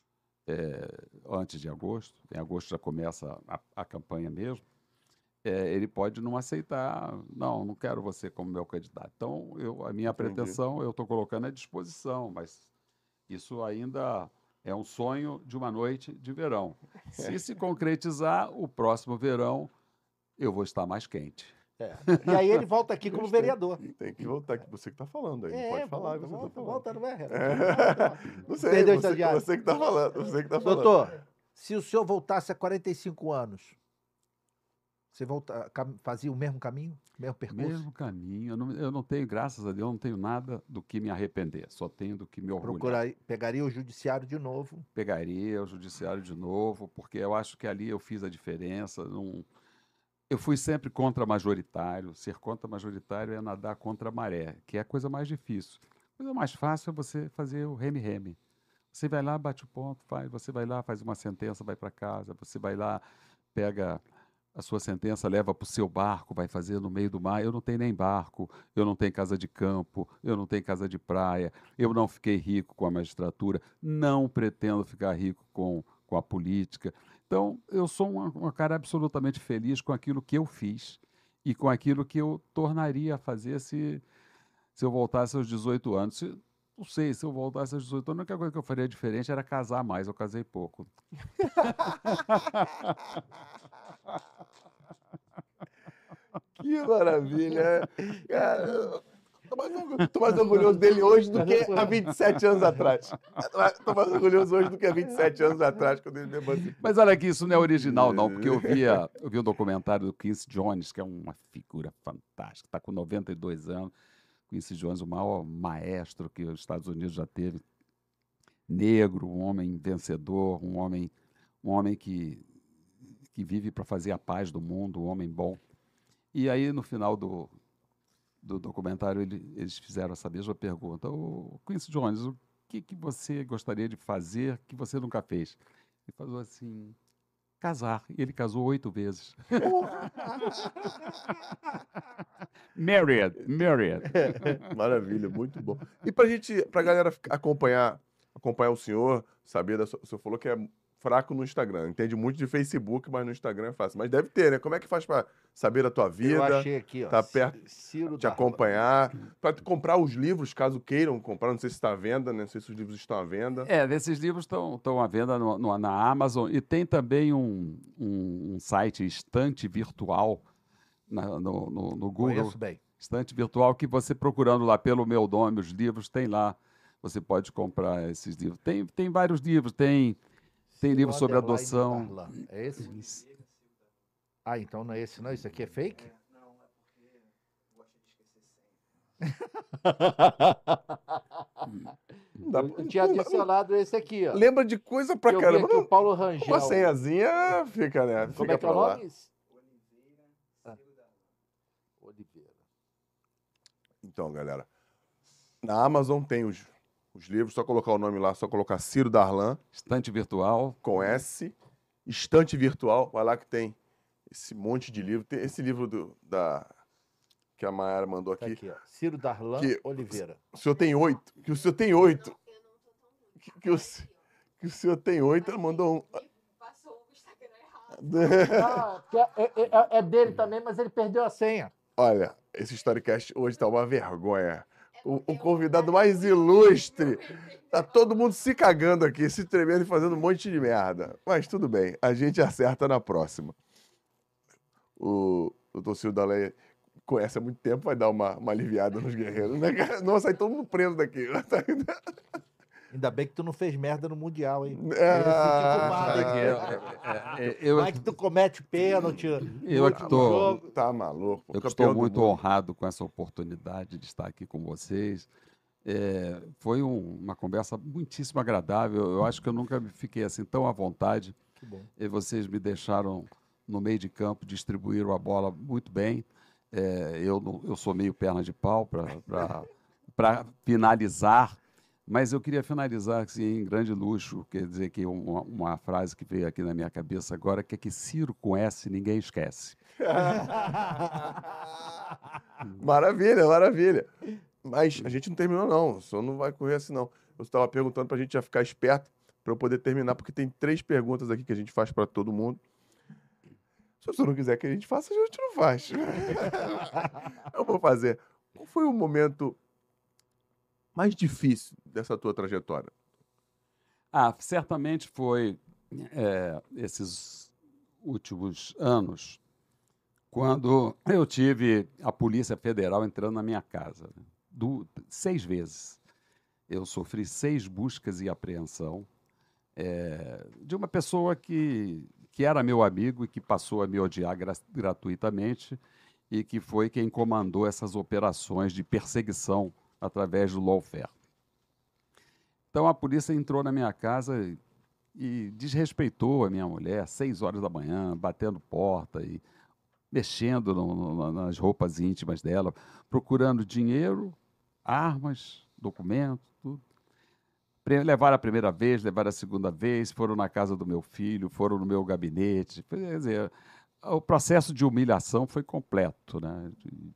antes de agosto, em agosto já começa a campanha mesmo, ele pode não aceitar. Não quero você como meu candidato. Então, a minha Entendi. pretensão, eu estou colocando à disposição, mas isso ainda é um sonho de uma noite de verão. Se concretizar, o próximo verão eu vou estar mais quente. E aí ele volta aqui como Gostei. vereador. Tem que voltar aqui. Você que tá falando aí. Não pode falar. Você tá falando. volta, não é, Renato? Não sei, Perdeu o você estagiário. que tá falando. Você que tá falando. Doutor, se o senhor voltasse a 45 anos, você fazia o mesmo caminho? Mesmo percurso? Mesmo caminho. Eu não tenho, graças a Deus, não tenho nada do que me arrepender. Só tenho do que me orgulhar. Pegaria o judiciário de novo. Pegaria o judiciário de novo, porque eu acho que ali eu fiz a diferença. Eu fui sempre contra-majoritário. Ser contra-majoritário é nadar contra a maré, que é a coisa mais difícil. A coisa mais fácil é você fazer o reme-reme. Você vai lá, bate o ponto, você vai lá, faz uma sentença, vai para casa, você vai lá, pega a sua sentença, leva para o seu barco, vai fazer no meio do mar. Eu não tenho nem barco, eu não tenho casa de campo, eu não tenho casa de praia, eu não fiquei rico com a magistratura, não pretendo ficar rico com a política. Então, eu sou um cara absolutamente feliz com aquilo que eu fiz e com aquilo que eu tornaria a fazer se eu voltasse aos 18 anos. Não sei, se eu voltasse aos 18 anos, a única coisa que eu faria diferente era casar mais. Eu casei pouco. Que maravilha. Cara, tô mais orgulhoso dele hoje do que há 27 anos atrás. Tô mais orgulhoso hoje do que há 27 anos atrás, quando ele mesmo assim. Mas olha aqui, isso não é original, não, porque eu vi um documentário do Quincy Jones, que é uma figura fantástica, está com 92 anos. Quincy Jones, o maior maestro que os Estados Unidos já teve. Negro, um homem vencedor, um homem que vive para fazer a paz do mundo, um homem bom. E aí, no final do documentário, eles fizeram essa mesma pergunta. Ô, Quincy Jones, o que você gostaria de fazer que você nunca fez? Ele falou assim, casar. E ele casou 8 vezes. Married. Maravilha, muito bom. E pra galera acompanhar o senhor, saber o senhor falou que é fraco no Instagram, entende muito de Facebook, mas no Instagram é fácil. Mas deve ter, né? Como é que faz pra saber da tua vida? Eu achei aqui, ó. Tá perto, Ciro te Darlan. acompanhar, para comprar os livros, caso queiram comprar, não sei se está à venda, né? Não sei se os livros estão à venda. Esses livros estão à venda na Amazon e tem também um site, Estante Virtual, no Google. Conheço bem. Estante Virtual, que você procurando lá pelo meu nome, os livros, tem lá. Você pode comprar esses livros. Tem vários livros, tem livro sobre Underline adoção. Darlan. É esse? Ah, então não é esse não? Isso aqui é fake? Não, é porque gosta de esquecer senha. Não dá Eu tinha adicionado esse aqui, ó. Lembra de coisa pra Eu vi caramba. aqui o Paulo Rangel. Uma senhazinha fica, né? Como Fica é que é o pra lá. nome? Oliveira, Oliveira. Então, galera, na Amazon tem os livros, só colocar o nome lá, só colocar Ciro Darlan, Estante Virtual. com S, Estante Virtual, vai lá que tem esse monte de livro. Tem esse livro que a Mayara mandou Tá aqui. aqui, ó. Ciro Darlan Que- Oliveira. O senhor tem 8. Que o senhor tem 8. Que o senhor tem 8, ela mandou um. Passou o Instagram errado. É dele também, mas ele perdeu a senha. Olha, esse Storycast hoje tá uma vergonha. O convidado mais ilustre. Tá todo mundo se cagando aqui, se tremendo e fazendo um monte de merda. Mas tudo bem, a gente acerta na próxima. O doutor Ciro Darlan conhece há muito tempo, vai dar uma aliviada nos guerreiros, né, cara? Nossa, sai todo mundo preso daqui. Ainda bem que tu não fez merda no Mundial, hein? Ah, Vai que tu comete pênalti no Eu é que último tô- jogo. tá maluco. Eu que Campeão estou do muito mundo. honrado com essa oportunidade de estar aqui com vocês. Foi uma conversa muitíssimo agradável. Eu acho que eu nunca fiquei assim tão à vontade. Que bom. E vocês me deixaram no meio de campo, distribuíram a bola muito bem. Eu sou meio perna de pau para finalizar, mas eu queria finalizar assim, em grande luxo, quer dizer que uma frase que veio aqui na minha cabeça agora, que é que Ciro com S ninguém esquece. Maravilha, maravilha. Mas a gente não terminou, não. O senhor não vai correr assim, não. Eu estava perguntando para a gente já ficar esperto para eu poder terminar, porque tem 3 perguntas aqui que a gente faz para todo mundo. Se o senhor não quiser que a gente faça, a gente não faz. Eu vou fazer. Qual foi o momento mais difícil dessa tua trajetória? Certamente foi esses últimos anos, quando eu tive a Polícia Federal entrando na minha casa. 6 vezes. Eu sofri 6 buscas e apreensão de uma pessoa que era meu amigo e que passou a me odiar gratuitamente e que foi quem comandou essas operações de perseguição através do lawfare. Então a polícia entrou na minha casa e desrespeitou a minha mulher, 6 horas da manhã, batendo porta e mexendo nas roupas íntimas dela, procurando dinheiro, armas, documentos, tudo. Levaram a primeira vez, levaram a segunda vez, foram na casa do meu filho, foram no meu gabinete. Quer dizer, o processo de humilhação foi completo, né?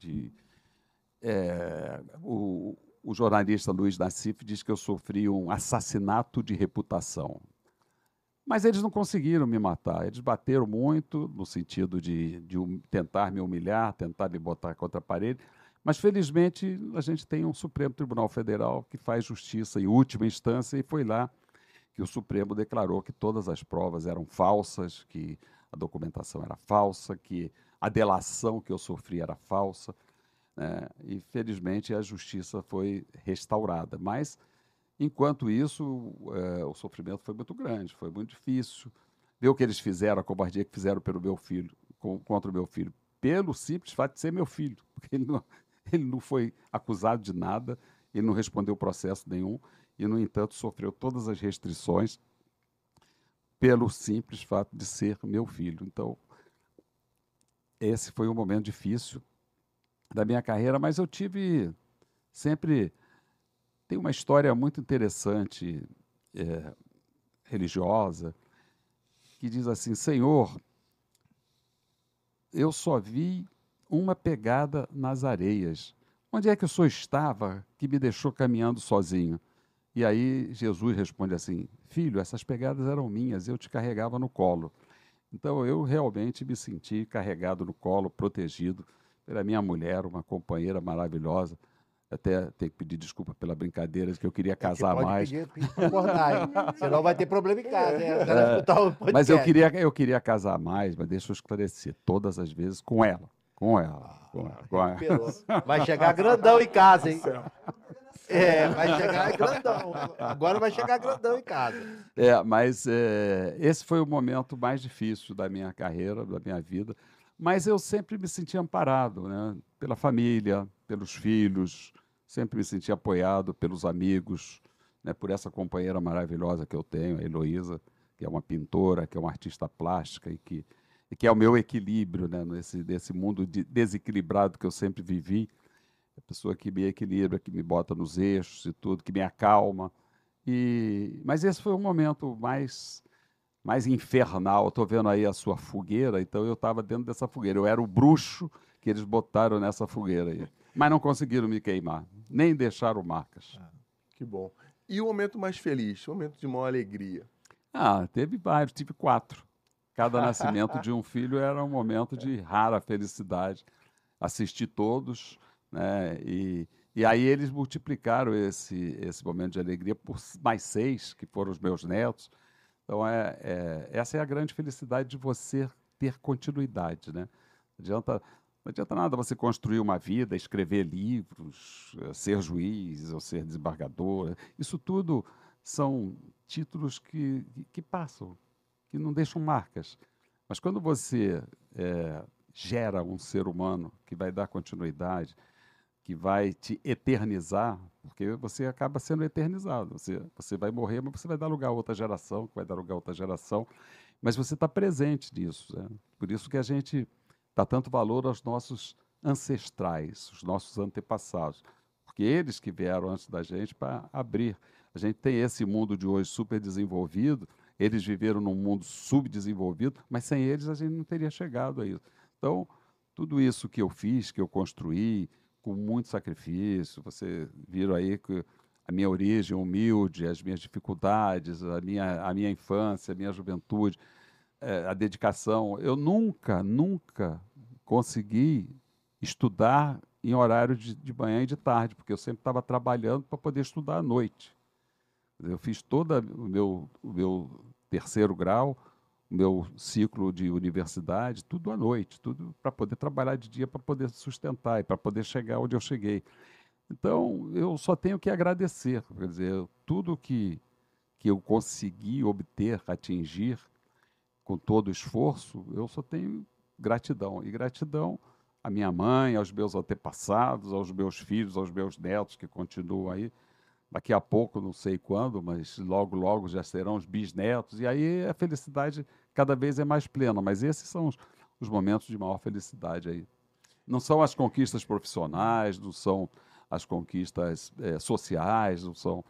O jornalista Luiz Nassif diz que eu sofri um assassinato de reputação. Mas eles não conseguiram me matar. Eles bateram muito no sentido de tentar me humilhar, tentar me botar contra a parede. Mas, felizmente, a gente tem um Supremo Tribunal Federal que faz justiça em última instância e foi lá que o Supremo declarou que todas as provas eram falsas, que a documentação era falsa, que a delação que eu sofri era falsa, né? E, felizmente, a justiça foi restaurada. Mas, enquanto isso, o sofrimento foi muito grande, foi muito difícil. Ver o que eles fizeram, a covardia que fizeram pelo meu filho, contra o meu filho, pelo simples fato de ser meu filho, porque ele não foi acusado de nada, ele não respondeu processo nenhum e, no entanto, sofreu todas as restrições pelo simples fato de ser meu filho. Então, esse foi um momento difícil da minha carreira, mas eu tive sempre... Tem uma história muito interessante, religiosa, que diz assim: Senhor, eu só vi uma pegada nas areias. Onde é que o senhor estava que me deixou caminhando sozinho? E aí Jesus responde assim: filho, essas pegadas eram minhas, eu te carregava no colo. Então eu realmente me senti carregado no colo, protegido pela minha mulher, uma companheira maravilhosa. Até tenho que pedir desculpa pela brincadeira, que eu queria casar mais. Pode pedir pra acordar, hein? Senão vai ter problema em casa, hein? Escutar o podcast. Mas eu queria casar mais, mas deixa eu esclarecer, todas as vezes com ela. Com ela. Vai chegar grandão em casa, hein? Vai chegar grandão. Agora vai chegar grandão em casa. Mas esse foi o momento mais difícil da minha carreira, da minha vida. Mas eu sempre me senti amparado, né? Pela família, pelos filhos, sempre me senti apoiado pelos amigos, né? Por essa companheira maravilhosa que eu tenho, a Heloísa, que é uma pintora, que é uma artista plástica e que é o meu equilíbrio, né? Nesse mundo desequilibrado que eu sempre vivi. A pessoa que me equilibra, que me bota nos eixos e tudo, que me acalma. Mas esse foi o momento mais infernal. Estou vendo aí a sua fogueira, então eu estava dentro dessa fogueira. Eu era o bruxo que eles botaram nessa fogueira aí. Mas não conseguiram me queimar, nem deixaram marcas. Que bom. E o momento mais feliz, o momento de maior alegria? Teve vários, tive 4. Cada nascimento de um filho era um momento de rara felicidade. Assisti todos, né? E aí eles multiplicaram esse momento de alegria por mais 6, que foram os meus netos. Então, essa é a grande felicidade de você ter continuidade, né? Não adianta Não adianta nada você construir uma vida, escrever livros, ser juiz ou ser desembargador. Isso tudo são títulos que passam, que não deixam marcas. Mas quando você gera um ser humano que vai dar continuidade, que vai te eternizar, porque você acaba sendo eternizado. Você vai morrer, mas você vai dar lugar a outra geração, que vai dar lugar a outra geração. Mas você está presente nisso. Né? Por isso que a gente dá tanto valor aos nossos ancestrais, os nossos antepassados. Porque eles que vieram antes da gente para abrir. A gente tem esse mundo de hoje super desenvolvido, eles viveram num mundo subdesenvolvido, mas sem eles a gente não teria chegado a isso. Então, tudo isso que eu fiz, que eu construí, com muito sacrifício, você viram aí que a minha origem humilde, as minhas dificuldades, a minha infância, a minha juventude, a dedicação. Eu nunca consegui estudar em horário de manhã e de tarde, porque eu sempre estava trabalhando para poder estudar à noite. Eu fiz todo o meu terceiro grau, o meu ciclo de universidade, tudo à noite, tudo para poder trabalhar de dia, para poder sustentar e para poder chegar onde eu cheguei. Então, eu só tenho que agradecer, quer dizer, tudo que eu consegui obter, atingir, com todo o esforço, eu só tenho gratidão. E gratidão à minha mãe, aos meus antepassados, aos meus filhos, aos meus netos que continuam aí. Daqui a pouco, não sei quando, mas logo, logo já serão os bisnetos. E aí a felicidade cada vez é mais plena. Mas esses são os momentos de maior felicidade aí. Não são as conquistas profissionais, não são as conquistas sociais, não são...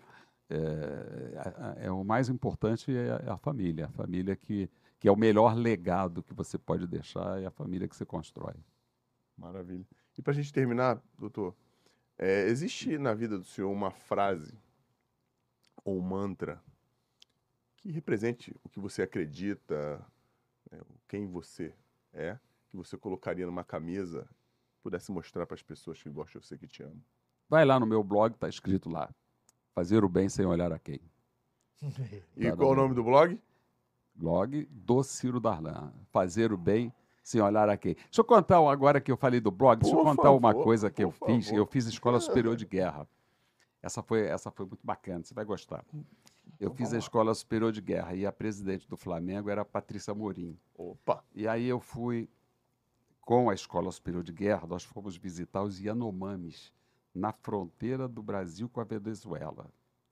o mais importante é a família que é o melhor legado que você pode deixar, é a família que você constrói. Maravilha. E para a gente terminar, doutor, existe na vida do senhor uma frase ou um mantra que represente o que você acredita, quem você é, que você colocaria numa camisa, pudesse mostrar para as pessoas que gostam de você, que te amam? Vai lá no meu blog, está escrito lá, fazer o bem sem olhar a quem. E qual o nome do blog? Blog do Ciro Darlan, fazer o bem sem olhar a quem. Deixa eu contar, agora que eu falei do blog, deixa eu contar uma coisa que eu fiz. Eu fiz Escola Superior de Guerra. Essa foi muito bacana, você vai gostar. Eu fiz a Escola Superior de Guerra e a presidente do Flamengo era a Patrícia Morim. Opa! E aí eu fui, com a Escola Superior de Guerra, nós fomos visitar os Yanomamis, na fronteira do Brasil com a Venezuela.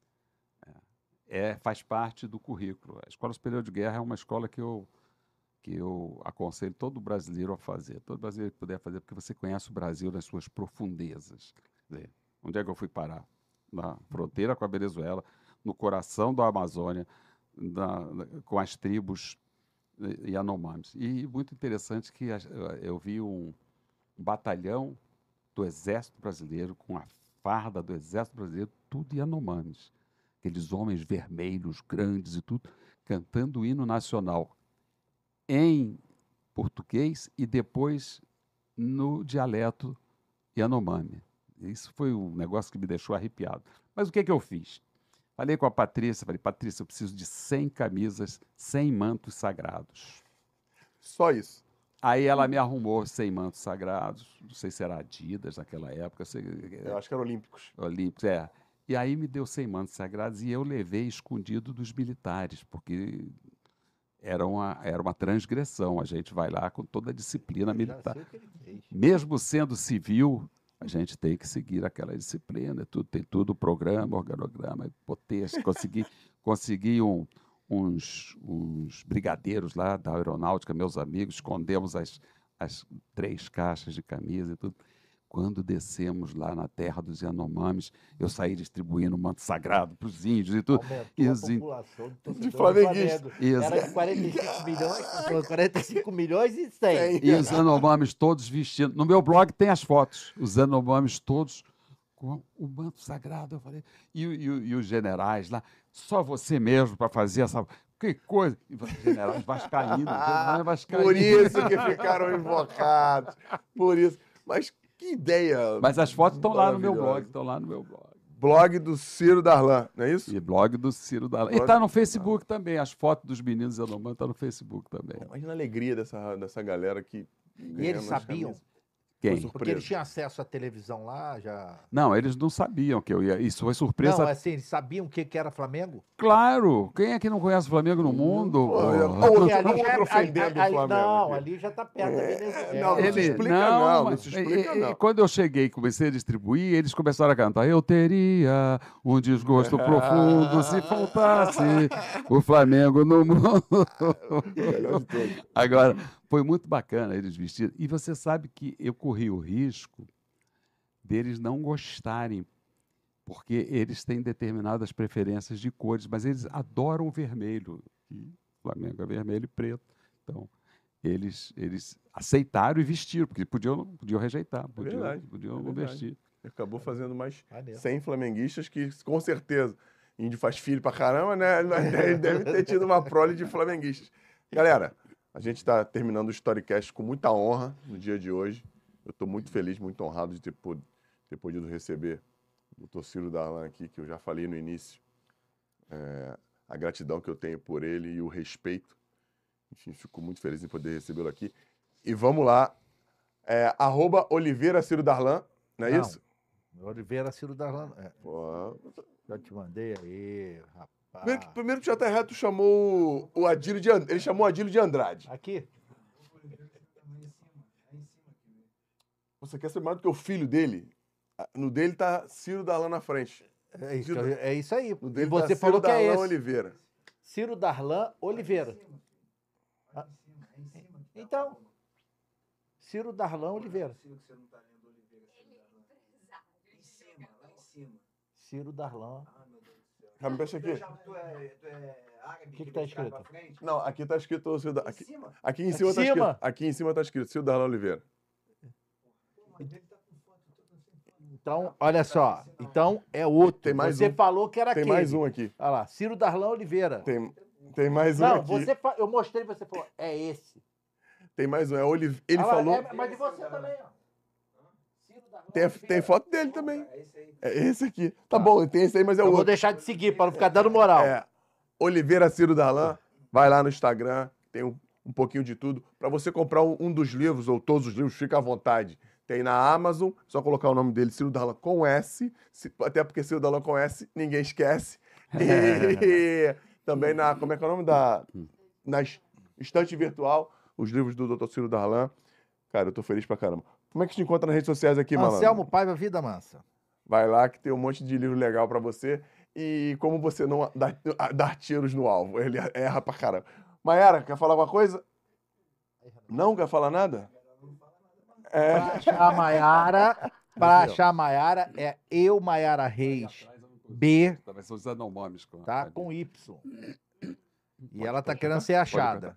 Faz parte do currículo. A Escola Superior de Guerra é uma escola que eu aconselho todo brasileiro a fazer, todo brasileiro que puder fazer, porque você conhece o Brasil nas suas profundezas. Quer dizer, onde é que eu fui parar? Na fronteira com a Venezuela, no coração da Amazônia, com as tribos Yanomamis. E muito interessante que eu vi um batalhão do Exército Brasileiro, com a farda do Exército Brasileiro, tudo Yanomamis. Aqueles homens vermelhos, grandes e tudo, cantando o hino nacional em português e depois no dialeto Yanomami. Isso foi um negócio que me deixou arrepiado. Mas o que eu fiz? Falei com a Patrícia, falei, Patrícia, eu preciso de 100 camisas, 100 mantos sagrados. Só isso? Aí ela me arrumou 100 mantos sagrados, não sei se era Adidas naquela época. Eu acho que era Olímpicos. Olímpicos, E aí me deu 100 mantos sagrados e eu levei escondido dos militares, porque era uma transgressão. A gente vai lá com toda a disciplina militar. Mesmo sendo civil, a gente tem que seguir aquela disciplina. Tem tudo, programa, organograma, potência. Consegui uns brigadeiros lá da aeronáutica, meus amigos, escondemos as 3 caixas de camisa e tudo. Quando descemos lá na terra dos Yanomamis, eu saí distribuindo manto sagrado para os índios e tudo. Aumentou a população de flamenguista. Era de 45 milhões, 45 milhões e 100. E os Yanomamis todos vestindo. No meu blog tem as fotos. Os Yanomamis todos com o manto sagrado. Eu falei. E os generais lá, só você mesmo para fazer essa... Que coisa! E os generais vascaínos. Por isso que ficaram invocados. Por isso. Mas... que ideia! Mas as fotos estão lá no meu blog, Blog do Ciro Darlan, não é isso? E blog do Ciro Darlan. E está no Facebook também, as fotos dos meninos Yanomami estão no Facebook também. Imagina a alegria dessa galera que... E eles sabiam? Quem? Foi Porque eles surpresa. tinham acesso à televisão lá, já... Não, eles não sabiam que eu ia. Isso foi surpresa. Não, assim, eles sabiam o que era Flamengo? Claro! Quem é que não conhece o Flamengo no mundo? Pô, Porra? outro Porque ali já, ofendendo o Flamengo não, aqui. ali já tá perto da Venezuela. não, não se Ele- explica não mas- se explica não. Quando eu cheguei e comecei a distribuir, eles começaram a cantar. Eu teria um desgosto profundo se faltasse o Flamengo no mundo. Melhor de todos. Agora, foi muito bacana eles vestidos. E você sabe que eu corri o risco deles não gostarem, porque eles têm determinadas preferências de cores, mas eles adoram o vermelho. E o Flamengo é vermelho e preto. Então, eles aceitaram e vestiram, porque podiam rejeitar, verdade, podiam é não verdade. vestir. Acabou fazendo mais Maneiro. 100 flamenguistas que, com certeza, índio faz filho pra caramba, né? Ele deve ter tido uma prole de flamenguistas. Galera, a gente está terminando o Storycast com muita honra no dia de hoje. Eu estou muito feliz, muito honrado de ter podido receber o Dr. Ciro Darlan aqui, que eu já falei no início. A gratidão que eu tenho por ele e o respeito. Enfim, fico muito feliz em poder recebê-lo aqui. E vamos lá. @Oliveira Ciro Darlan, não é Não. isso? Oliveira Ciro Darlan. Pô, Já te mandei aí, rapaz. Primeiro que já tá errado, tu chamou o Adílio de Andrade. Ele chamou o Adílio de Andrade. Aqui. Você quer ser mais do que o filho dele? No dele tá Ciro Darlan na frente. É isso aí. No E dele você tá falou Ciro que é Darlan esse. Oliveira. Ciro Darlan Oliveira. Ah, Então, Ciro Darlan Oliveira. Ciro, que você não tá lendo Oliveira. Ciro Darlan. Empresário. Em cima, lá em cima. Ciro Darlan. Ah, meu Deus do céu. Já me presta aqui. Tu é árabe? Que tá vem de trás escrito? pra frente? Não, aqui tá escrito Ciro Em aqui, cima? aqui em cima tá Cima? escrito. Aqui em cima tá escrito Ciro Darlan Oliveira. Mas ele tá com foto, tô sem foto. Então, olha só. Então é outro. Tem mais você um. falou que era Tem aquele. mais um aqui. Olha lá, Ciro Darlan Oliveira. Tem mais um Não, aqui. eu mostrei, você falou, é esse. Tem mais um. Ele Ah lá, falou. mas de você também, ó. Ciro Darlan Tem Oliveira. foto dele também. É esse aí. É esse aqui. Tá bom, tem esse aí, mas é o Eu vou outro. deixar de seguir para não ficar dando moral. Oliveira Ciro Darlan. Vai lá no Instagram. Tem um pouquinho de tudo. Para você comprar um dos livros, ou todos os livros, fica à vontade. Tem na Amazon, só colocar o nome dele, Ciro Darlan com S. Até porque Ciro Darlan com S, ninguém esquece. E também como é que é o nome na estante virtual, os livros do Dr. Ciro Darlan. Cara, eu tô feliz pra caramba. Como é que te encontra nas redes sociais aqui, malandro? Anselmo Paiva Vida Mansa. Vai lá que tem um monte de livro legal pra você. E como você não dar tiros no alvo. Ele erra pra caramba. Mayara, quer falar alguma coisa? Não quer falar nada? Pra achar a Maiara, é eu, Maiara Reis, B, Talvez são os anomômios. tá? Com Y. E ela tá querendo ser achada.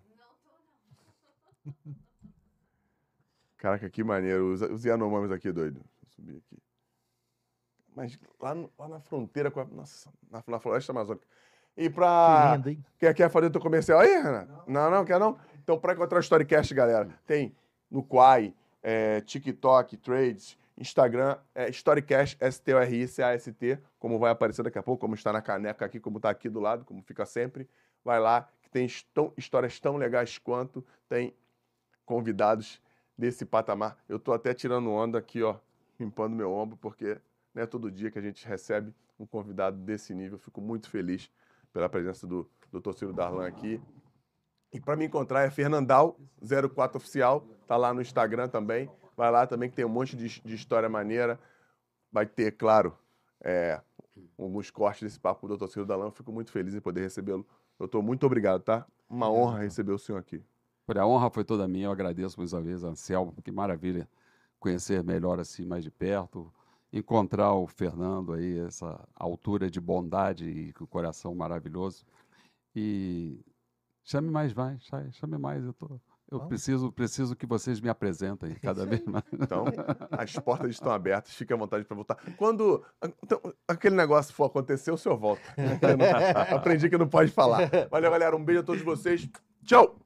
Caraca, que maneiro. Os Yanomami aqui, doido. Deixa eu subir aqui. Mas lá na fronteira com a... Nossa, na floresta amazônica. E Que pra... lindo, hein? Quer fazer o teu comercial aí, Renato? Não, quer não? Então, pra encontrar o Storycast, galera, tem no Quai, TikTok, Trades, Instagram, Storycast, STORICAST, como vai aparecer daqui a pouco, como está na caneca aqui, como está aqui do lado, como fica sempre. Vai lá, que tem histórias tão legais quanto, tem convidados desse patamar. Eu tô até tirando onda aqui, ó, limpando meu ombro, porque não é todo dia que a gente recebe um convidado desse nível. Eu fico muito feliz pela presença do Dr. Ciro Darlan aqui. E para me encontrar é Fernandal04 Oficial, tá lá no Instagram também. Vai lá também que tem um monte de história maneira. Vai ter, claro, alguns cortes desse papo do Dr. Ciro Darlan. Eu fico muito feliz em poder recebê-lo. Doutor, muito obrigado, tá? Uma honra receber o senhor aqui. A honra foi toda minha, eu agradeço mais uma vez, Anselmo, que maravilha conhecer melhor assim, mais de perto, encontrar o Fernando aí, essa altura de bondade e com o coração maravilhoso. E chame mais, chame mais, eu preciso que vocês me apresentem cada vez mais. Então, as portas estão abertas, fique à vontade para voltar. Quando aquele negócio for acontecer, o senhor volta. Aprendi que não pode falar. Valeu, galera, um beijo a todos vocês. Tchau!